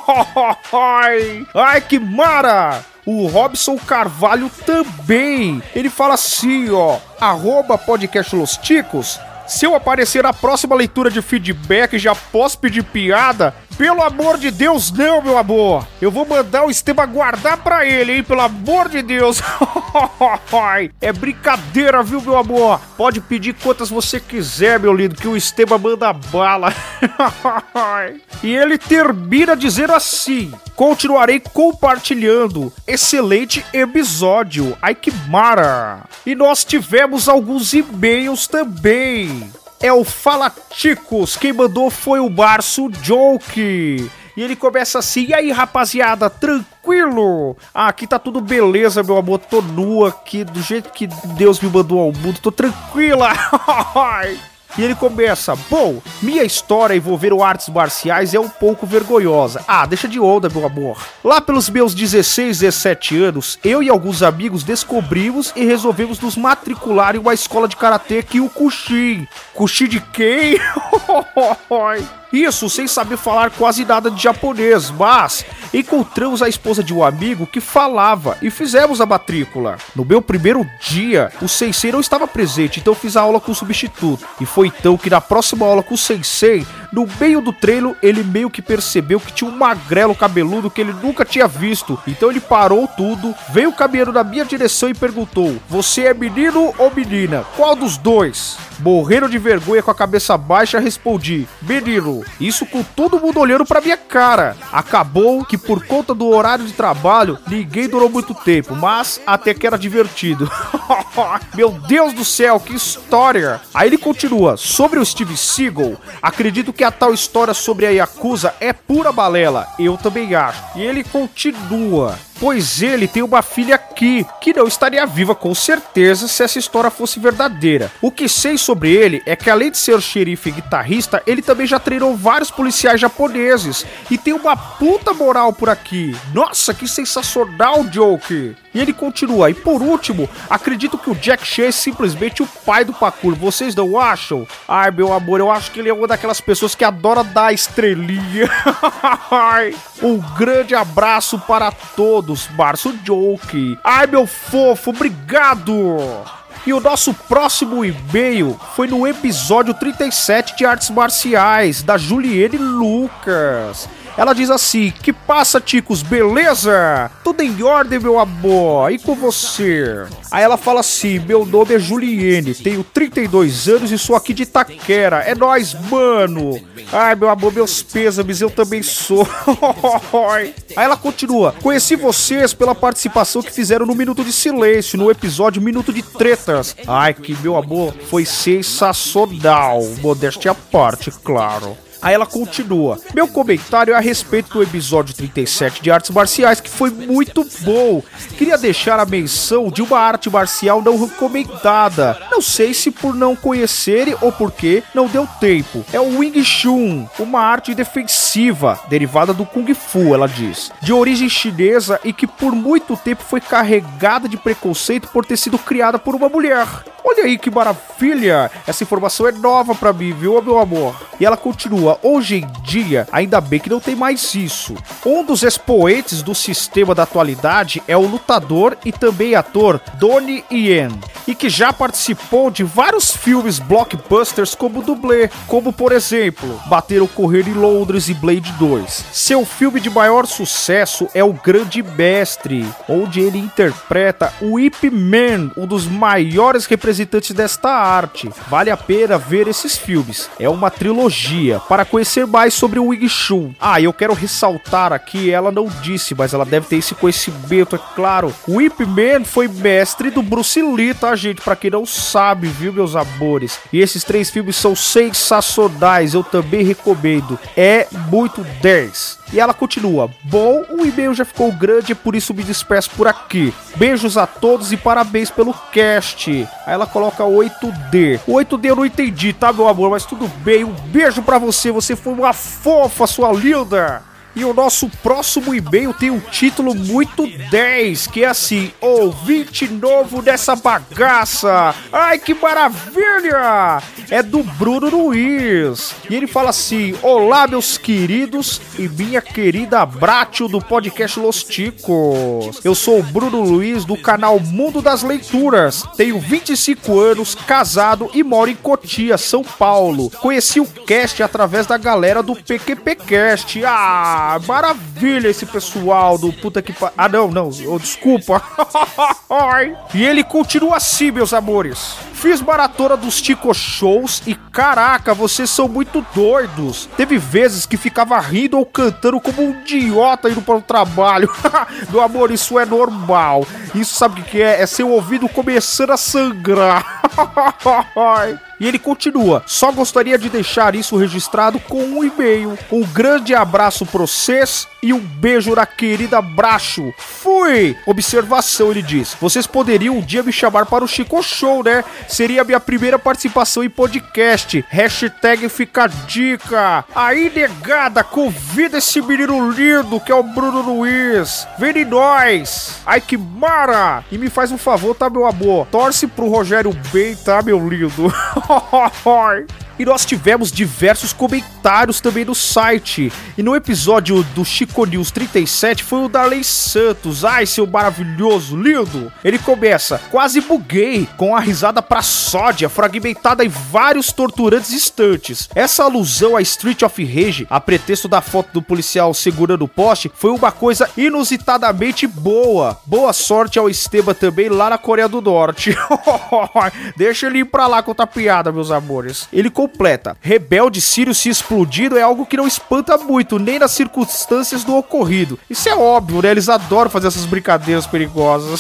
Ai, que mara! O Robson Carvalho também. Ele fala assim, ó. Arroba podcast Los Ticos. Se eu aparecer na próxima leitura de feedback, já posso pedir piada? Pelo amor de Deus, não, meu amor. Eu vou mandar o Esteban guardar pra ele, hein? Pelo amor de Deus. É brincadeira, viu, meu amor? Pode pedir quantas você quiser, meu lindo, que o Esteban manda bala. E ele termina dizendo assim: continuarei compartilhando. Excelente episódio. Ai, que mara. E nós tivemos alguns e-mails também. É o Fala Ticos, quem mandou foi o Márcio Joke. E ele começa assim: e aí, rapaziada, tranquilo? Ah, aqui tá tudo beleza, meu amor. Tô nua aqui, do jeito que Deus me mandou ao mundo. Tô tranquila. E ele começa: bom, minha história envolvendo artes marciais é um pouco vergonhosa. Ah, deixa de onda, meu amor. Lá pelos meus dezesseis, dezessete anos, eu e alguns amigos descobrimos e resolvemos nos matricular em uma escola de karatê aqui, o Kushin. Kushin de quem? Isso, sem saber falar quase nada de japonês, mas encontramos a esposa de um amigo que falava e fizemos a matrícula. No meu primeiro dia, o sensei não estava presente, então fiz a aula com o substituto. E foi então que na próxima aula com o sensei, no meio do treino, ele meio que percebeu que tinha um magrelo cabeludo que ele nunca tinha visto. Então ele parou tudo, veio caminhando na minha direção e perguntou: você é menino ou menina? Qual dos dois? Morrendo de vergonha com a cabeça baixa, respondi: menino, isso com todo mundo olhando pra minha cara. Acabou que por conta do horário de trabalho, ninguém durou muito tempo, mas até que era divertido. Meu Deus do céu, que história! Aí ele continua: sobre o Steve Seagal, acredito que a tal história sobre a Yakuza é pura balela. Eu também acho. E ele continua: pois ele tem uma filha aqui, que não estaria viva com certeza se essa história fosse verdadeira. O que sei sobre ele é que além de ser xerife e guitarrista, ele também já treinou vários policiais japoneses e tem uma puta moral por aqui. Nossa, que sensacional, Joke! E ele continua: e por último, acredito que o Jack Chan é simplesmente o pai do parkour, vocês não acham? Ai, meu amor, eu acho que ele é uma daquelas pessoas que adora dar estrelinha. Um grande abraço para todos, Márcio Joke. Ai, meu fofo, obrigado! E o nosso próximo e-mail foi no episódio trinta e sete de Artes Marciais, da Juliane Lucas. Ela diz assim: que passa, ticos, beleza? Tudo em ordem, meu amor, e com você? Aí ela fala assim: meu nome é Juliane, tenho trinta e dois anos e sou aqui de Itaquera, é nóis, mano. Ai, meu amor, meus pêsames, eu também sou. Aí ela continua: conheci vocês pela participação que fizeram no Minuto de Silêncio, no episódio Minuto de Tretas. Ai, que, meu amor, foi sensacional, modéstia à parte, claro. Aí ela continua: meu comentário é a respeito do episódio trinta e sete de Artes Marciais, que foi muito bom. Queria deixar a menção de uma arte marcial não recomendada. Não sei se por não conhecerem ou porque não deu tempo. É o Wing Chun, uma arte defensiva, derivada do Kung Fu, ela diz. De origem chinesa e que por muito tempo foi carregada de preconceito por ter sido criada por uma mulher. Olha aí que maravilha! Essa informação é nova pra mim, viu, meu amor? E ela continua: hoje em dia, ainda bem que não tem mais isso. Um dos expoentes do sistema da atualidade é o lutador e também ator Donnie Yen, e que já participou de vários filmes blockbusters como dublê, como por exemplo, Bater ou Correr em Londres e Blade dois. Seu filme de maior sucesso é O Grande Mestre, onde ele interpreta o Ip Man, um dos maiores representantes desta arte. Vale a pena ver esses filmes. É uma trilogia. Para conhecer mais sobre o Wing Chun. Ah, eu quero ressaltar aqui, ela não disse, mas ela deve ter esse conhecimento, é claro. O Ip Man foi mestre do Bruce Lee, tá, gente? Pra quem não sabe, viu, meus amores? E esses três filmes são sensacionais, eu também recomendo. É muito dez. E ela continua: bom, o e-mail já ficou grande, por isso me despeço por aqui. Beijos a todos e parabéns pelo cast. Aí ela coloca oito D. O oito D eu não entendi, tá, meu amor? Mas tudo bem, um beijo pra você, você foi uma fofa, sua linda. E o nosso próximo e-mail tem um título muito dez, que é assim: ouvinte novo dessa bagaça. Ai, que maravilha! É do Bruno Luiz. E ele fala assim: olá, meus queridos e minha querida Bratio do podcast Los Ticos. Eu sou o Bruno Luiz do canal Mundo das Leituras. Tenho vinte e cinco anos, casado e moro em Cotia, São Paulo. Conheci o cast através da galera do P Q P Cast. Ah! Maravilha esse pessoal do puta que pa... Ah, não, não, oh, desculpa. E ele continua assim, meus amores: fiz maratona dos Tico Shows e caraca, vocês são muito doidos. Teve vezes que ficava rindo ou cantando como um idiota indo para o trabalho. Meu amor, isso é normal. Isso sabe o que é? É seu ouvido começando a sangrar. E ele continua: só gostaria de deixar isso registrado com um e-mail. Um grande abraço pra vocês e um beijo na querida Bracho. Fui! Observação, ele diz: vocês poderiam um dia me chamar para o Chico Show, né? Seria a minha primeira participação em podcast. Hashtag fica a dica. Aí, negada, convida esse menino lindo que é o Bruno Luiz. Vem em nós. Ai, que mara! E me faz um favor, tá, meu amor? Torce pro Rogério bem, tá, meu lindo? E nós tivemos diversos comentários também no site. E no episódio do Chico News trinta e sete foi o Darley Santos. Ai, seu maravilhoso, lindo. Ele começa: quase buguei com a risada pra sódia, fragmentada em vários torturantes instantes. Essa alusão a Street of Rage, a pretexto da foto do policial segurando o poste, foi uma coisa inusitadamente boa. Boa sorte ao Esteban também lá na Coreia do Norte. Deixa ele ir pra lá com outra piada, meus amores. Ele completa: rebelde sírio se explodindo é algo que não espanta muito, nem nas circunstâncias do ocorrido. Isso é óbvio, né? Eles adoram fazer essas brincadeiras perigosas.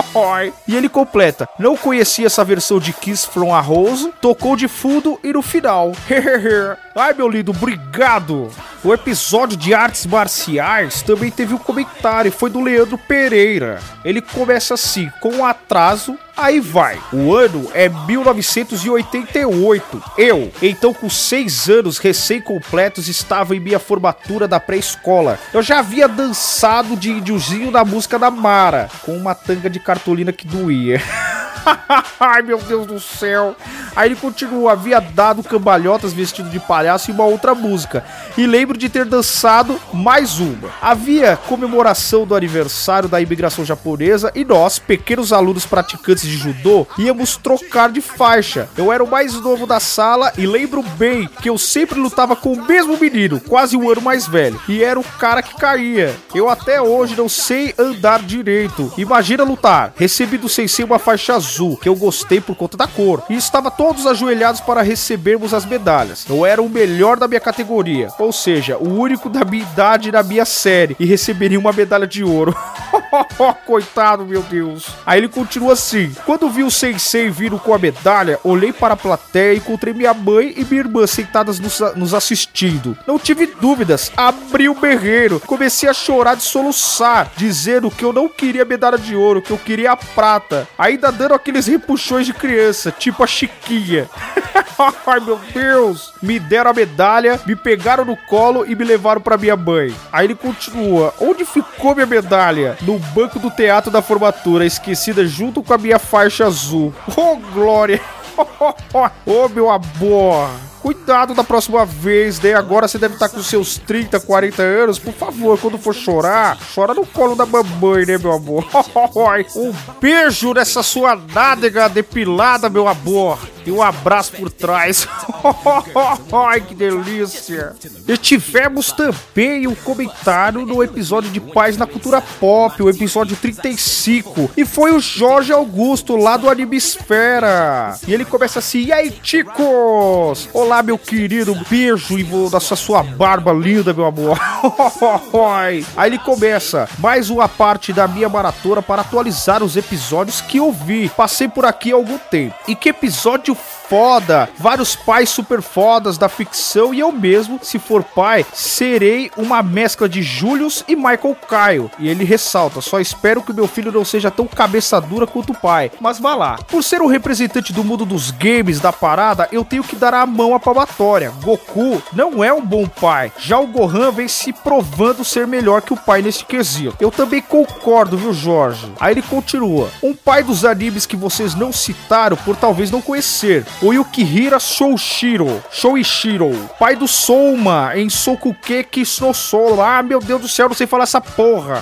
E ele completa: não conhecia essa versão de Kiss from a Rose, tocou de fundo e no final. Ai, meu lindo, obrigado. O episódio de artes marciais também teve um comentário, foi do Leandro Pereira. Ele começa assim: com um atraso, aí vai. O ano é mil novecentos e oitenta e oito. Eu, então com seis anos recém-completos, estava em minha formatura da pré-escola. Eu já havia dançado de índiozinho na música da Mara, com uma tanga de cartolina que doía. Ai, meu Deus do céu. Aí ele continua: havia dado cambalhotas vestido de palhaço em uma outra música. E lembro de ter dançado mais uma. Havia comemoração do aniversário da imigração japonesa e nós, pequenos alunos praticantes de judô, íamos trocar de faixa. Eu era o mais novo da sala e lembro bem que eu sempre lutava com o mesmo menino, quase um ano mais velho. E era o cara que caía. Eu até hoje não sei andar direito. Imagina lutar. Recebi do sensei uma faixa azul, que eu gostei por conta da cor. E estava todos ajoelhados para recebermos as medalhas. Eu era o melhor da minha categoria, ou seja, o único da minha idade na minha série, e receberia uma medalha de ouro. Coitado, meu Deus. Aí ele continua assim: quando vi o sensei vindo com a medalha, olhei para a plateia e encontrei minha mãe e minha irmã sentadas nos, nos assistindo. Não tive dúvidas, abri o berreiro, comecei a chorar de soluçar, dizendo que eu não queria medalha de ouro, que eu queria a prata, ainda dando aqueles repuxões de criança, tipo a Chiquinha. Ai, meu Deus. Me deram a medalha, me pegaram no colo e me levaram pra minha mãe. Aí ele continua: onde ficou minha medalha? No banco do teatro da formatura, esquecida junto com a minha faixa azul. Oh, glória. Oh, meu amor. Cuidado da próxima vez, né? Agora você deve estar com seus trinta, quarenta anos. Por favor, quando for chorar, chora no colo da mamãe, né, meu amor? Um beijo nessa sua nádega depilada, meu amor. E um abraço por trás. Ai, que delícia. E tivemos também um comentário no episódio de Paz na Cultura Pop, o episódio trinta e cinco. E foi o Jorge Augusto, lá do Animesfera. E ele começa assim: e aí, ticos? Olá, meu querido, um beijo nessa sua barba linda, meu amor. Aí ele começa: mais uma parte da minha maratona para atualizar os episódios que eu vi. Passei por aqui há algum tempo. E que episódio foda! Vários pais super fodas da ficção e eu mesmo, se for pai, serei uma mescla de Julius e Michael Kyle. E ele ressalta: só espero que o meu filho não seja tão cabeça dura quanto o pai. Mas vá lá. Por ser o representante do mundo dos games da parada, eu tenho que dar a mão à palmatória. Goku não é um bom pai. Já o Gohan vem se provando ser melhor que o pai nesse quesito. Eu também concordo, viu, Jorge? Aí ele continua: um pai dos animes que vocês não citaram por talvez não conhecer, o Yukihira Shoushiro, Shouichiro, pai do Souma em Sokukeki no Solo. Ah, meu Deus do céu, não sei falar essa porra.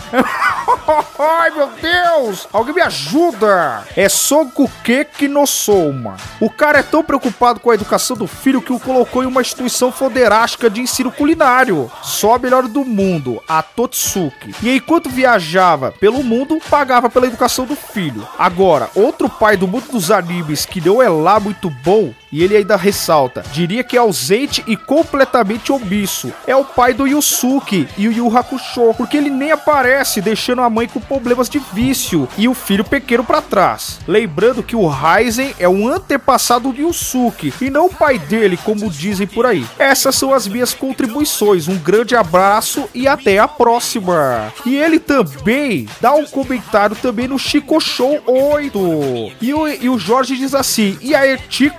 Ai, meu Deus, alguém me ajuda. É Sokukeki no Souma. O cara é tão preocupado com a educação do filho que o colocou em uma instituição foderástica de ensino culinário. Só a melhor do mundo, a Totsuki. E enquanto viajava pelo mundo, pagava pela educação do filho. Agora, outro pai do mundo dos animes que não é lá muito bom, e ele ainda ressalta, diria que é ausente e completamente omisso, é o pai do Yusuke e o Yu Hakusho, porque ele nem aparece, deixando a mãe com problemas de vício e o filho pequeno pra trás. Lembrando que o Raizen é um antepassado do Yusuke e não o pai dele, como dizem por aí. Essas são as minhas contribuições, um grande abraço e até a próxima. E ele também dá um comentário também no Chico Show oito. E o, e o Jorge diz assim: e aí, chicos?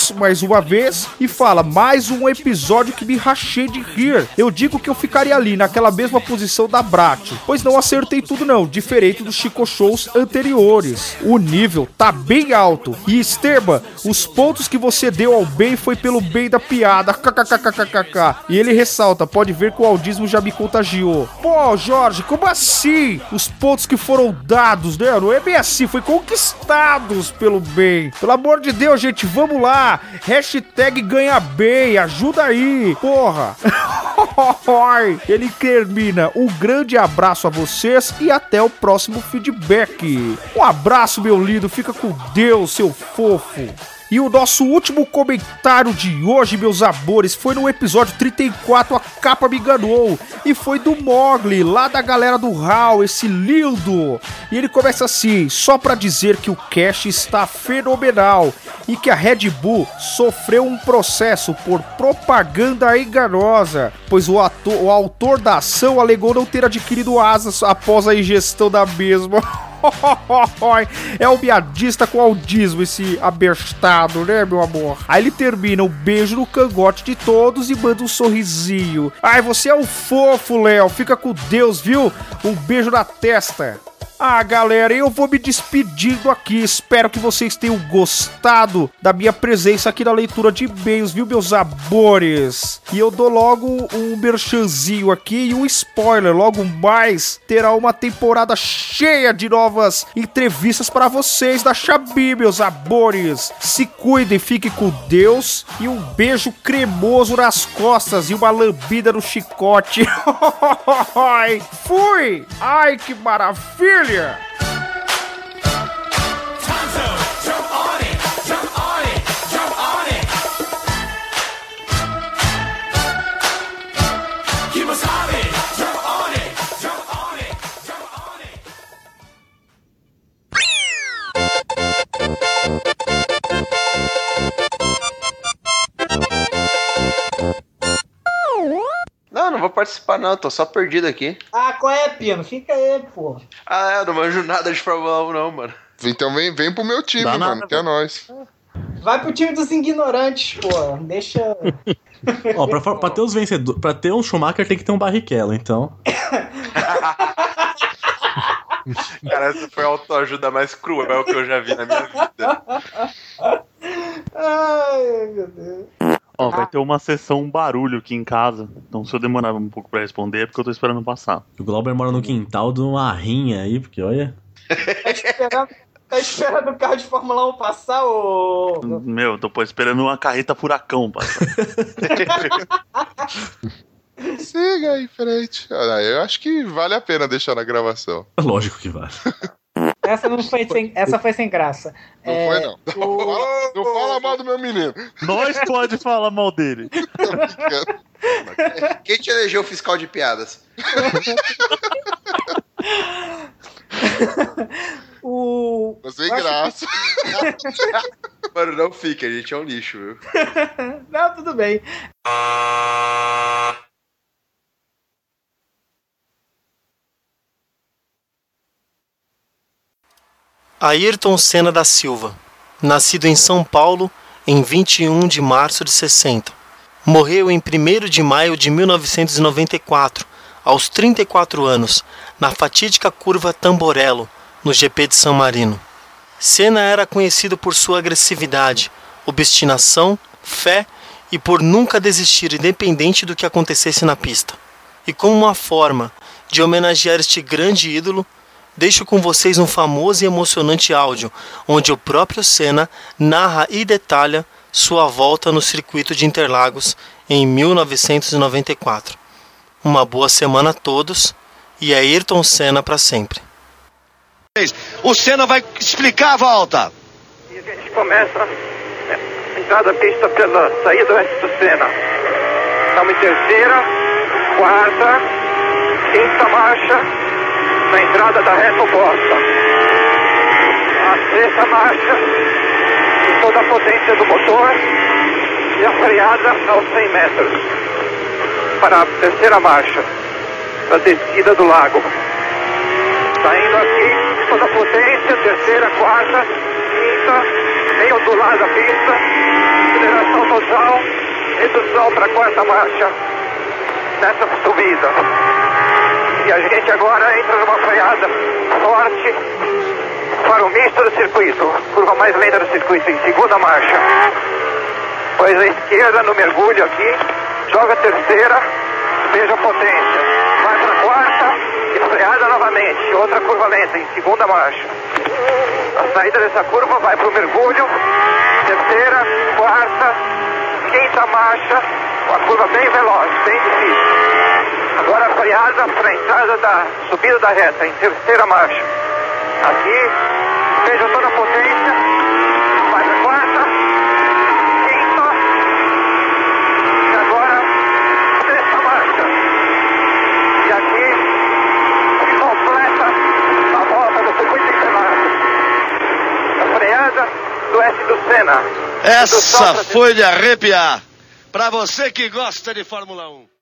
Deus mais uma vez e fala: mais um episódio que me rachei de rir. Eu digo que eu ficaria ali naquela mesma posição da Brat, pois não acertei tudo não, diferente dos Chico Shows anteriores. O nível tá bem alto. E Esteban, os pontos que você deu ao bem foi pelo bem da piada. Kkkkkk. E ele ressalta: pode ver que o audismo já me contagiou. Pô, Jorge, como assim? Os pontos que foram dados, né? Não é bem assim, foi conquistados pelo bem. Pelo amor de Deus, gente, vamos lá. Hashtag ganha bem, ajuda aí. Porra. Ele termina: um grande abraço a vocês e até o próximo feedback. Um abraço, meu lindo, fica com Deus, seu fofo. E o nosso último comentário de hoje, meus amores, foi no episódio trinta e quatro, A Capa Me Enganou, e foi do Mogli, lá da galera do Hall, esse lindo. E ele começa assim: só pra dizer que o cast está fenomenal e que a Red Bull sofreu um processo por propaganda enganosa, pois o, ator, o autor da ação alegou não ter adquirido asas após a ingestão da mesma. É o piadista com audismo, esse abestado, né, meu amor? Aí ele termina: um beijo no cangote de todos e manda um sorrisinho. Ai, você é um fofo, Léo. Fica com Deus, viu? Um beijo na testa. Ah, galera, eu vou me despedindo aqui. Espero que vocês tenham gostado da minha presença aqui na leitura de e-mails, viu, meus amores? E eu dou logo um merchanzinho aqui e um spoiler. Logo mais terá uma temporada cheia de novas entrevistas para vocês da Xabi, meus amores. Se cuidem, fiquem com Deus e um beijo cremoso nas costas e uma lambida no chicote. Fui! Ai, que maravilha!
Não, não vou participar não, tô só perdido aqui.
Ah, qual é, Pino? Fica aí, pô.
Ah, é, eu não manjo nada de Fórmula um não, mano.
Então vem, vem pro meu time, Dá mano, nada, que é nóis.
Vai pro time dos ignorantes, pô. Deixa...
Ó, pra, pra ter os vencedores, pra ter um Schumacher tem que ter um Barrichello, então...
Cara, essa foi a autoajuda mais cruel que eu já vi na minha vida.
Ai, meu Deus.
Ó, vai ter uma sessão barulho aqui em casa. Então se eu demorar um pouco pra responder é porque eu tô esperando passar.
O Glauber mora no quintal de uma rinha aí, porque olha...
Tá esperando, tá esperando o carro de Fórmula um passar, ô...
Meu, tô pô, esperando uma carreta furacão passar.
Siga aí, frente. Ah, eu acho que vale a pena deixar na gravação.
Lógico que vale.
Essa não foi sem, essa foi sem graça.
Não
é,
foi, não.
O...
Não, fala, não fala mal do meu menino.
Nós pode falar mal dele.
Quem te elegeu fiscal de piadas?
o...
Sem graça.
Que... Mano, não fica, a gente é um lixo, viu?
Não, tudo bem.
Ayrton Senna da Silva, nascido em São Paulo em vinte e um de março de sessenta. Morreu em primeiro de maio de mil novecentos e noventa e quatro, aos trinta e quatro anos, na fatídica curva Tamborello, no G P de San Marino. Senna era conhecido por sua agressividade, obstinação, fé e por nunca desistir independente do que acontecesse na pista. E como uma forma de homenagear este grande ídolo, deixo com vocês um famoso e emocionante áudio, onde o próprio Senna narra e detalha sua volta no circuito de Interlagos em mil novecentos e noventa e quatro. Uma boa semana a todos e Ayrton Senna para sempre.
O Senna vai explicar a volta.
E a gente começa a entrada da pista pela saída antes do Senna. Estamos em terceira, quarta, quinta marcha na entrada da reta oposta. A sexta marcha e toda a potência do motor e a freada aos cem metros. Para a terceira marcha, a descida do lago. Saindo aqui, toda a potência, terceira, quarta, quinta, meio do lado da pista, indução para a quarta marcha nessa subida. E a gente agora entra numa freada forte para o misto do circuito, curva mais lenta do circuito, em segunda marcha. Pois a esquerda no mergulho aqui, joga a terceira, veja a potência. Vai para a quarta e freada novamente, outra curva lenta em segunda marcha. A saída dessa curva vai para o mergulho, terceira, quarta, quinta marcha, uma curva bem veloz, bem difícil. Agora a freada para a entrada da subida da reta, em terceira marcha. Aqui, veja toda a potência, vai para a quarta, quinta, e agora sexta marcha. E aqui se completa a volta do circuito inclinado. A freada do S do Senna.
Essa foi de arrepiar. Pra você que gosta de Fórmula um.